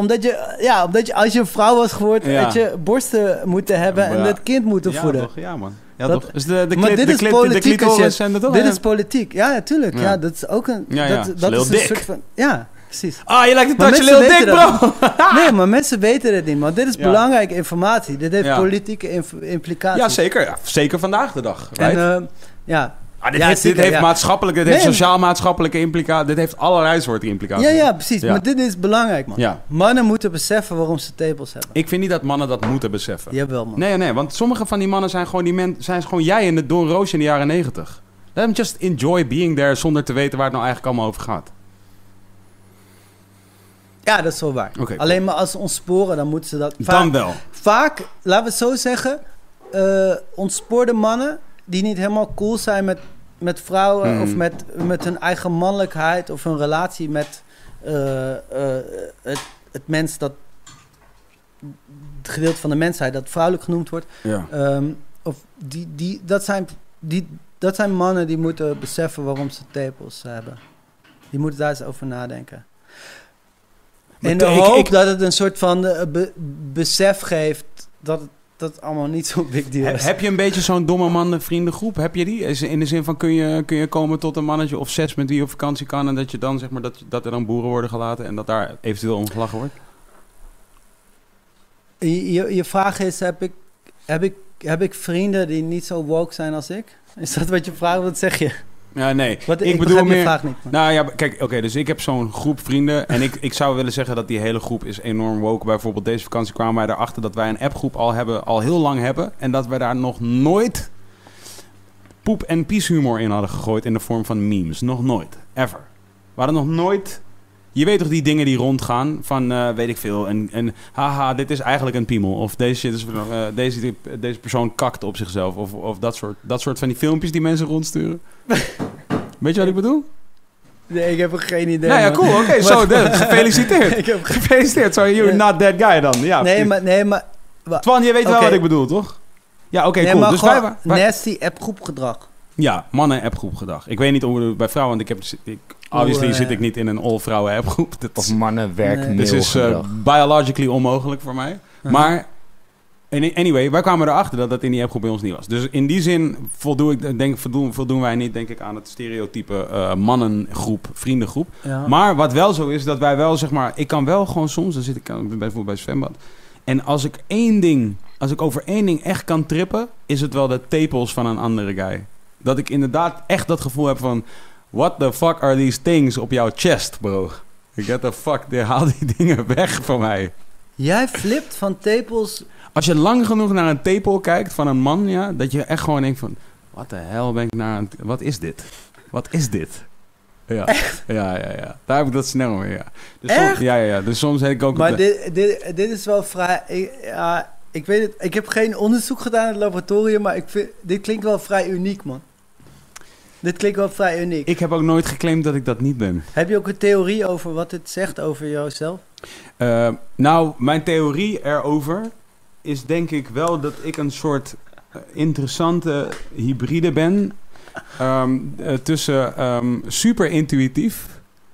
je als je een vrouw was geworden, had je borsten moeten hebben en het kind moeten voeden. Toch? Ja, man. Ja, toch. Dus de clitoris en dat ook. Dit is politiek. Ja, natuurlijk. Ja, dat is ook een... Dat is een soort van... Ja, precies. Je lijkt een touch Lil Dick, bro. Nee, maar mensen weten het niet, man. Dit is belangrijke informatie. Dit heeft politieke implicaties. Ja, zeker. Ja, zeker vandaag de dag. En, dit heeft maatschappelijke, dit heeft sociaal-maatschappelijke implicaties. Dit heeft allerlei soorten implicaties. Ja, precies. Ja. Maar dit is belangrijk, man. Ja. Mannen moeten beseffen waarom ze tepels hebben. Ik vind niet dat mannen dat moeten beseffen. Jawel, man. Nee, want sommige van die mannen zijn gewoon jij in de Don Roosje in de jaren 90. Let them just enjoy being there zonder te weten waar het nou eigenlijk allemaal over gaat. Ja, dat is wel waar. Okay, alleen maar als ze ontsporen, dan moeten ze dat... Dan wel. Vaak, laten we het zo zeggen... ontspoorde mannen die niet helemaal cool zijn met vrouwen... of met hun eigen mannelijkheid... of hun relatie met het mens dat... het gedeelte van de mensheid dat vrouwelijk genoemd wordt... Ja. Dat zijn mannen die moeten beseffen waarom ze tepels hebben. Die moeten daar eens over nadenken. In de hoop dat het een soort van besef geeft dat het allemaal niet zo'n big deal is. Heb je een beetje zo'n domme mannen-vriendengroep? Heb je die? In de zin van kun je komen tot een mannetje of 6 met wie je op vakantie kan... en dat je dan zeg maar dat er dan boeren worden gelaten... en dat daar eventueel om gelachen wordt? Je vraag is, heb ik vrienden die niet zo woke zijn als ik? Is dat wat je vraagt? Wat zeg je? Ja, nee. Ik bedoel meer... vraag niet. Man. Nou ja, kijk, oké, dus ik heb zo'n groep vrienden... en ik zou willen zeggen dat die hele groep is enorm woke. Bijvoorbeeld deze vakantie kwamen wij erachter dat wij een appgroep al heel lang hebben... en dat wij daar nog nooit poep- en pieshumor in hadden gegooid... in de vorm van memes. Nog nooit. Ever. We hadden nog nooit... Je weet toch die dingen die rondgaan van, weet ik veel... en haha, dit is eigenlijk een piemel. Of deze persoon kakt op zichzelf. Of dat soort van die filmpjes die mensen rondsturen. Weet je wat ik bedoel? Nee, ik heb er geen idee. Nou ja, cool. Oké, zo. Gefeliciteerd. Gefeliciteerd. So you're not that guy dan. Ja, nee, maar... Twan, je weet wel wat ik bedoel, toch? Ja, oké, cool. Maar dus wij nasty appgroepgedrag. Ja, mannen-appgroepgedrag. Ik weet niet hoe het bij vrouwen... want obviously zit ik niet in een all-vrouwen appgroep. Of mannen-werk. Dit is biologically onmogelijk voor mij. Maar... Anyway, wij kwamen erachter dat in die appgroep bij ons niet was. Dus in die zin voldoen wij niet, denk ik, aan het stereotype mannengroep, vriendengroep. Ja. Maar wat wel zo is, dat wij wel, zeg maar... Ik kan wel gewoon soms, dan zit ik bijvoorbeeld bij het zwembad. En als ik over één ding echt kan trippen... is het wel de tepels van een andere guy. Dat ik inderdaad echt dat gevoel heb van... What the fuck are these things op jouw chest, bro? Get the fuck, haal die dingen weg van mij. Jij flipt van tepels... Als je lang genoeg naar een tepel kijkt van een man, ja, dat je echt gewoon denkt van... Wat de hel ben ik naar... Wat is dit? Wat is dit? Ja. Ja. Daar heb ik dat snel mee, ja. Dus echt? Ja. Dus soms heb ik ook... Maar dit is wel vrij... Ik weet het, ik heb geen onderzoek gedaan in het laboratorium, maar dit klinkt wel vrij uniek, man. Dit klinkt wel vrij uniek. Ik heb ook nooit geclaimd dat ik dat niet ben. Heb je ook een theorie over wat het zegt over jouzelf? Nou, mijn theorie erover is denk ik wel dat ik een soort interessante hybride ben tussen super intuïtief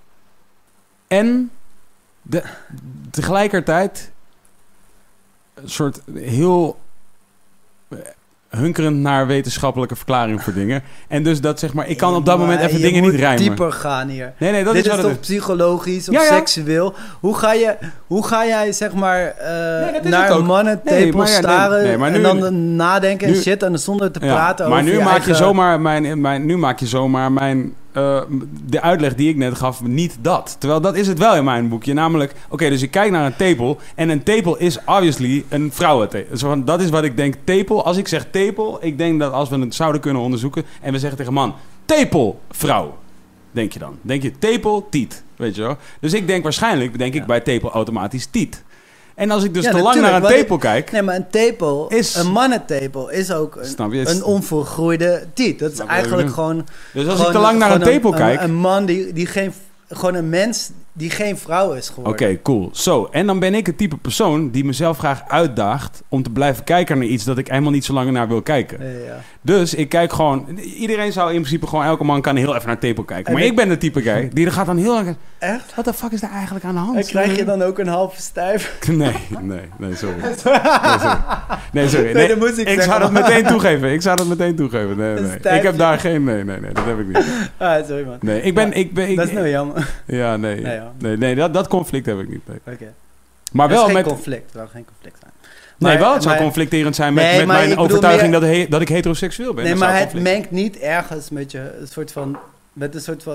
en tegelijkertijd een soort heel hunkerend naar wetenschappelijke verklaring voor dingen. En dus dat zeg maar, ik kan op dat moment even dingen niet rijmen. Je moet dieper gaan hier. Nee, dat dit is toch psychologisch of seksueel? Hoe ga jij zeg maar naar mannen tepels staren en dan nadenken en shit en zonder te praten over nu maak je zomaar mijn de uitleg die ik net gaf, niet dat. Terwijl dat is het wel in mijn boekje. Namelijk, dus ik kijk naar een tepel en een tepel is obviously een vrouwentepel. Dat is wat ik denk, tepel. Als ik zeg tepel, ik denk dat als we het zouden kunnen onderzoeken en we zeggen tegen man, tepel, vrouw. Denk je dan? Denk je tepel, tiet. Weet je wel? Dus ik denk waarschijnlijk, ik bij tepel automatisch tiet. En als ik dus te lang naar een tepel kijk... Nee, maar een tepel, een mannentepel, is ook een onvolgroeide tiet. Dat is eigenlijk gewoon... Dus als ik te lang naar een tepel kijk... Een man die geen... Gewoon een mens die geen vrouw is geworden. Oké, cool. Zo, en dan ben ik het type persoon die mezelf graag uitdaagt om te blijven kijken naar iets dat ik helemaal niet zo lang naar wil kijken. Ja. Dus ik kijk gewoon... Iedereen zou in principe gewoon... Elke man kan heel even naar tepel kijken. Maar ik ben de type guy die er gaat dan heel lang... Echt? Wat de fuck is daar eigenlijk aan de hand? En krijg je dan ook een halve stijf? Nee, sorry. Nee, sorry. Nee, dat moet ik zou dat meteen toegeven. Nee. Ik heb daar geen... Nee, dat heb ik niet. Sorry man. Nee, ik ben... Dat is nou jammer. Ja, nee, dat conflict heb ik niet. Oké. Maar wel geen met... conflict. Het zou geen conflict zijn. Het zou conflicterend zijn met mijn overtuiging dat ik heteroseksueel ben. Nee, maar het mengt niet ergens met je een soort van... Met een soort van...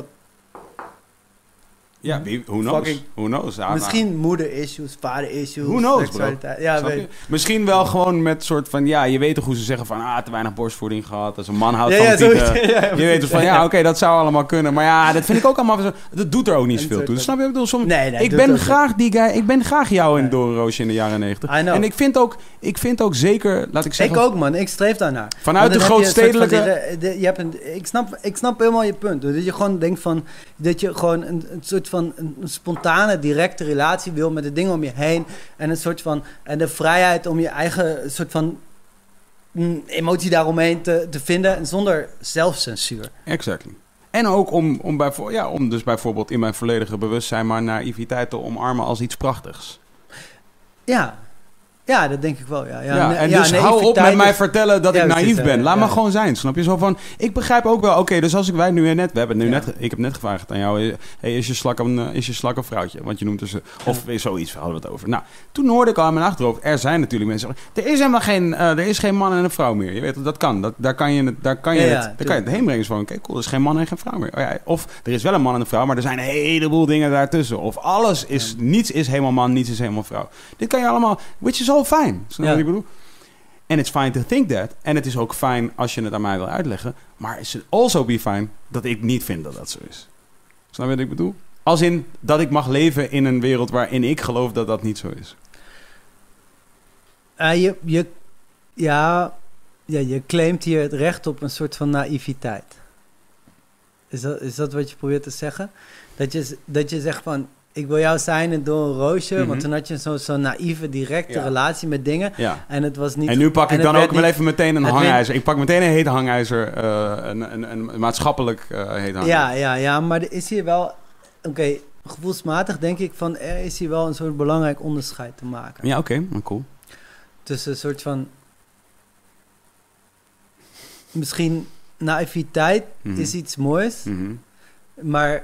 Ja, who knows? Misschien moeder-issues, vader-issues. Who knows, bro? Ja, misschien wel gewoon met soort van... Ja, je weet toch hoe ze zeggen van... te weinig borstvoeding gehad. Als een man houdt van tieten. Je weet dus van... dat zou allemaal kunnen. Maar ja, dat vind ik ook allemaal... Dat doet er ook niet zoveel toe. Dus snap je? Ik bedoel, soms... ik ben graag die guy... Ik ben graag jou in Doornroosje in de jaren 90. En ik vind ook zeker... Laat ik zeggen... Ik ook, man. Ik streef daarnaar. Vanuit de grootstedelijke... Ik snap helemaal je punt. Dat je gewoon denkt van... Dat je gewoon een soort van... Een spontane, directe relatie wil met de dingen om je heen. En een soort van... En de vrijheid om je eigen soort van... emotie daaromheen te vinden. En zonder zelfcensuur. Exactly. En ook om dus bijvoorbeeld in mijn volledige bewustzijn... maar naïviteit te omarmen als iets prachtigs. Ja, dat denk ik wel, ja. Hou op met mij vertellen dat ik naïef ben. Laat me gewoon zijn, snap je? Zo van, ik begrijp ook wel, dus als ik ik heb net gevraagd aan jou, is je slak een vrouwtje? Want je noemt dus, of zoiets, hadden we het over. Nou, toen hoorde ik al in mijn achterhoofd, er zijn natuurlijk mensen, er is geen man en een vrouw meer. Je weet, dat kan. Daar kan je het heen brengen. Van, oké, cool, er is geen man en geen vrouw meer. Of er is wel een man en een vrouw, maar er zijn een heleboel dingen daartussen. Of niets is helemaal man, niets is helemaal vrouw. Dit kan je allemaal, which is all fine. Snap je wat ik bedoel? En it's fine to think that. En het is ook fijn als je het aan mij wil uitleggen. Maar it should also be fine dat ik niet vind dat dat zo is. Snap je wat ik bedoel? Als in dat ik mag leven in een wereld waarin ik geloof dat dat niet zo is. Je claimt hier het recht op een soort van naïviteit. Is dat wat je probeert te zeggen? Dat je zegt van... Ik wil jou zijn en door een roosje. Want toen had je zo'n naïeve, directe relatie met dingen. Ja. En het was niet... En nu pak ik dan ook wel even meteen een hangijzer. Ik pak meteen een heet hangijzer. Een maatschappelijk heet hangijzer. Ja. Maar er is hier wel... Oké, gevoelsmatig denk ik van... Er is hier wel een soort belangrijk onderscheid te maken. Ja, oké. Cool. Tussen een soort van... Misschien naïviteit is iets moois. Maar...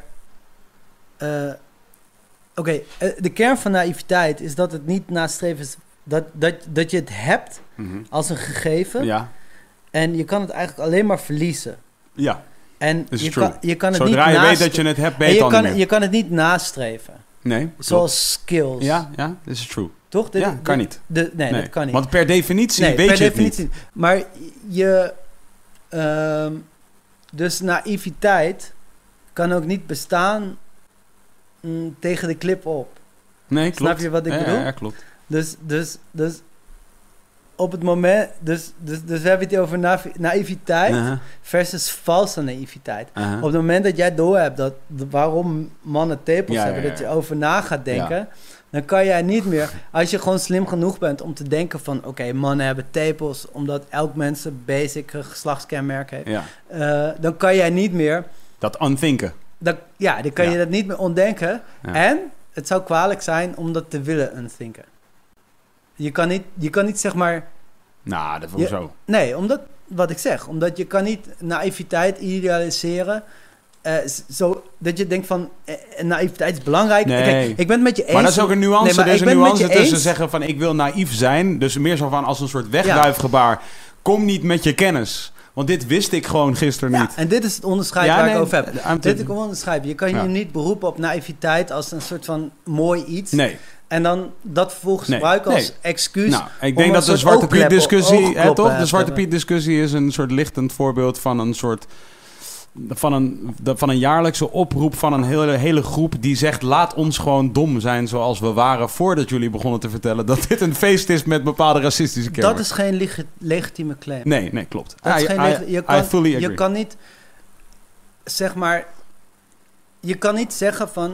de kern van naïviteit is dat het niet nastreven is... Dat je het hebt als een gegeven. Ja. En je kan het eigenlijk alleen maar verliezen. Ja, en je kan het zodra niet je weet dat je het hebt, ben je het je kan het niet nastreven. Nee. Zoals skills. Ja, this is true. Toch? Kan niet. Nee, dat kan niet. Want per definitie weet je het niet. Maar je... dus naïviteit... kan ook niet bestaan tegen de klip op. Nee, klopt. Snap je wat ik bedoel? Ja, klopt. Dus op het moment... Dus we hebben het over naïviteit versus valse naïviteit. Op het moment dat jij doorhebt dat waarom mannen tepels hebben, dat je over na gaat denken, dan kan jij niet meer... Als je gewoon slim genoeg bent om te denken van, oké, mannen hebben tepels omdat elk mens een basic geslachtskenmerk heeft. Ja. Dan kan jij niet meer... Dat unthinken. Dan kan je dat niet meer ontdenken. Ja. En het zou kwalijk zijn om dat te willen unthinken. Je kan niet zeg maar... Nou, dat voel ik zo. Nee, omdat, wat ik zeg, omdat je kan niet naïviteit idealiseren. Dat je denkt van, naïviteit is belangrijk. Nee. Kijk, ik ben het met je eens. Maar dat is ook een nuance. Nee, er is een nuance tussen zeggen van, ik wil naïef zijn. Dus meer zo van als een soort wegwuifgebaar. Ja. Kom niet met je kennis. Want dit wist ik gewoon gisteren niet. En dit is het onderscheid waar ik over heb. Dit is het onderscheid. Je kan je niet beroepen op naïviteit als een soort van mooi iets. Nee. En dan dat vervolgens gebruiken als excuus. Nou, ik denk dat de Zwarte Piet discussie, toch? De Zwarte Piet discussie is een soort lichtend voorbeeld van een soort van een jaarlijkse oproep van een hele groep die zegt, laat ons gewoon dom zijn zoals we waren voordat jullie begonnen te vertellen dat dit een feest is met bepaalde racistische kenmerken. Dat is geen legitieme claim. Nee, klopt. Je kan niet, zeg maar, je kan niet zeggen van,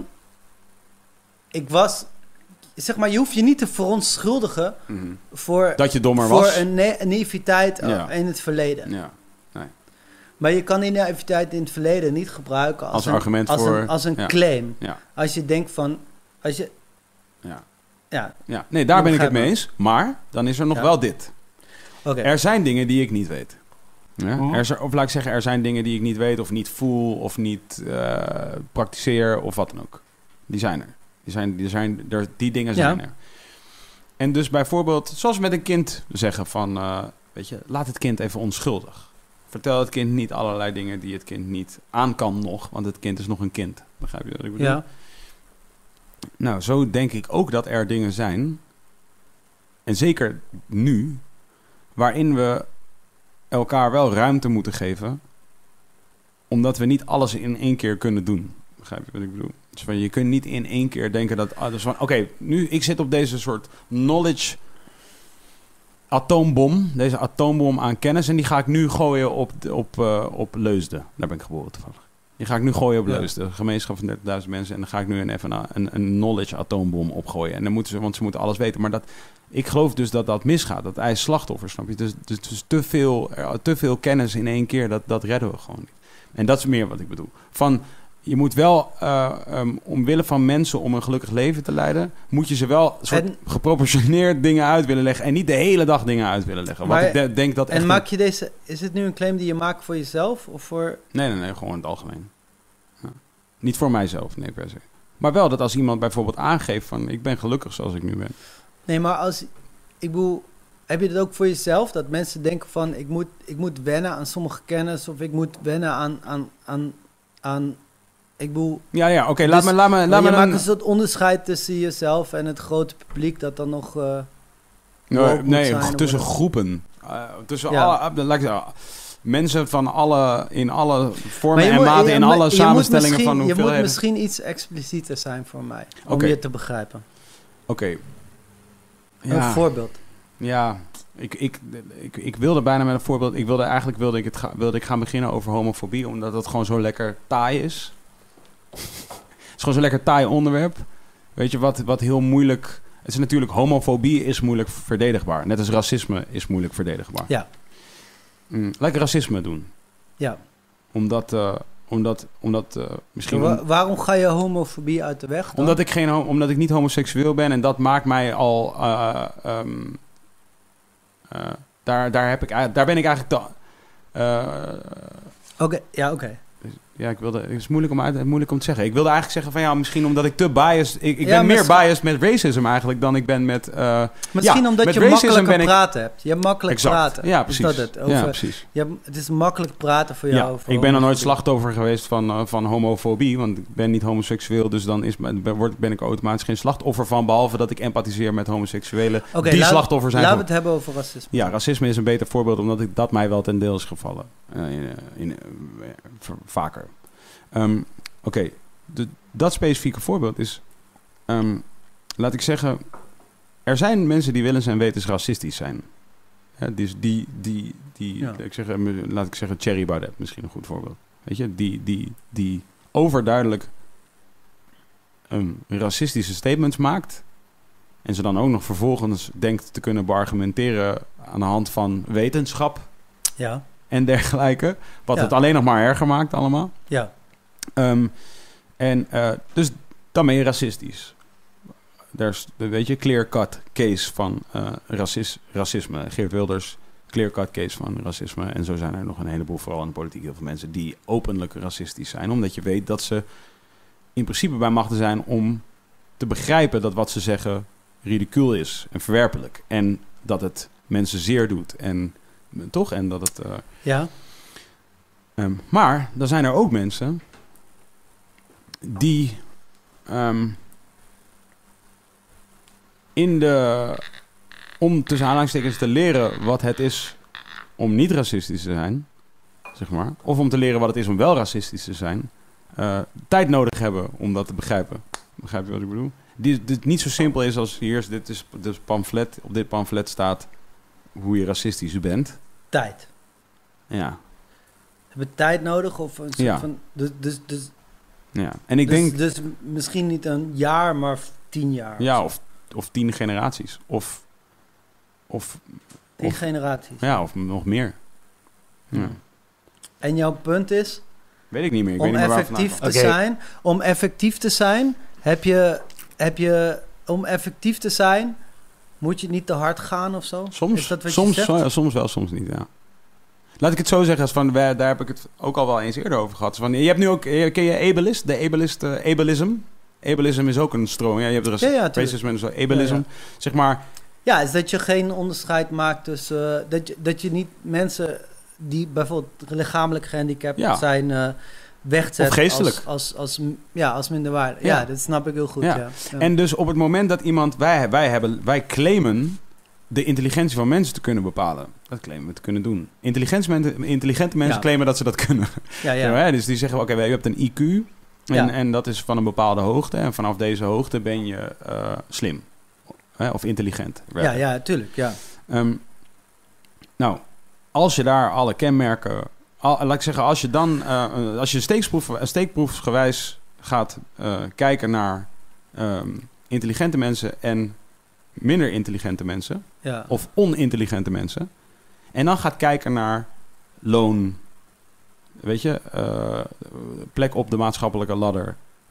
zeg maar, je hoeft je niet te verontschuldigen voor dat je dommer was. Voor een naïviteit in het verleden. Ja. Nee. Maar je kan die naïviteit in het verleden niet gebruiken als argument als een claim. Ja. Als je denkt van, Nee, daar ben ik het mee eens. Maar dan is er nog wel dit. Okay. Er zijn dingen die ik niet weet. Ja? Of laat ik zeggen, er zijn dingen die ik niet weet of niet voel of niet praktiseer of wat dan ook. Die zijn er. Die dingen zijn er. En dus bijvoorbeeld, zoals met een kind zeggen van, weet je, laat het kind even onschuldig. Vertel het kind niet allerlei dingen die het kind niet aan kan nog, want het kind is nog een kind. Begrijp je wat ik bedoel? Ja. Nou, zo denk ik ook dat er dingen zijn, en zeker nu, waarin we elkaar wel ruimte moeten geven, omdat we niet alles in één keer kunnen doen. Begrijp je wat ik bedoel? Dus van, je kunt niet in één keer denken dat... Dus van, oké, nu ik zit op deze soort knowledge atoombom. Deze atoombom aan kennis. En die ga ik nu gooien op Leusden. Daar ben ik geboren toevallig. Die ga ik nu gooien op Leusden. Een gemeenschap van 30.000 mensen. En dan ga ik nu even een knowledge atoombom opgooien. En dan moeten ze, want ze moeten alles weten. Maar ik geloof dus dat misgaat. Dat hij is slachtoffer, snap je? Dus te veel kennis in één keer, dat redden we gewoon niet. En dat is meer wat ik bedoel. Van... Je moet wel, omwille van mensen om een gelukkig leven te leiden, moet je ze wel soort geproportioneerd dingen uit willen leggen en niet de hele dag dingen uit willen leggen. Maar, wat ik denk dat en maak je deze, is het nu een claim die je maakt voor jezelf of voor? Nee, gewoon in het algemeen. Ja. Niet voor mijzelf, nee per se. Maar wel dat als iemand bijvoorbeeld aangeeft van ik ben gelukkig zoals ik nu ben. Nee, maar ik bedoel, heb je dat ook voor jezelf? Dat mensen denken van ik moet wennen aan sommige kennis of ik moet wennen aan ik bedoel... Ja, oké. Laat me je maakt een soort onderscheid tussen jezelf en het grote publiek dat dan nog... tussen groepen. Tussen alle... mensen van in alle vormen en maten, in alle samenstellingen van hoeveelheden. Je moet misschien iets explicieter zijn voor mij, om je te begrijpen. Oké. Ja. Een voorbeeld. Ja, ik wilde bijna met een voorbeeld... Wilde ik gaan beginnen over homofobie, omdat het gewoon zo lekker taai is. Het is gewoon zo'n lekker taai onderwerp. Weet je wat heel moeilijk... Het is natuurlijk, homofobie is moeilijk verdedigbaar. Net als racisme is moeilijk verdedigbaar. Ja. Lekker racisme doen. Ja. Omdat misschien... Waarom ga je homofobie uit de weg dan? Omdat ik niet homoseksueel ben en dat maakt mij al... daar ben ik eigenlijk... Oké. Ja, het is moeilijk om te zeggen. Ik wilde eigenlijk zeggen van ja, misschien omdat ik te biased... Ik ben meer biased met racism eigenlijk dan ik ben met... misschien omdat je makkelijker praten hebt. Je hebt makkelijk praten. Ja, precies. Is dat het? Precies. Het is makkelijk praten voor jou. Ik ben nog nooit slachtoffer geweest van homofobie, want ik ben niet homoseksueel, dus dan ben ik automatisch geen slachtoffer van, behalve dat ik empathiseer met homoseksuelen die slachtoffer zijn. Laten we het hebben over racisme. Ja, racisme is een beter voorbeeld, omdat dat mij wel ten deel is gevallen. Vaker. Oké, dat specifieke voorbeeld is... laat ik zeggen... Er zijn mensen die willens en wetens racistisch zijn. Ja, dus laat ik zeggen, Thierry Baudet, misschien een goed voorbeeld. Weet je, die overduidelijk racistische statements maakt... en ze dan ook nog vervolgens denkt te kunnen beargumenteren... aan de hand van wetenschap en dergelijke. Wat het alleen nog maar erger maakt allemaal. Ja. Dus dan ben je racistisch. Er is, weet je, clear-cut case van racisme. Geert Wilders, clear-cut case van racisme. En zo zijn er nog een heleboel, vooral in de politiek, heel veel mensen... die openlijk racistisch zijn. Omdat je weet dat ze in principe bij machten zijn... om te begrijpen dat wat ze zeggen ridicuul is en verwerpelijk. En dat het mensen zeer doet. En toch? En dat het... maar dan zijn er ook mensen... die... om tussen aanhalingstekens te leren wat het is om niet racistisch te zijn, zeg maar, of om te leren wat het is om wel racistisch te zijn, tijd nodig hebben om dat te begrijpen. Begrijp je wat ik bedoel? Dit niet zo simpel is als hier, dit is pamflet. Op dit pamflet staat hoe je racistisch bent. Tijd. Ja. Hebben tijd nodig of een soort van... Dus, ja. En ik denk... Dus misschien niet een jaar, maar 10 jaar. Ja, of 10 generaties. Of 10 generaties. Ja, of nog meer. Ja. En jouw punt is... Weet ik niet meer. Om effectief te zijn, om effectief te zijn, moet je niet te hard gaan of zo? Soms, is dat wat soms, je zegt? Soms wel, soms niet, ja. Laat ik het zo zeggen, als van, daar heb ik het ook al wel eens eerder over gehad. Van, je hebt nu ook, ken je ableist? De ableism? Ableism is ook een stroming. Ja, je hebt racisme en zo. Ableism, zeg maar... Ja, is dat je geen onderscheid maakt tussen... dat je niet mensen die bijvoorbeeld lichamelijk gehandicapt zijn... wegzet of geestelijk. Als minderwaardig. Ja, dat snap ik heel goed. Ja. En dus op het moment dat iemand... Wij claimen de intelligentie van mensen te kunnen bepalen. Dat claimen we te kunnen doen. Intelligente mensen claimen dat ze dat kunnen. Ja. Dus die zeggen, oké, je hebt een IQ... En dat is van een bepaalde hoogte. En vanaf deze hoogte ben je slim. Of intelligent. Ja, tuurlijk. Ja. Nou, als je daar alle kenmerken... laat ik zeggen, als je dan... als je steekproefsgewijs gaat kijken naar intelligente mensen... en minder intelligente mensen... of onintelligente mensen... en dan gaat kijken naar loon... Weet je, plek op de maatschappelijke ladder.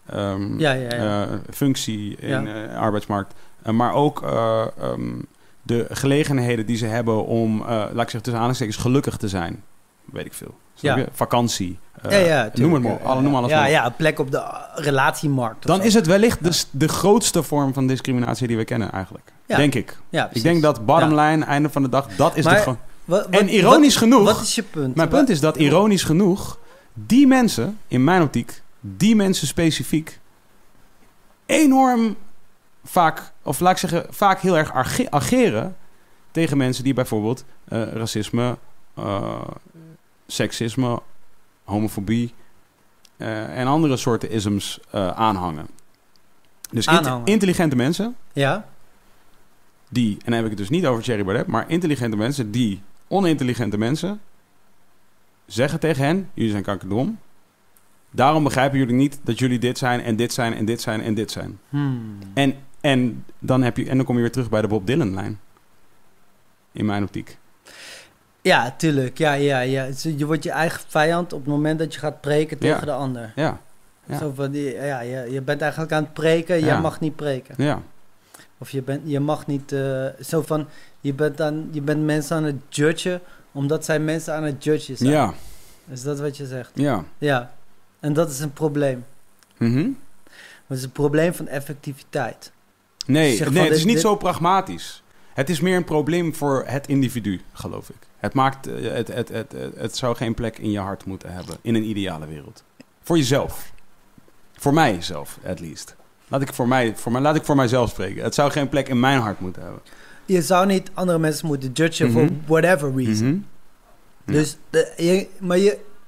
Functie in de arbeidsmarkt. Maar ook de gelegenheden die ze hebben om, laat ik zeggen, tussen aanhalingstekens gelukkig te zijn. Weet ik veel. Snap je? Vakantie. Noem het maar. Noem alles maar. Een plek op de relatiemarkt. Dan is het wellicht de grootste vorm van discriminatie die we kennen eigenlijk. Denk ik. Ja, ik denk dat bottom line, einde van de dag, dat is de... En ironisch genoeg... Wat is je punt? Mijn punt is dat ironisch genoeg... die mensen, in mijn optiek... die mensen specifiek... enorm vaak... of laat ik zeggen, vaak heel erg ageren... tegen mensen die bijvoorbeeld... racisme... seksisme... homofobie... en andere soorten isms aanhangen. Dus intelligente mensen... Ja. Die, en dan heb ik het dus niet over Thierry Baudet... maar intelligente mensen die... onintelligente mensen zeggen tegen hen... jullie zijn kankerdom. Daarom begrijpen jullie niet dat jullie dit zijn... en dit zijn en dit zijn en dit zijn. En dan kom je weer terug bij de Bob Dylan-lijn. In mijn optiek. Ja, tuurlijk. Ja. Je wordt je eigen vijand op het moment dat je gaat preken tegen de ander. Ja. Zo van je bent eigenlijk aan het preken... jij mag niet preken. Ja. Of je mag niet... zo van... Je bent mensen aan het judgen... omdat zij mensen aan het judgen zijn. Ja. Is dat wat je zegt? Ja. Ja. En dat is een probleem. Mm-hmm. Het is een probleem van effectiviteit. Nee, het is niet zo pragmatisch. Het is meer een probleem voor het individu, geloof ik. Het maakt... Het zou geen plek in je hart moeten hebben... in een ideale wereld. Voor jezelf. Voor mijzelf, at least. Laat ik voor mijzelf spreken. Het zou geen plek in mijn hart moeten hebben. Je zou niet andere mensen moeten judgen voor whatever reason. Mm-hmm. Dus,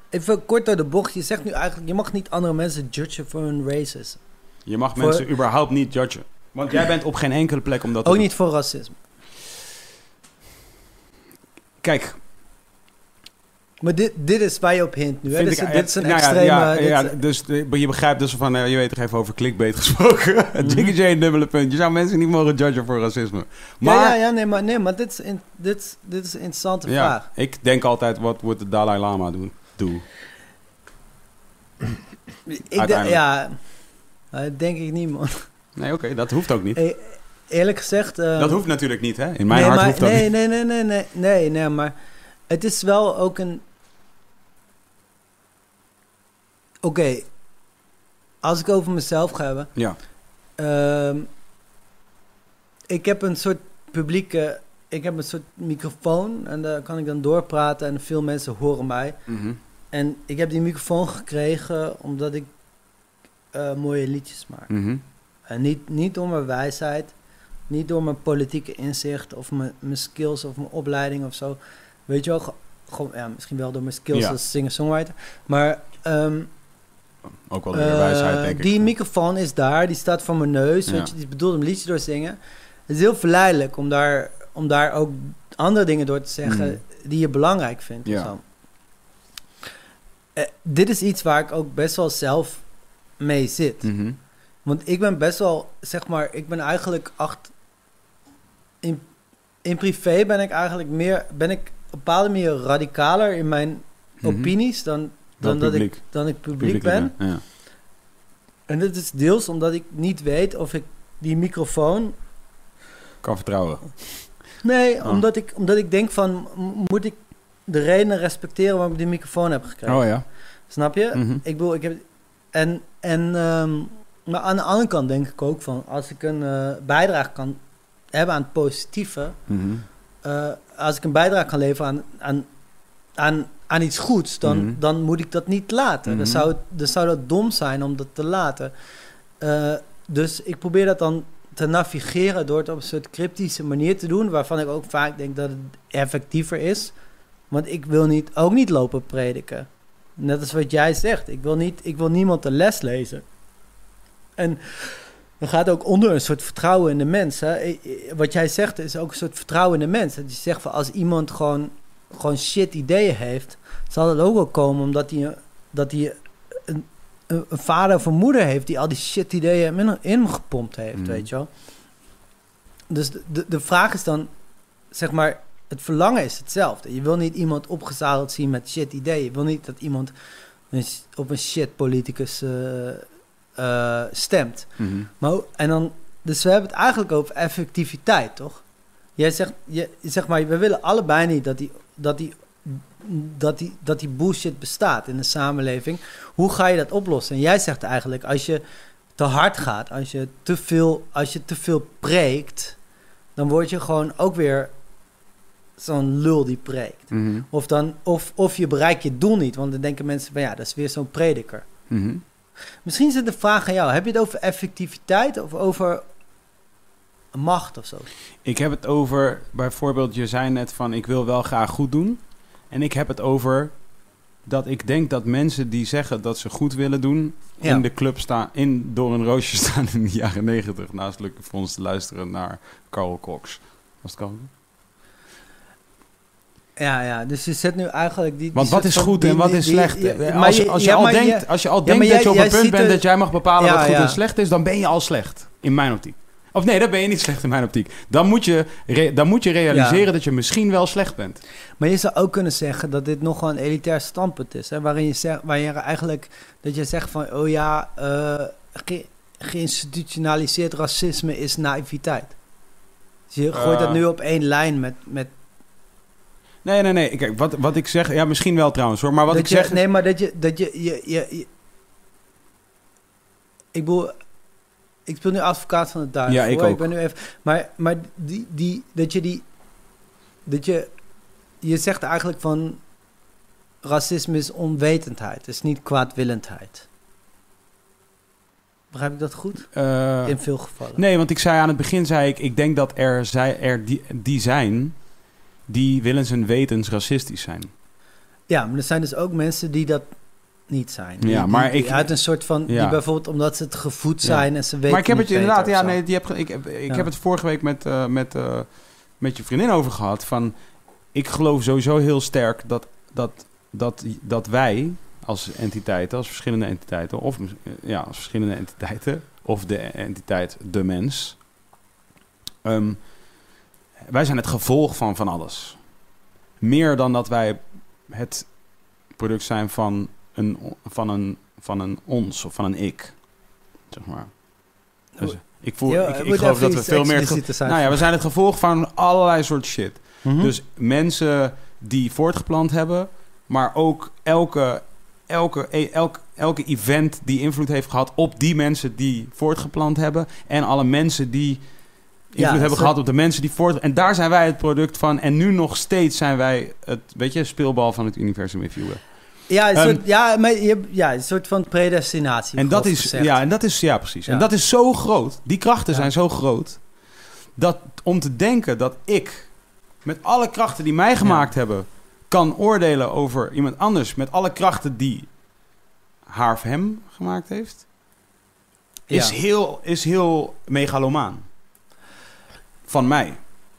even kort door de bocht. Je zegt nu eigenlijk, je mag niet andere mensen judgen voor hun racism. Je mag mensen überhaupt niet judgen. Want jij bent op geen enkele plek om dat te doen. Ook niet voor racisme. Kijk. Maar dit is waar je op hint nu. Hè? Dit is een extreme... Dus je begrijpt dus van... je weet toch even over clickbait gesproken. Jiggy J, dubbele punt. Je zou mensen niet mogen judgen voor racisme. Maar, nee, maar dit is een interessante vraag. Ik denk altijd, wat wordt de Dalai Lama doen? Denk ik niet, man. Nee, oké, dat hoeft ook niet. Eerlijk gezegd... dat hoeft natuurlijk niet, hè? In mijn hart hoeft dat niet. Nee, maar het is wel ook een... Oké, als ik over mezelf ga hebben... Ja. Ik heb een soort publieke... Ik heb een soort microfoon en daar kan ik dan doorpraten en veel mensen horen mij. Mm-hmm. En ik heb die microfoon gekregen omdat ik mooie liedjes maak. Mm-hmm. En niet door mijn wijsheid, niet door mijn politieke inzicht of mijn skills of mijn opleiding of zo. Weet je wel, gewoon, misschien wel door mijn skills als singer-songwriter. Maar ook wel door je wijsheid, denk ik. Die microfoon is daar, die staat voor mijn neus. Weet je, die is bedoeld om liedjes door te zingen. Het is heel verleidelijk om daar ook andere dingen door te zeggen die je belangrijk vindt. Ja. Of zo. Dit is iets waar ik ook best wel zelf mee zit. Mm-hmm. Want ik ben best wel, zeg maar, ik ben eigenlijk in privé ben ik eigenlijk meer, ben ik op een bepaalde manier radicaler in mijn opinies dan ik publiek ben. Ja. En dat is deels omdat ik niet weet of ik die microfoon kan vertrouwen. Nee, omdat ik denk van, moet ik de redenen respecteren waarom ik die microfoon heb gekregen? Oh ja. Snap je? Mm-hmm. Ik bedoel, ik heb... maar aan de andere kant denk ik ook van... als ik een bijdrage kan hebben aan het positieve... Mm-hmm. Als ik een bijdrage kan leveren aan iets goeds... dan moet ik dat niet laten. Mm-hmm. Dan zou dat dom zijn om dat te laten. Dus ik probeer dat dan te navigeren... door het op een soort cryptische manier te doen... waarvan ik ook vaak denk dat het effectiever is. Want ik wil ook niet lopen prediken... Net als wat jij zegt. Ik wil niemand de les lezen. En dan gaat ook onder een soort vertrouwen in de mens. Hè? Wat jij zegt is ook een soort vertrouwen in de mens. Dat je zegt van als iemand gewoon shit ideeën heeft... zal dat ook wel komen omdat hij een vader of een moeder heeft... die al die shit ideeën in hem gepompt heeft, weet je wel. Dus de vraag is dan, zeg maar... Het verlangen is hetzelfde. Je wil niet iemand opgezadeld zien met shit ideeën. Je wil niet dat iemand op een shit politicus stemt. Mm-hmm. Dus we hebben het eigenlijk over effectiviteit, toch? Jij zegt maar, we willen allebei niet dat die bullshit bestaat in de samenleving. Hoe ga je dat oplossen? En jij zegt eigenlijk, als je te hard gaat, als je te veel preekt, dan word je gewoon ook weer zo'n lul die preekt. Mm-hmm. Of je bereikt je doel niet. Want dan denken mensen van dat is weer zo'n prediker. Mm-hmm. Misschien is het de vraag aan jou. Heb je het over effectiviteit of over macht of zo? Ik heb het over, bijvoorbeeld, je zei net van ik wil wel graag goed doen. En ik heb het over dat ik denk dat mensen die zeggen dat ze goed willen doen... in de club staan, door een roosje staan in de jaren 90... naast Luc voor ons te luisteren naar Carl Cox. Was het Carl? Ja, dus je zet nu eigenlijk die... Want wat is goed en wat is slecht? Als je al denkt dat je op een punt bent dat jij mag bepalen wat goed en slecht is... dan ben je al slecht, in mijn optiek. Of nee, dan ben je niet slecht in mijn optiek. Dan moet je realiseren dat je misschien wel slecht bent. Maar je zou ook kunnen zeggen dat dit nogal een elitair standpunt is. Hè? Waarin je eigenlijk... dat je zegt van... geïnstitutionaliseerd racisme is naïviteit. Dus je gooit dat nu op één lijn met Nee. Kijk, wat ik zeg... Ja, misschien wel trouwens hoor. Maar wat ik zeg... Nee, maar dat je ik bedoel... Ik speel nu advocaat van de duivel. Ja, ik ook. Ik ben nu even... Maar je zegt eigenlijk van... racisme is onwetendheid. Het is niet kwaadwillendheid. Begrijp ik dat goed? In veel gevallen. Nee, want ik zei aan het begin... ik denk dat die zijn... die willens en wetens racistisch zijn. Ja, maar er zijn dus ook mensen die dat niet zijn. Ja, maar ik uit een soort van die bijvoorbeeld omdat ze het gevoed zijn en ze weten. Maar ik heb het inderdaad. Ja, nee, ik heb het vorige week met je vriendin over gehad. Van, ik geloof sowieso heel sterk dat wij als entiteiten, als verschillende entiteiten, als verschillende entiteiten, of de entiteit de mens, wij zijn het gevolg van alles. Meer dan dat wij het product zijn van een ons of van een ik, zeg maar. Dus ik geloof dat we veel meer... we zijn het gevolg van allerlei soort shit. Mm-hmm. Dus mensen die voortgeplant hebben, maar ook elke event die invloed heeft gehad op die mensen die voortgeplant hebben en alle mensen die invloed hebben gehad op de mensen die en daar zijn wij het product van en nu nog steeds zijn wij het, speelbal van het universum, if you will. Ja, een soort van predestinatie. En dat is, precies. Ja. En dat is zo groot. Die krachten zijn zo groot dat om te denken dat ik met alle krachten die mij gemaakt hebben kan oordelen over iemand anders met alle krachten die haar of hem gemaakt heeft, is heel megalomaan van mij.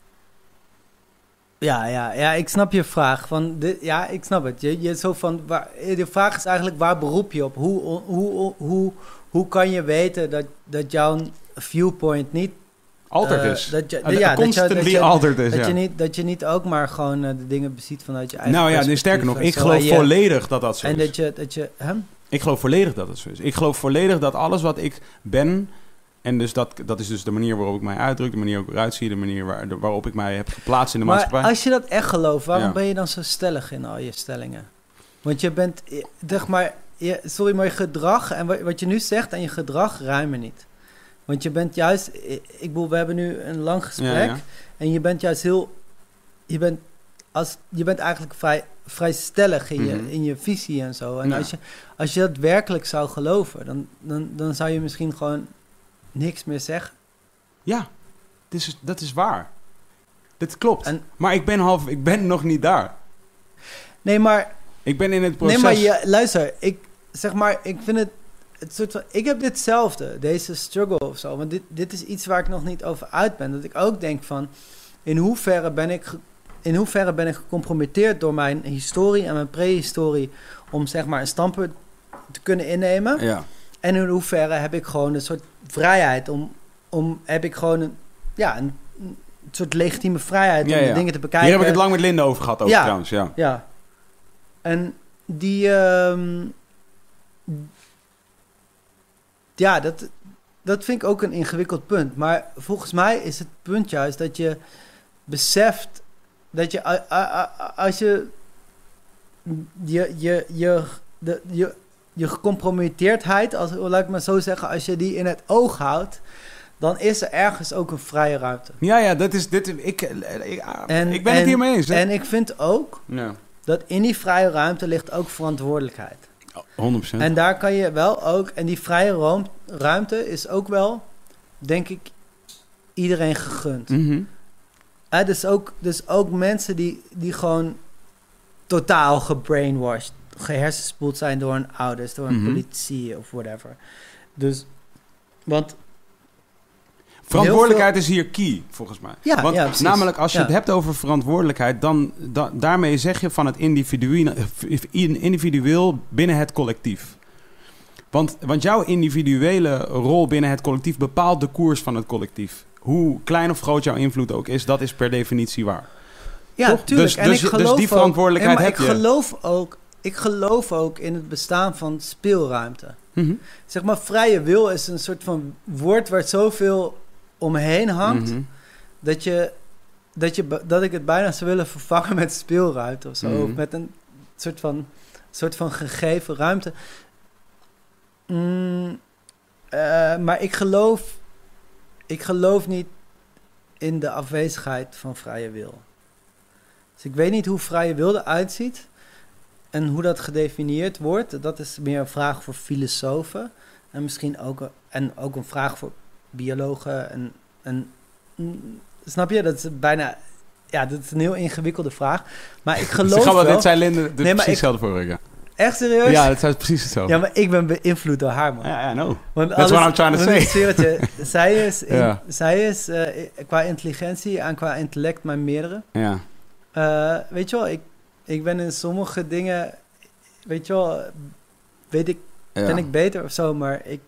Ja, ik snap je vraag. Ik snap het. Je zo van, de vraag is eigenlijk, waar beroep je op? Hoe kan je weten dat jouw viewpoint niet altijd is? Constantly altered is, dat je niet ook maar gewoon de dingen beziet vanuit je eigen perspectief. Sterker nog, ik geloof volledig dat zo is. En ik geloof volledig dat het zo is. Ik geloof volledig dat alles wat ik ben, en dus dat is dus de manier waarop ik mij uitdruk, de manier waarop ik eruit zie, de manier waarop ik mij heb geplaatst in de maatschappij. Maar als je dat echt gelooft, waarom ben je dan zo stellig in al je stellingen? Want je bent, zeg maar, maar je gedrag en wat je nu zegt en je gedrag rijmen niet. Want je bent juist, we hebben nu een lang gesprek en je bent juist je bent eigenlijk vrij stellig in je visie en zo. En als je dat werkelijk zou geloven, dan zou je misschien gewoon niks meer zeggen. Ja, dat is waar. Dit klopt. Maar ik ben nog niet daar. Nee, maar... Ik ben in het proces... Nee, maar luister. Ik vind het soort van... Ik heb ditzelfde, deze struggle of zo. Want dit is iets waar ik nog niet over uit ben. Dat ik ook denk van... In hoeverre ben ik gecompromitteerd door mijn historie en mijn prehistorie... om zeg maar een standpunt te kunnen innemen... Ja. En in hoeverre heb ik gewoon een soort vrijheid heb ik gewoon een soort legitieme vrijheid om de dingen te bekijken. Hier heb ik het lang met Linde over gehad, trouwens. Ja. En die... dat vind ik ook een ingewikkeld punt. Maar volgens mij is het punt juist dat je beseft dat je als je gecompromitteerdheid, laat ik maar zo zeggen, als je die in het oog houdt, dan is er ergens ook een vrije ruimte. Ja, dat is dit. Ik ben het hiermee eens. Hè? En ik vind ook dat in die vrije ruimte ligt ook verantwoordelijkheid. 100%. En daar kan je wel ook, en die vrije ruimte is ook wel, denk ik, iedereen gegund. Mm-hmm. Dus ook mensen die gewoon totaal gebrainwashed, gehersenspoeld zijn door hun ouders, door een politie of whatever. Dus, want... Verantwoordelijkheid is hier key, volgens mij. Ja, want precies. Namelijk, als je het hebt over verantwoordelijkheid, dan daarmee zeg je van het individueel binnen het collectief. Want jouw individuele rol binnen het collectief bepaalt de koers van het collectief. Hoe klein of groot jouw invloed ook is, dat is per definitie waar. Ja, tuurlijk. Dus die verantwoordelijkheid heb je. Ik geloof ook in het bestaan van speelruimte. Mm-hmm. Zeg maar, vrije wil is een soort van woord waar zoveel omheen hangt, mm-hmm. dat ik het bijna zou willen vervangen met speelruimte of zo. Mm-hmm. Of met een soort van gegeven ruimte. Maar ik geloof niet in de afwezigheid van vrije wil. Dus ik weet niet hoe vrije wil eruit ziet en hoe dat gedefinieerd wordt. Dat is meer een vraag voor filosofen en misschien ook een vraag voor biologen. En snap je? Dat is bijna Ja, dat is een heel ingewikkelde vraag. Maar ik geloof wel... Dit zei Linde precies hetzelfde vorige keer. Echt serieus? Ja, dat is precies hetzelfde. Ja, maar ik ben beïnvloed door haar, man. Ja, no. That's what I'm trying to say. Zij is qua intelligentie en qua intellect mijn meerdere. Ja. Weet je wel, ik ben in sommige dingen... Weet je wel, ben ik beter of zo, maar ik...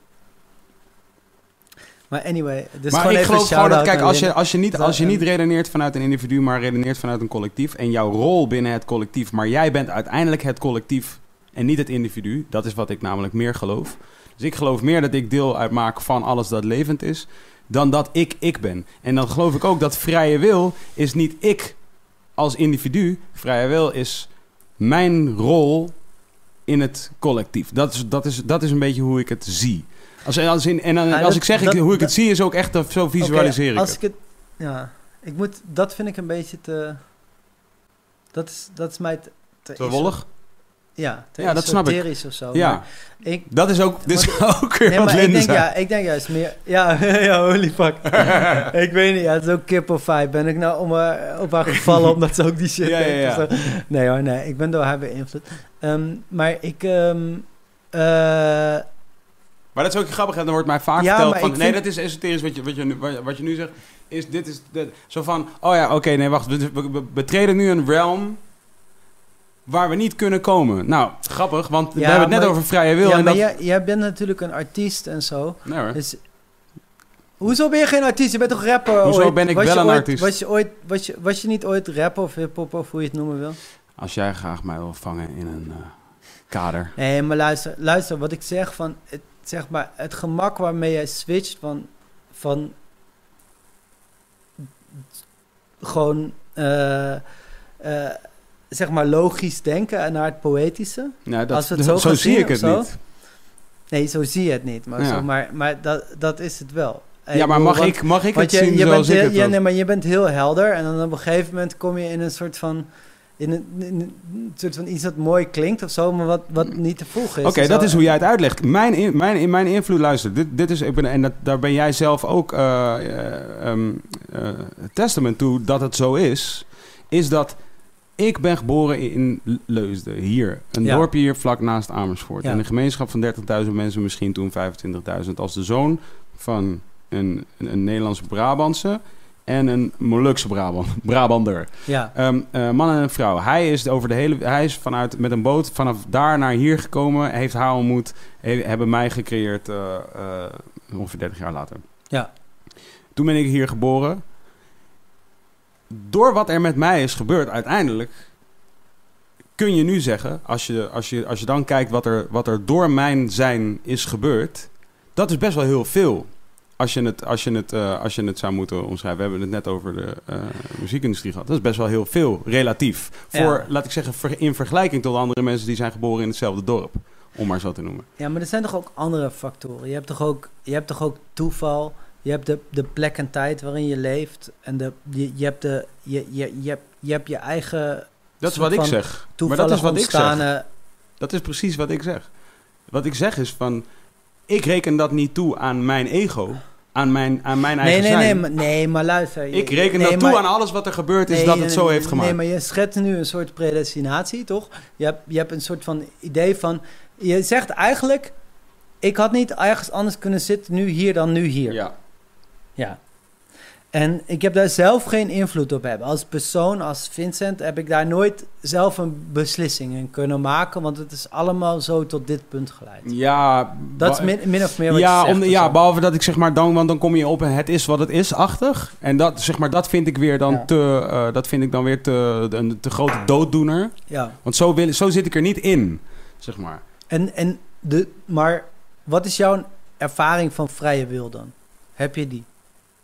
Maar anyway, dus maar gewoon ik even geloof gewoon dat, kijk, als je niet redeneert redeneert vanuit een individu, maar redeneert vanuit een collectief en jouw rol binnen het collectief, maar jij bent uiteindelijk het collectief en niet het individu, dat is wat ik namelijk meer geloof. Dus ik geloof meer dat ik deel uitmaak van alles dat levend is, dan dat ik ben. En dan geloof ik ook dat vrije wil is niet ik als individu, vrije wil is mijn rol in het collectief. Dat is een beetje hoe ik het zie. Als ik zeg hoe ik het zie, is ook echt zo visualiseer ik als het. Ik het. Ja, dat vind ik een beetje te... Dat is mij te wollig? Ja, dat snap ik. Of zo. Ja, dat is ook weer wat Linde zei. Ik denk juist meer... Ja, holy fuck. Ik weet niet, het is ook kip of vijf. Ben ik nou op haar gevallen omdat ze ook die shit heeft? Of zo? Nee hoor, nee. Ik ben door haar beïnvloed. Maar ik... Maar dat is ook grappig, en dan wordt mij vaak verteld van... Nee, dat is esoterisch wat je nu zegt. Zo van, nee, wacht. We betreden nu een realm waar we niet kunnen komen. Nou, grappig, want we hebben het net over vrije wil. Ja, en maar jij bent natuurlijk een artiest en zo. Nee hoor. Dus, hoezo ben je geen artiest? Je bent toch rapper? Hoezo ben ik wel een artiest? Was je niet ooit rapper of hiphop of hoe je het noemen wil? Als jij graag mij wil vangen in een kader. Nee, maar luister, wat ik zeg van... Zeg maar, het gemak waarmee jij switcht van gewoon zeg maar logisch denken en naar het poëtische. Ja, als we het zo zie ik het niet. Nee, zo zie je het niet. Maar dat is het wel. Ja, maar mag ik het zien zoals ik het wil? Nee, maar je bent heel helder en dan op een gegeven moment kom je in een soort van... In een soort van iets dat mooi klinkt of zo, maar wat niet te volgen is. Oké, dat is hoe jij het uitlegt. Mijn invloed, luister, dit is, daar ben jij zelf ook testament toe dat het zo is dat ik ben geboren in Leusden, hier. Een dorpje hier vlak naast Amersfoort. En een gemeenschap van 30.000 mensen, misschien toen 25.000. Als de zoon van een Nederlandse Brabantse... en een Molukse Brabander. Ja. Man en een vrouw. Hij is met een boot vanaf daar naar hier gekomen. Heeft haar ontmoet. Hebben mij gecreëerd ongeveer 30 jaar later. Ja. Toen ben ik hier geboren. Door wat er met mij is gebeurd uiteindelijk... kun je nu zeggen... Als je dan kijkt wat er door mijn zijn is gebeurd... dat is best wel heel veel... Als je het zou moeten omschrijven. We hebben het net over de muziekindustrie gehad. Dat is best wel heel veel, relatief. Laat ik zeggen, in vergelijking tot andere mensen... die zijn geboren in hetzelfde dorp. Om maar zo te noemen. Ja, maar er zijn toch ook andere factoren. Je hebt toch ook toeval. Je hebt de plek en tijd waarin je leeft. En je hebt je eigen... Dat is wat ik zeg. Maar dat is wat ik zeg. Dat is precies wat ik zeg. Wat ik zeg is van... Ik reken dat niet toe aan mijn ego... Aan mijn eigen zijn. Nee, maar luister. Ik reken dat toe aan alles wat er gebeurd is dat het zo heeft gemaakt. Nee, maar je schetst nu een soort predestinatie, toch? Je hebt een soort van idee van... Je zegt eigenlijk... Ik had niet ergens anders kunnen zitten nu hier dan nu hier. Ja. En ik heb daar zelf geen invloed op hebben. Als persoon, als Vincent, heb ik daar nooit zelf een beslissing in kunnen maken. Want het is allemaal zo tot dit punt geleid. Ja. Dat is min of meer wat je zegt. Ja, behalve dat ik zeg maar want dan kom je op en het is wat het is-achtig. En dat, zeg maar, dat vind ik weer dan te grote dooddoener. Ja. Want zo zit ik er niet in, zeg maar. Maar wat is jouw ervaring van vrije wil dan? Heb je die?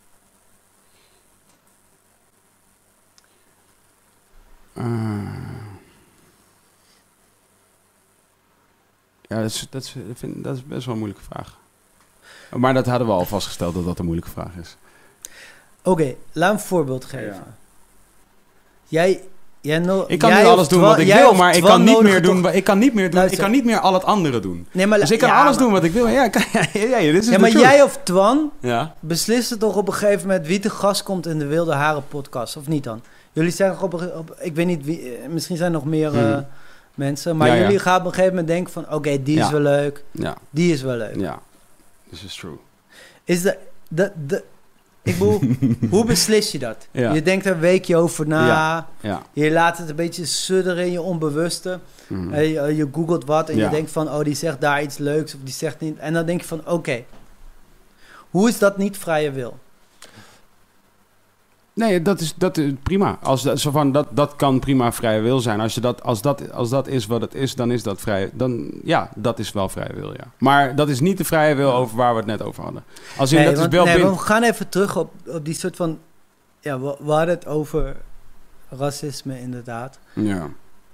Ja, dat is best wel een moeilijke vraag. Maar dat hadden we al vastgesteld dat dat een moeilijke vraag is. Oké, laat een voorbeeld geven. Ja. Ik kan nu alles doen wat ik wil, maar ik kan niet meer doen. Ik kan niet meer al het andere doen. Nee, maar, dus ik kan alles doen wat ik wil. Maar jij of Twan beslissen toch op een gegeven moment wie te gast komt in de Wilde Haren podcast, of niet dan? Jullie zeggen ik weet niet wie, misschien zijn er nog meer mensen, maar jullie gaan op een gegeven moment denken van, oké, die is wel leuk, die is wel leuk. Ja, this is true. Is ik bedoel, hoe beslis je dat? Ja. Je denkt er een weekje over na. Ja. Je laat het een beetje sudderen in je onbewuste. Je googelt wat en je denkt van, die zegt daar iets leuks of die zegt niet. En dan denk je van, oké, hoe is dat niet vrije wil? Nee, dat is prima. Dat kan prima vrije wil zijn. Als dat is wat het is, dan is dat vrij. Dat is wel vrije wil, ja. Maar dat is niet de vrije wil over waar we het net over hadden. We gaan even terug op die soort van... Ja, we hadden het over racisme inderdaad. Ja.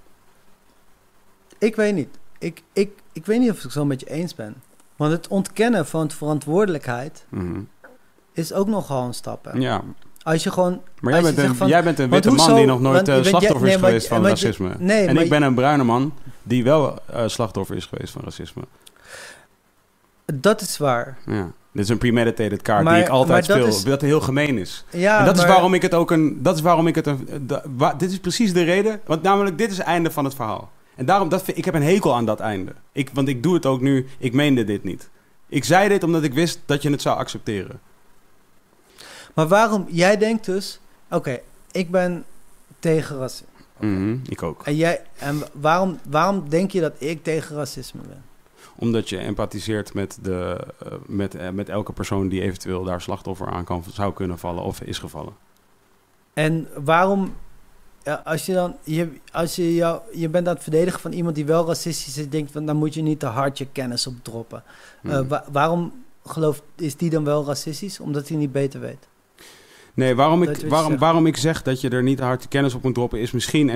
Ik weet niet. Ik weet niet of ik het zo met je eens ben. Want het ontkennen van verantwoordelijkheid is ook nogal een stap, hè? Ja. Als je gewoon... Maar jij bent een witte man die nog nooit slachtoffer is geweest van racisme. En ik ben een bruine man die wel slachtoffer is geweest van racisme. Dat is waar. Ja. Dit is een premeditated kaart die ik altijd speel. Dat heel gemeen is. Ja, en dat is waarom ik het ook dit is precies de reden. Want namelijk, dit is het einde van het verhaal. En daarom, ik heb een hekel aan dat einde. Want ik doe het ook nu. Ik meende dit niet. Ik zei dit omdat ik wist dat je het zou accepteren. Maar waarom... Jij denkt dus... Oké, ik ben tegen racisme. Ik ook. En waarom denk je dat ik tegen racisme ben? Omdat je empathiseert met elke persoon die eventueel daar slachtoffer aan zou kunnen vallen of is gevallen. En waarom... Als je dan... Je bent aan het verdedigen van iemand die wel racistisch is, denkt van, dan moet je niet te hard je kennis op droppen. Waarom is die dan wel racistisch? Omdat hij niet beter weet. Nee, waarom ik zeg dat je er niet hard kennis op moet droppen is misschien...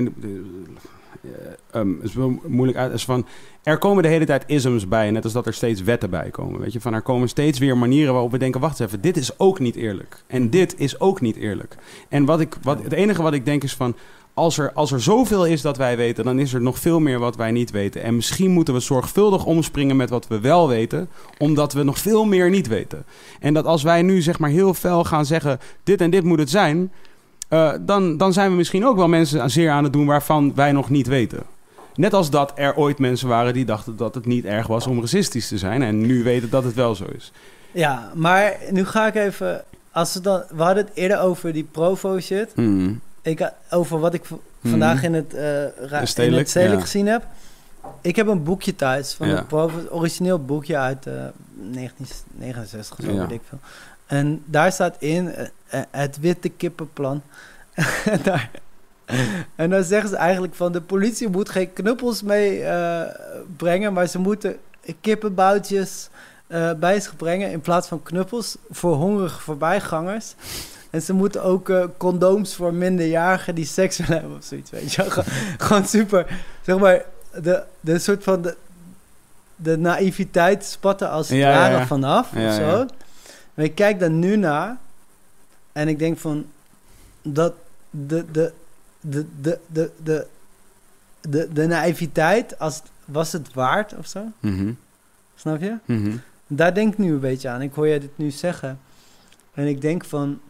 het is wel moeilijk uit. Is van, er komen de hele tijd isms bij, net als dat er steeds wetten bij komen. Weet je, van er komen steeds weer manieren waarop we denken, wacht even, dit is ook niet eerlijk. En dit is ook niet eerlijk. En het enige wat ik denk is van, als er zoveel is dat wij weten, dan is er nog veel meer wat wij niet weten. En misschien moeten we zorgvuldig omspringen met wat we wel weten, omdat we nog veel meer niet weten. En dat als wij nu zeg maar heel fel gaan zeggen, dit en dit moet het zijn, dan zijn we misschien ook wel mensen zeer aan het doen waarvan wij nog niet weten. Net als dat er ooit mensen waren die dachten dat het niet erg was om racistisch te zijn en nu weten dat het wel zo is. Ja, maar nu ga ik even... we hadden het eerder over die Provo shit. Over wat ik vandaag in het stedelijk gezien heb. Ik heb een boekje thuis van de Provo, een origineel boekje uit 1969 of zo, weet ik veel. En daar staat in het witte kippenplan. En dan zeggen ze eigenlijk van, de politie moet geen knuppels mee brengen, maar ze moeten kippenboutjes bij zich brengen in plaats van knuppels voor hongerige voorbijgangers. En ze moeten ook condooms voor minderjarigen die seks willen hebben of zoiets, weet je. Gewoon super, zeg maar, de soort van de naïviteit spatten als het ware vanaf of zo. Ja. Maar ik kijk daar nu naar en ik denk van, dat de naïviteit, was het waard of zo? Snap je? Daar denk ik nu een beetje aan. Ik hoor jij dit nu zeggen. En ik denk van,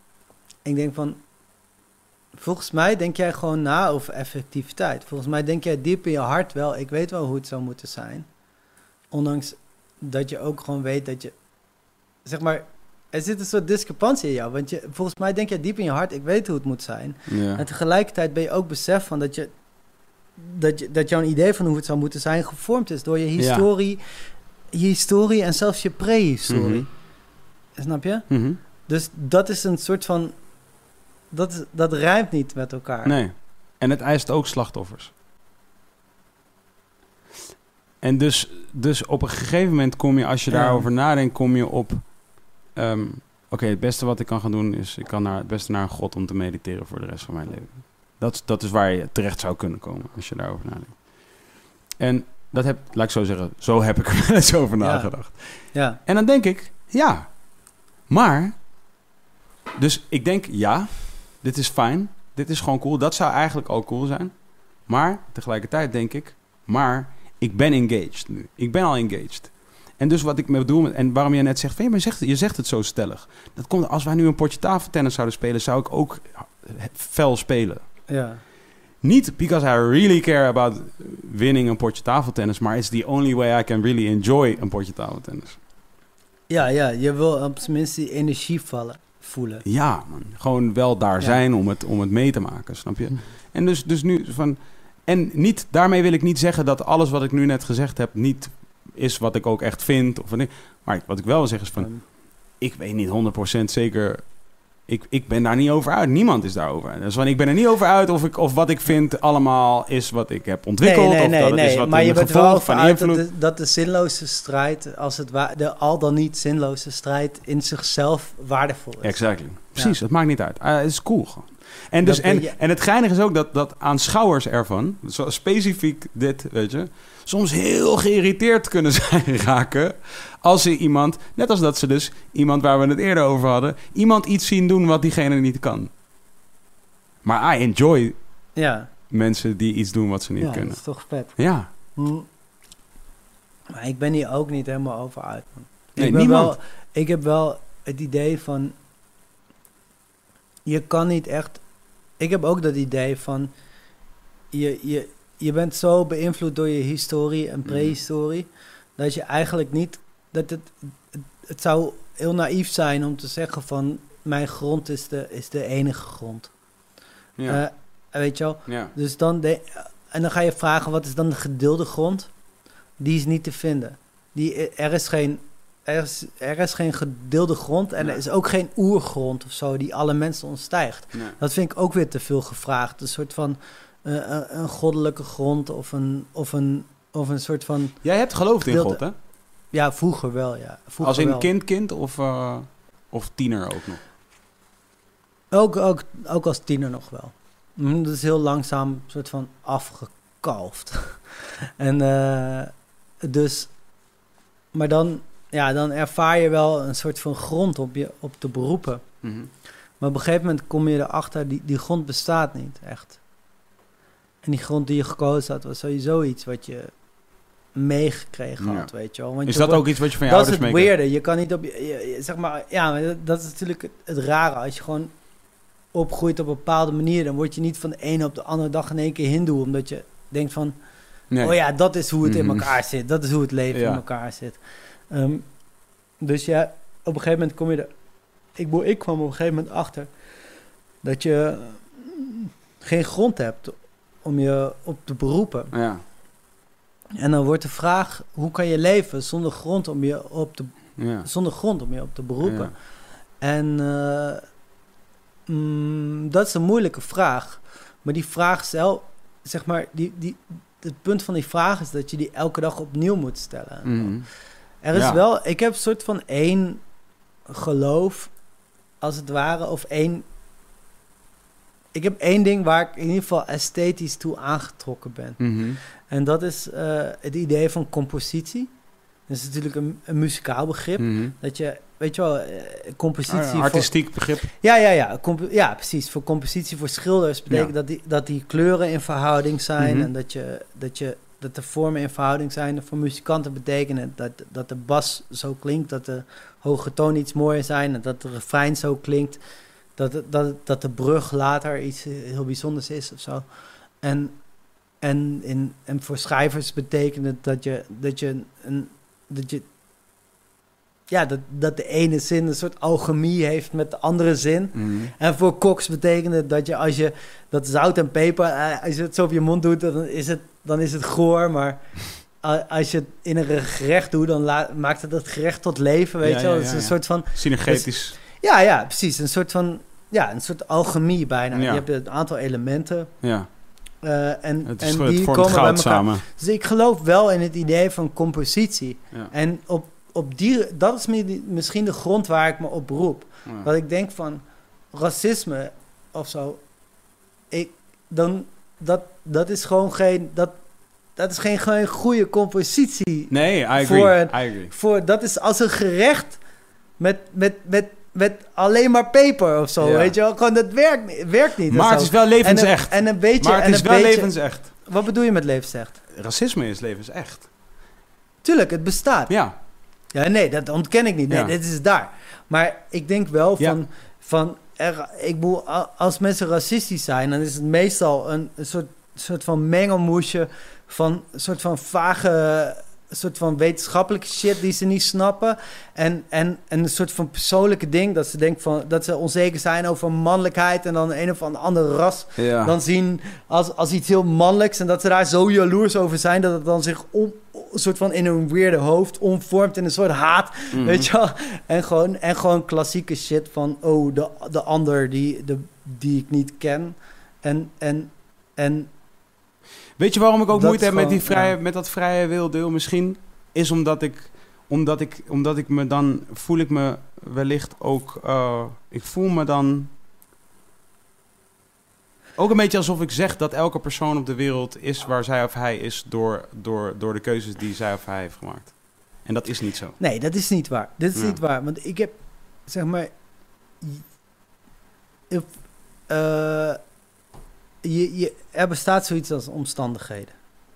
volgens mij denk jij gewoon na over effectiviteit. Volgens mij denk jij diep in je hart wel, ik weet wel hoe het zou moeten zijn. Ondanks dat je ook gewoon weet dat je, zeg maar, er zit een soort discrepantie in jou. Want volgens mij denk jij diep in je hart, ik weet hoe het moet zijn. Ja. En tegelijkertijd ben je ook besef van dat jouw idee van hoe het zou moeten zijn gevormd is door je historie en zelfs je prehistorie. Snap je? Dus dat is een soort van, dat rijmt niet met elkaar. Nee. En het eist ook slachtoffers. En dus op een gegeven moment kom je, als je daarover nadenkt, kom je op, oké, het beste wat ik kan gaan doen is, ik kan het beste naar een god om te mediteren voor de rest van mijn leven. Dat is waar je terecht zou kunnen komen, als je daarover nadenkt. En laat ik zo zeggen, zo heb ik er wel eens over nagedacht. Ja. En dan denk ik, ja, maar, dus ik denk, ja, dit is fijn, dit is gewoon cool, dat zou eigenlijk al cool zijn. Maar tegelijkertijd denk ik, maar ik ben engaged nu. Ik ben al engaged. En dus wat ik bedoel, en waarom jij net zegt, je zegt het zo stellig. Dat komt, als wij nu een potje tafeltennis zouden spelen, zou ik ook fel spelen. Ja. Niet because I really care about winning een potje tafeltennis, maar it's the only way I can really enjoy een potje tafeltennis. Ja, je wil op zijn minst die energie voelen. Ja, man. Gewoon wel daar zijn om het mee te maken, snap je? En dus nu van... En niet, daarmee wil ik niet zeggen dat alles wat ik nu net gezegd heb niet is wat ik ook echt vind. Maar wat ik wel wil zeggen is van... Ik weet niet 100% zeker... Ik ben daar niet over uit. Niemand is daarover. Dus ik ben er niet over uit of wat ik vind allemaal is wat ik heb ontwikkeld. Nee, is wat maar je bent wel over uit dat de zinloze strijd, als het de al dan niet zinloze strijd in zichzelf waardevol is. Exactly. Precies, het maakt niet uit. Het is cool gewoon. En, dus, en het geinige is ook dat aanschouwers ervan, zo specifiek dit, weet je, soms heel geïrriteerd kunnen raken als ze iemand, net als dat ze dus iemand waar we het eerder over hadden, iemand iets zien doen wat diegene niet kan. Maar I enjoy mensen die iets doen wat ze niet kunnen. Ja, dat is toch vet. Ja. Maar ik ben hier ook niet helemaal over uit. Nee, niemand. Ik heb wel het idee van, je kan niet echt... Ik heb ook dat idee van... Je bent zo beïnvloed door je historie en prehistorie... dat je eigenlijk niet... Het zou heel naïef zijn om te zeggen van... mijn grond is de enige grond. Ja. Weet je wel? Ja. Dus dan... en dan ga je vragen, wat is dan de gedeelde grond? Die is niet te vinden. Er is geen gedeelde grond en er is ook geen oergrond of zo die alle mensen ontstijgt. Nee. Dat vind ik ook weer te veel gevraagd. Een soort van een goddelijke grond of een soort van... Jij hebt geloofd in God, hè? Ja, vroeger wel, ja. Als in kind of tiener ook nog? Ook als tiener nog wel. Dat is heel langzaam soort van afgekalfd. En dus... Maar dan ervaar je wel een soort van grond op te beroepen. Mm-hmm. Maar op een gegeven moment kom je erachter, die grond bestaat niet echt. En die grond die je gekozen had, was sowieso iets wat je meegekregen had, weet je wel. Want is dat ook iets wat je van je ouders meekrijgt? Dat is het weirde. Je kan niet zeg maar, maar dat is natuurlijk het rare. Als je gewoon opgroeit op een bepaalde manier, dan word je niet van de ene op de andere dag in één keer hindoe, omdat je denkt van, oh ja, dat is hoe het in elkaar zit. Dat is hoe het leven in elkaar zit. Dus ja, op een gegeven moment kom je er... Ik kwam op een gegeven moment achter dat je geen grond hebt om je op te beroepen. Ja. En dan wordt de vraag, hoe kan je leven zonder grond om je op te beroepen? Ja. En dat is een moeilijke vraag. Maar die vraag zelf, zeg maar, het punt van die vraag is dat je die elke dag opnieuw moet stellen. Mm-hmm. Er is wel... Ik heb een soort van één geloof, als het ware, of één... Ik heb één ding waar ik in ieder geval esthetisch toe aangetrokken ben. Mm-hmm. En dat is het idee van compositie. Dat is natuurlijk een muzikaal begrip. Mm-hmm. Dat je, weet je wel, compositie... artistiek begrip. Ja, precies. Voor compositie, voor schilders betekent dat die kleuren in verhouding zijn... Mm-hmm. En dat de vormen in verhouding zijn. Voor muzikanten betekenen dat de bas zo klinkt, dat de hoge tonen iets mooier zijn en dat de refrein zo klinkt, dat de brug later iets heel bijzonders is of zo. En voor schrijvers betekent het dat de ene zin een soort alchemie heeft met de andere zin. Mm. En voor koks betekent het dat als je dat zout en peper, als je het zo op je mond doet, dan is het goor. Maar als je het in een gerecht doet, dan maakt het gerecht tot leven, weet je wel. Het is een soort van... synergetisch. Ja, precies. Een soort alchemie bijna. Ja. Je hebt een aantal elementen. Ja. En die komen bij elkaar. Samen. Dus ik geloof wel in het idee van compositie. Ja. En dat is misschien de grond waar ik me op beroep. Ja. Dat ik denk van racisme of zo. Dat is gewoon geen... Dat is geen goede compositie. Nee, I agree. Dat is als een gerecht met alleen maar peper of zo, weet je wel. Gewoon, dat werkt niet. Maar het is wel levensecht. En een beetje... Maar het is wel levensecht. Wat bedoel je met levensecht? Racisme is levensecht. Tuurlijk, het bestaat. Ja. Ja, nee, dat ontken ik niet. Nee, dit is daar. Maar ik denk wel als mensen racistisch zijn, dan is het meestal een soort van mengelmoesje van een soort van vage, soort van wetenschappelijke shit die ze niet snappen. En een soort van persoonlijke ding, dat ze denken dat ze onzeker zijn over mannelijkheid en dan een of ander ras dan zien als iets heel mannelijks. En dat ze daar zo jaloers over zijn dat het dan zich een soort van in hun weirde hoofd omvormt in een soort haat. Weet je wel? En gewoon klassieke shit van de ander die ik niet ken. En weet je waarom ik ook moeite heb met met dat vrije wildeel misschien? Is omdat ik me dan... voel ik me wellicht ook... ik voel me dan... ook een beetje alsof ik zeg dat elke persoon op de wereld is waar zij of hij is door de keuzes die zij of hij heeft gemaakt. En dat is niet zo. Nee, dat is niet waar. Dit is niet waar. Want ik heb, zeg maar... er bestaat zoiets als omstandigheden.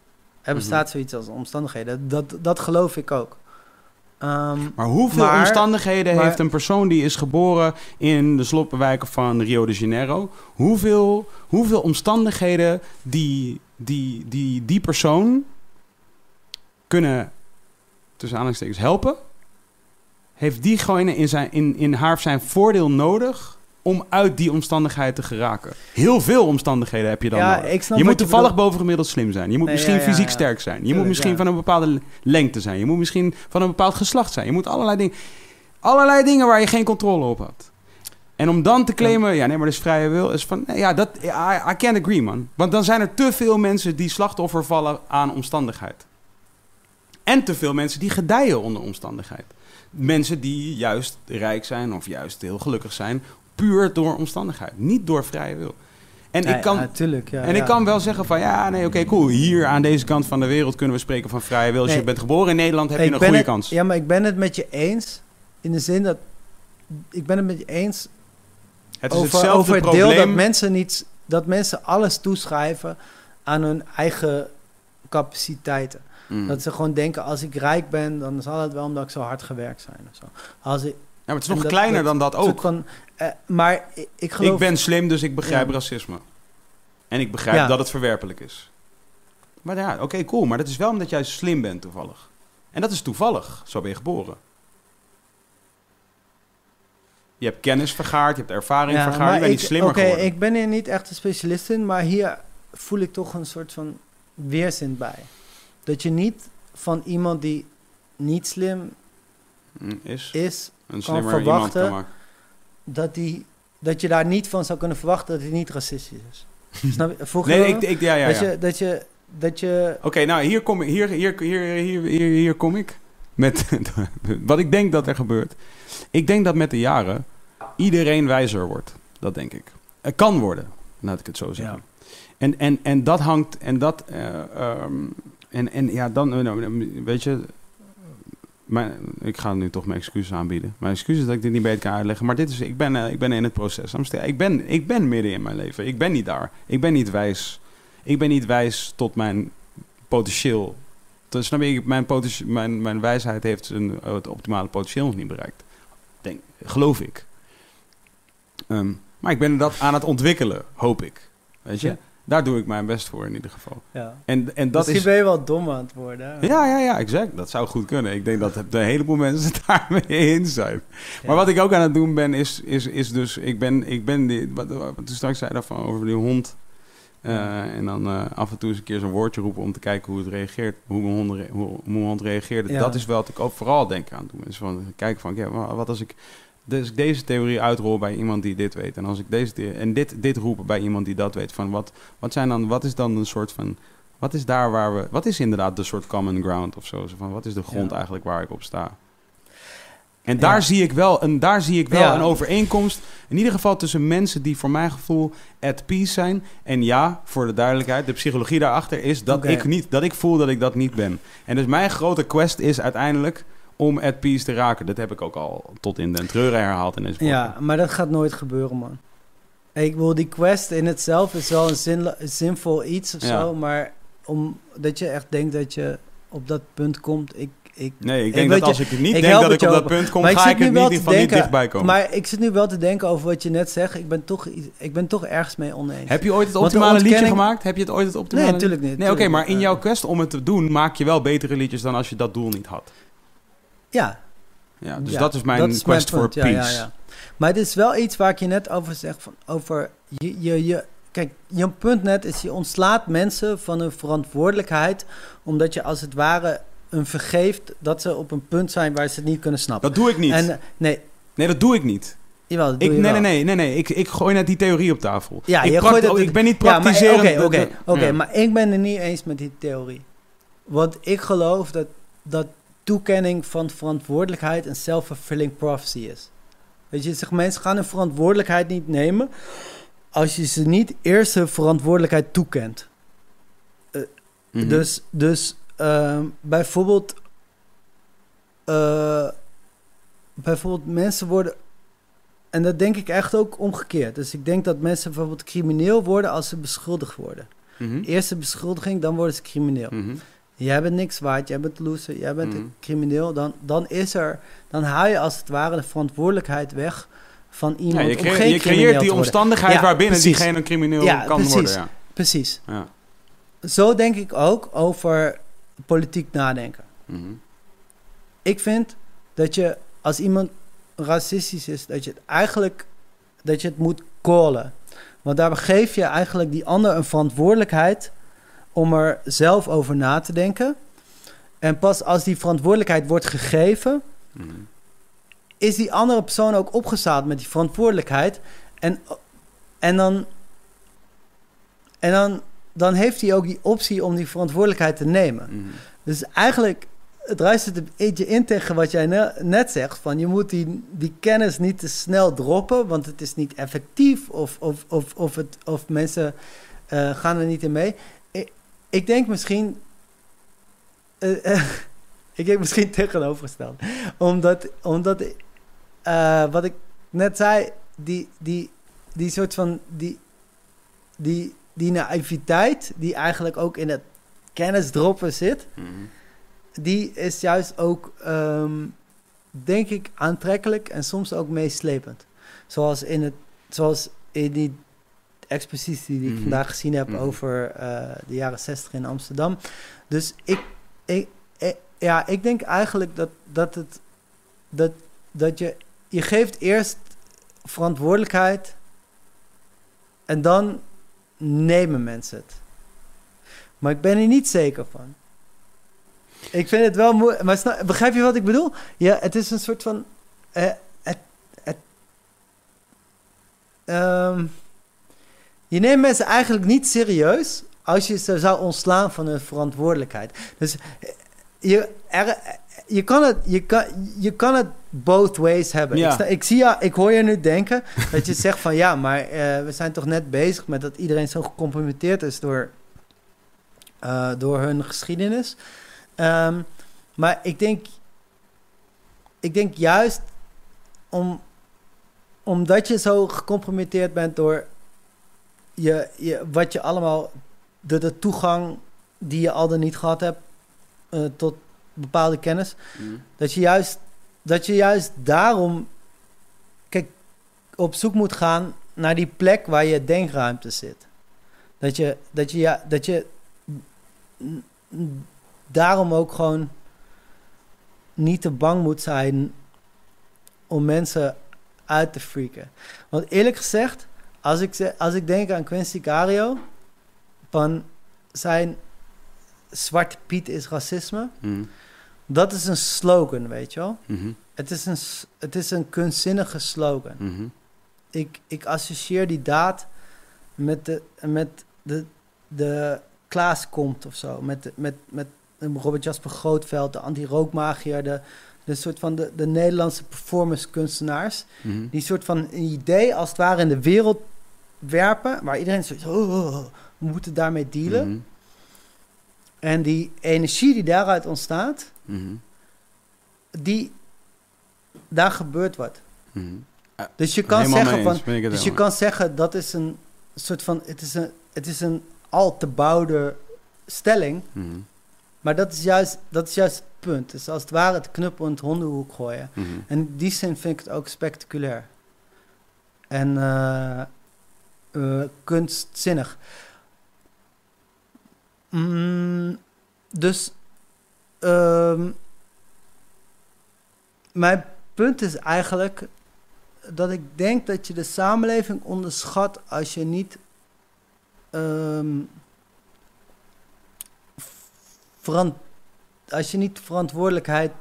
Dat geloof ik ook. Maar hoeveel omstandigheden heeft een persoon die is geboren in de sloppenwijken van Rio de Janeiro? Hoeveel omstandigheden die persoon kunnen, tussen aanhalingstekens, helpen? Heeft die gewoon in haar of zijn voordeel nodig om uit die omstandigheid te geraken? Heel veel omstandigheden heb je dan nodig. Je moet toevallig bovengemiddeld slim zijn. Je moet misschien fysiek sterk zijn. Je moet misschien van een bepaalde lengte zijn. Je moet misschien van een bepaald geslacht zijn. Je moet allerlei dingen waar je geen controle op had. En om dan te claimen, maar dat is vrije wil, is van, I can't agree, man. Want dan zijn er te veel mensen die slachtoffer vallen aan omstandigheid. En te veel mensen die gedijen onder omstandigheid. Mensen die juist rijk zijn of juist heel gelukkig zijn, puur door omstandigheid, niet door vrije wil. En ik kan wel zeggen van, cool. Hier aan deze kant van de wereld kunnen we spreken van vrije wil. Als je bent geboren in Nederland, heb je een goede kans. Ja, maar ik ben het met je eens in de zin dat ik ben het met je eens het is over het deel dat mensen alles toeschrijven aan hun eigen capaciteiten. Dat ze gewoon denken, als ik rijk ben, dan zal het wel omdat ik zo hard gewerkt zijn of zo. Maar het is nog kleiner dan dat ook. Maar ik geloof... Ik ben slim, dus ik begrijp racisme. En ik begrijp dat het verwerpelijk is. Maar cool. Maar dat is wel omdat jij slim bent toevallig. En dat is toevallig. Zo ben je geboren. Je hebt kennis vergaard, je hebt ervaring vergaard. Je bent niet slimmer geworden. Ik ben hier niet echt een specialist in, maar hier voel ik toch een soort van weerzin bij. Dat je niet van iemand die niet slim is kan verwachten dat je daar niet van zou kunnen verwachten dat hij niet racistisch is. Snap je? Dat je... Oké, nou hier kom ik met wat ik denk dat er gebeurt. Ik denk dat met de jaren iedereen wijzer wordt. Dat denk ik. Kan worden, laat ik het zo zeggen. Ja. En dat hangt weet je, ik ga nu toch mijn excuses aanbieden. Mijn excuses dat ik dit niet beter kan uitleggen. Maar ik ben in het proces. Ik ben midden in mijn leven. Ik ben niet daar. Ik ben niet wijs. Ik ben niet wijs tot mijn potentieel. Snap je? Mijn wijsheid heeft het optimale potentieel nog niet bereikt. Geloof ik. Maar ik ben dat aan het ontwikkelen, hoop ik. Weet je? Ja. Daar doe ik mijn best voor in ieder geval. Ja. En dat misschien ben je wel dom aan het worden. Hè? Ja, exact. Dat zou goed kunnen. Ik denk dat een heleboel mensen het daarmee eens zijn. Ja. Maar wat ik ook aan het doen ben, is dus... Ik ben wat toen straks zei daarvan over die hond. En dan af en toe eens een keer zo'n woordje roepen om te kijken hoe het reageert. Hoe mijn hond reageerde. Ja. Dat is wel wat ik ook vooral denk aan doen. Dus van kijken van, wat als ik... Dus ik deze theorie uitrol bij iemand die dit weet. En als ik dit roepen bij iemand die dat weet. Van wat is dan een soort van... Wat is daar waar we... Wat is inderdaad de soort common ground of zo? Van wat is de grond eigenlijk waar ik op sta? En daar zie ik wel een overeenkomst. In ieder geval tussen mensen die voor mijn gevoel at peace zijn. En voor de duidelijkheid, de psychologie daarachter is dat ik voel dat ik dat niet ben. En dus mijn grote quest is uiteindelijk om at peace te raken. Dat heb ik ook al tot in den treuren herhaald in deze podcast. Ja, maar dat gaat nooit gebeuren, man. Ik wil die quest in het zelf is wel een zinvol iets of zo, maar omdat je echt denkt dat je op dat punt komt, ik denk dat als ik niet denk dat ik op dat punt kom, ga ik het niet dichtbij komen. Maar ik zit nu wel te denken over wat je net zegt. Ik ben toch ergens mee oneens. Heb je ooit het optimale liedje gemaakt? Heb je het ooit het optimale? Nee, natuurlijk niet. Nee, oké, maar in jouw quest om het te doen, maak je wel betere liedjes dan als je dat doel niet had. Ja. Ja, dus dat is mijn quest for peace. Ja. Maar het is wel iets waar ik je net over zeg, over kijk, je punt net is, je ontslaat mensen van hun verantwoordelijkheid, omdat je als het ware hun vergeeft dat ze op een punt zijn waar ze het niet kunnen snappen. Dat doe ik niet. Nee, dat doe ik niet. Jawel, dat doe je wel. Nee. Ik gooi net die theorie op tafel. Ja, ik ben niet praktiserend. Oké, maar ik ben het niet eens met die theorie. Want ik geloof dat toekenning van verantwoordelijkheid een self-fulfilling prophecy is. Weet je, mensen gaan hun verantwoordelijkheid niet nemen als je ze niet eerst hun verantwoordelijkheid toekent. Dus bijvoorbeeld mensen worden, en dat denk ik echt ook omgekeerd. Dus ik denk dat mensen bijvoorbeeld crimineel worden als ze beschuldigd worden. Eerste beschuldiging, dan worden ze crimineel. Jij bent niks waard, jij bent loser, jij bent een crimineel. Dan haal je als het ware de verantwoordelijkheid weg van iemand om geen crimineel te worden. Je creëert die omstandigheid waarbinnen diegene een crimineel kan worden. Ja, precies. Ja. Zo denk ik ook over politiek nadenken. Ik vind dat je, als iemand racistisch is, dat je het moet callen. Want daar geef je eigenlijk die ander een verantwoordelijkheid om er zelf over na te denken. En pas als die verantwoordelijkheid wordt gegeven, is die andere persoon ook opgestaat met die verantwoordelijkheid. En dan heeft hij ook die optie om die verantwoordelijkheid te nemen. Dus eigenlijk, het druist het een beetje in tegen wat jij net zegt, van je moet die kennis niet te snel droppen, want het is niet effectief of mensen gaan er niet in mee. Ik denk misschien tegenovergesteld. Omdat wat ik net zei, die soort van die naïviteit die eigenlijk ook in het kennisdroppen zit, die is juist ook, denk ik, aantrekkelijk en soms ook meeslepend. Zoals in die expositie die ik vandaag gezien heb over de jaren 60 in Amsterdam. Dus ik denk eigenlijk dat je geeft eerst verantwoordelijkheid en dan nemen mensen het. Maar ik ben er niet zeker van. Ik vind het wel moeilijk. Maar begrijp je wat ik bedoel? Ja, het is een soort van je neemt mensen eigenlijk niet serieus als je ze zou ontslaan van hun verantwoordelijkheid. Dus je kan het both ways hebben. Ja. Ik hoor je nu denken dat je zegt van ja, maar we zijn toch net bezig met dat iedereen zo gecompromitteerd is door hun geschiedenis. Maar ik denk juist omdat je zo gecompromitteerd bent door wat je allemaal, de toegang die je al dan niet gehad hebt tot bepaalde kennis, dat je juist daarom op zoek moet gaan naar die plek waar je denkruimte zit. Dat je daarom ook gewoon niet te bang moet zijn om mensen uit te freaken. Want eerlijk gezegd, als ik denk aan Quincy Cario, van zijn Zwarte Piet is racisme, dat is een slogan, weet je wel. Het is een kunstzinnige slogan. Ik associeer die daad met de Klaas komt of zo, met Robert Jasper Grootveld, de anti-rookmagier, de soort van de Nederlandse performance kunstenaars, die soort van een idee als het ware in de wereld werpen, waar iedereen zoiets, we moeten daarmee dealen. En die energie die daaruit ontstaat, daar gebeurt wat. Dus je kan zeggen dat is een soort van, het is een al te bouwde stelling, maar dat is juist punt. Dus als het ware het knuppel in het hondenhoek gooien. Mm-hmm. En in die zin vind ik het ook spectaculair. En kunstzinnig. Dus mijn punt is eigenlijk dat ik denk dat je de samenleving onderschat als je niet verantwoordelijkheid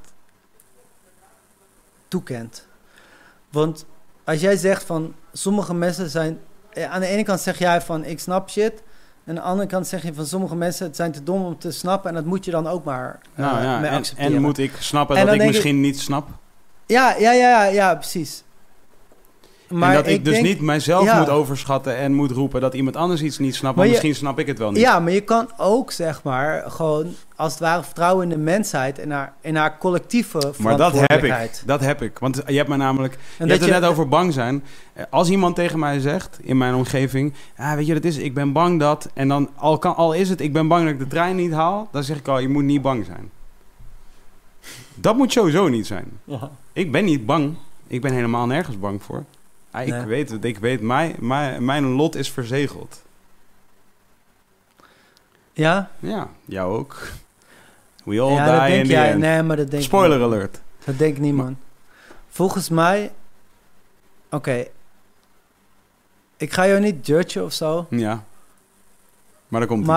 toekent. Want als jij zegt van sommige mensen zijn... aan de ene kant zeg jij van ik snap shit. En aan de andere kant zeg je van sommere mensen het zijn te dom om te snappen. En dat moet je dan ook maar mee accepteren. En moet ik snappen dat ik misschien niet snap? Ja, precies. Maar en dat ik dus niet mijzelf moet overschatten en moet roepen dat iemand anders iets niet snapt. Want misschien snap ik het wel niet. Ja, maar je kan ook zeg maar gewoon als het ware vertrouwen in de mensheid en in haar collectieve verantwoordelijkheid. Maar dat heb ik. Want je hebt me namelijk... Je hebt het net over bang zijn. Als iemand tegen mij zegt in mijn omgeving... weet je, dat is, ik ben bang dat... En dan al is het, ik ben bang dat ik de trein niet haal. Dan zeg ik al, je moet niet bang zijn. Dat moet sowieso niet zijn. Ja. Ik ben niet bang. Ik ben helemaal nergens bang voor. Ik weet, mijn lot is verzegeld. Ja? Ja, jou ook. We all die in the end. Nee, maar dat denk Spoiler alert. Dat denk ik niet, man. Volgens mij... Oké. Ik ga jou niet judgen of zo. Ja. Maar dan komt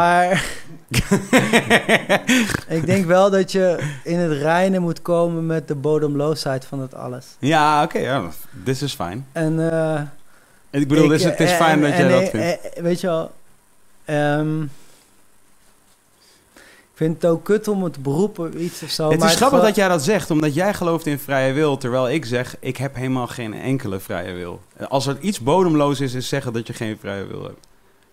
ik denk wel dat je in het reinen moet komen met de bodemloosheid van het alles. Ja, oké. Ja. This is fijn. En ik bedoel, het is fijn dat jij dat vindt. Weet je wel... ik vind het ook kut om het beroepen iets of zo. Het is grappig dat jij dat zegt, omdat jij gelooft in vrije wil, terwijl ik zeg, ik heb helemaal geen enkele vrije wil. Als er iets bodemloos is zeggen dat je geen vrije wil hebt.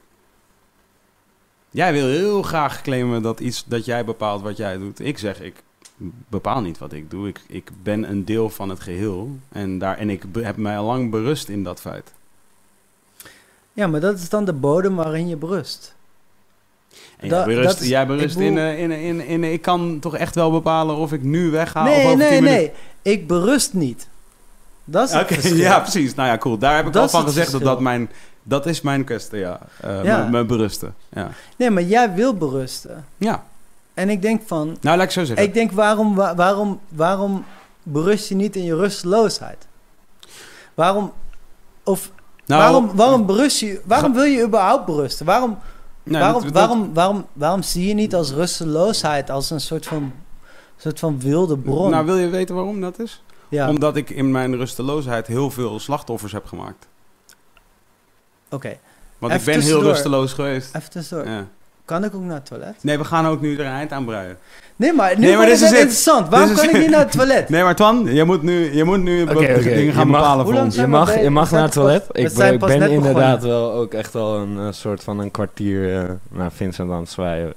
Jij wil heel graag claimen dat jij bepaalt wat jij doet. Ik zeg, ik bepaal niet wat ik doe. Ik ben een deel van het geheel. En ik heb mij al lang berust in dat feit. Ja, maar dat is dan de bodem waarin je berust. En jij berust in ik kan toch echt wel bepalen of ik nu wegga of over 10 minuten. Nee. Ik berust niet. Dat is het verschil. Ja, precies. Nou ja, cool. Daar heb ik al van gezegd dat is mijn kwestie, ja. Mijn berusten, ja. Nee, maar jij wil berusten. Ja. En ik denk van... Nou, laat ik zo zeggen. Ik denk, waarom berust je niet in je rusteloosheid? Waarom berust je... Waarom wil je überhaupt berusten? Waarom zie je niet als rusteloosheid als een soort van wilde bron? Nou, wil je weten waarom dat is? Ja. Omdat ik in mijn rusteloosheid heel veel slachtoffers heb gemaakt. Oké. Want ik ben heel rusteloos geweest. Even tussendoor. Ja. Kan ik ook naar het toilet? Nee, we gaan ook nu er een eind aan breien. Nee, maar dit is interessant. Waarom kan ik niet naar het toilet? Nee, maar Twan, je moet nu dingen gaan bepalen voor ons. Je mag naar het toilet. Ik ben inderdaad wel ook echt al een soort van een kwartier naar Vincent aan het zwaaien.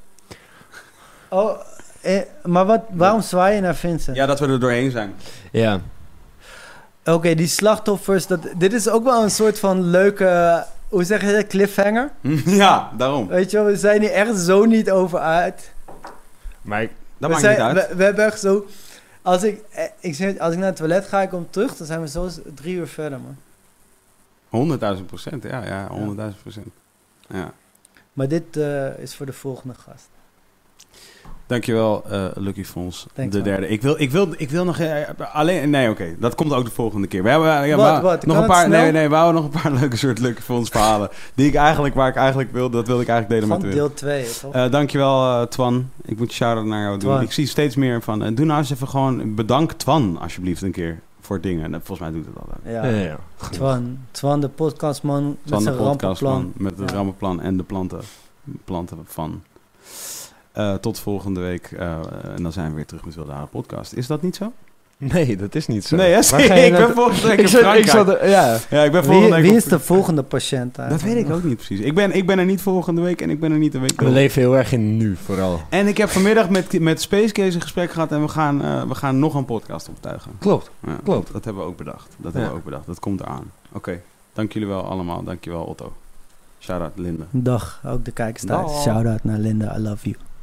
Maar waarom zwaai je naar Vincent? Ja, dat we er doorheen zijn. Ja. Oké, die slachtoffers, dit is ook wel een soort van leuke... Hoe zeg je dat? Cliffhanger? Ja, daarom. Weet je wel, we zijn hier echt zo niet over uit. Maar dat maakt niet uit. We hebben echt zo... Als ik naar het toilet ga, ik kom terug, dan zijn we zo 3 uur verder, man. 100.000%, ja, 100.000%. Ja. Maar dit is voor de volgende gast. Dankjewel, Lucky Fons, de derde. Ik wil nog alleen... Nee, oké. Dat komt ook de volgende keer. We hebben nog een paar... Nee, we houden nog een paar leuke soort Lucky Fons verhalen. Waar ik eigenlijk wil... Dat wilde ik eigenlijk delen met u. Deel 2, toch? Dankjewel, Twan. Ik moet shout-out naar jou doen. Ik zie steeds meer van... doe nou eens even gewoon... Bedank Twan, alsjeblieft, een keer. Voor dingen. Volgens mij doet het al. Ja. Twan, de podcastman met zijn rampenplan. Met het rampenplan en de planten van... tot volgende week. En dan zijn we weer terug met Wilde Haren Podcast. Is dat niet zo? Nee, dat is niet zo. Nee, ik ben volgende week in Frankrijk. Wie is de volgende patiënt eigenlijk? Dat weet ik ook niet precies. Ik ben er niet volgende week en ik ben er niet de week. We leven heel erg in nu vooral. En ik heb vanmiddag met Space Case een gesprek gehad en we gaan nog een podcast optuigen. Klopt. Dat hebben we ook bedacht. Dat komt eraan. Oké. Dank jullie wel allemaal. Dank je wel, Otto. Shout-out Linda. Dag, ook de kijkers thuis. Shout-out naar Linda, I love you.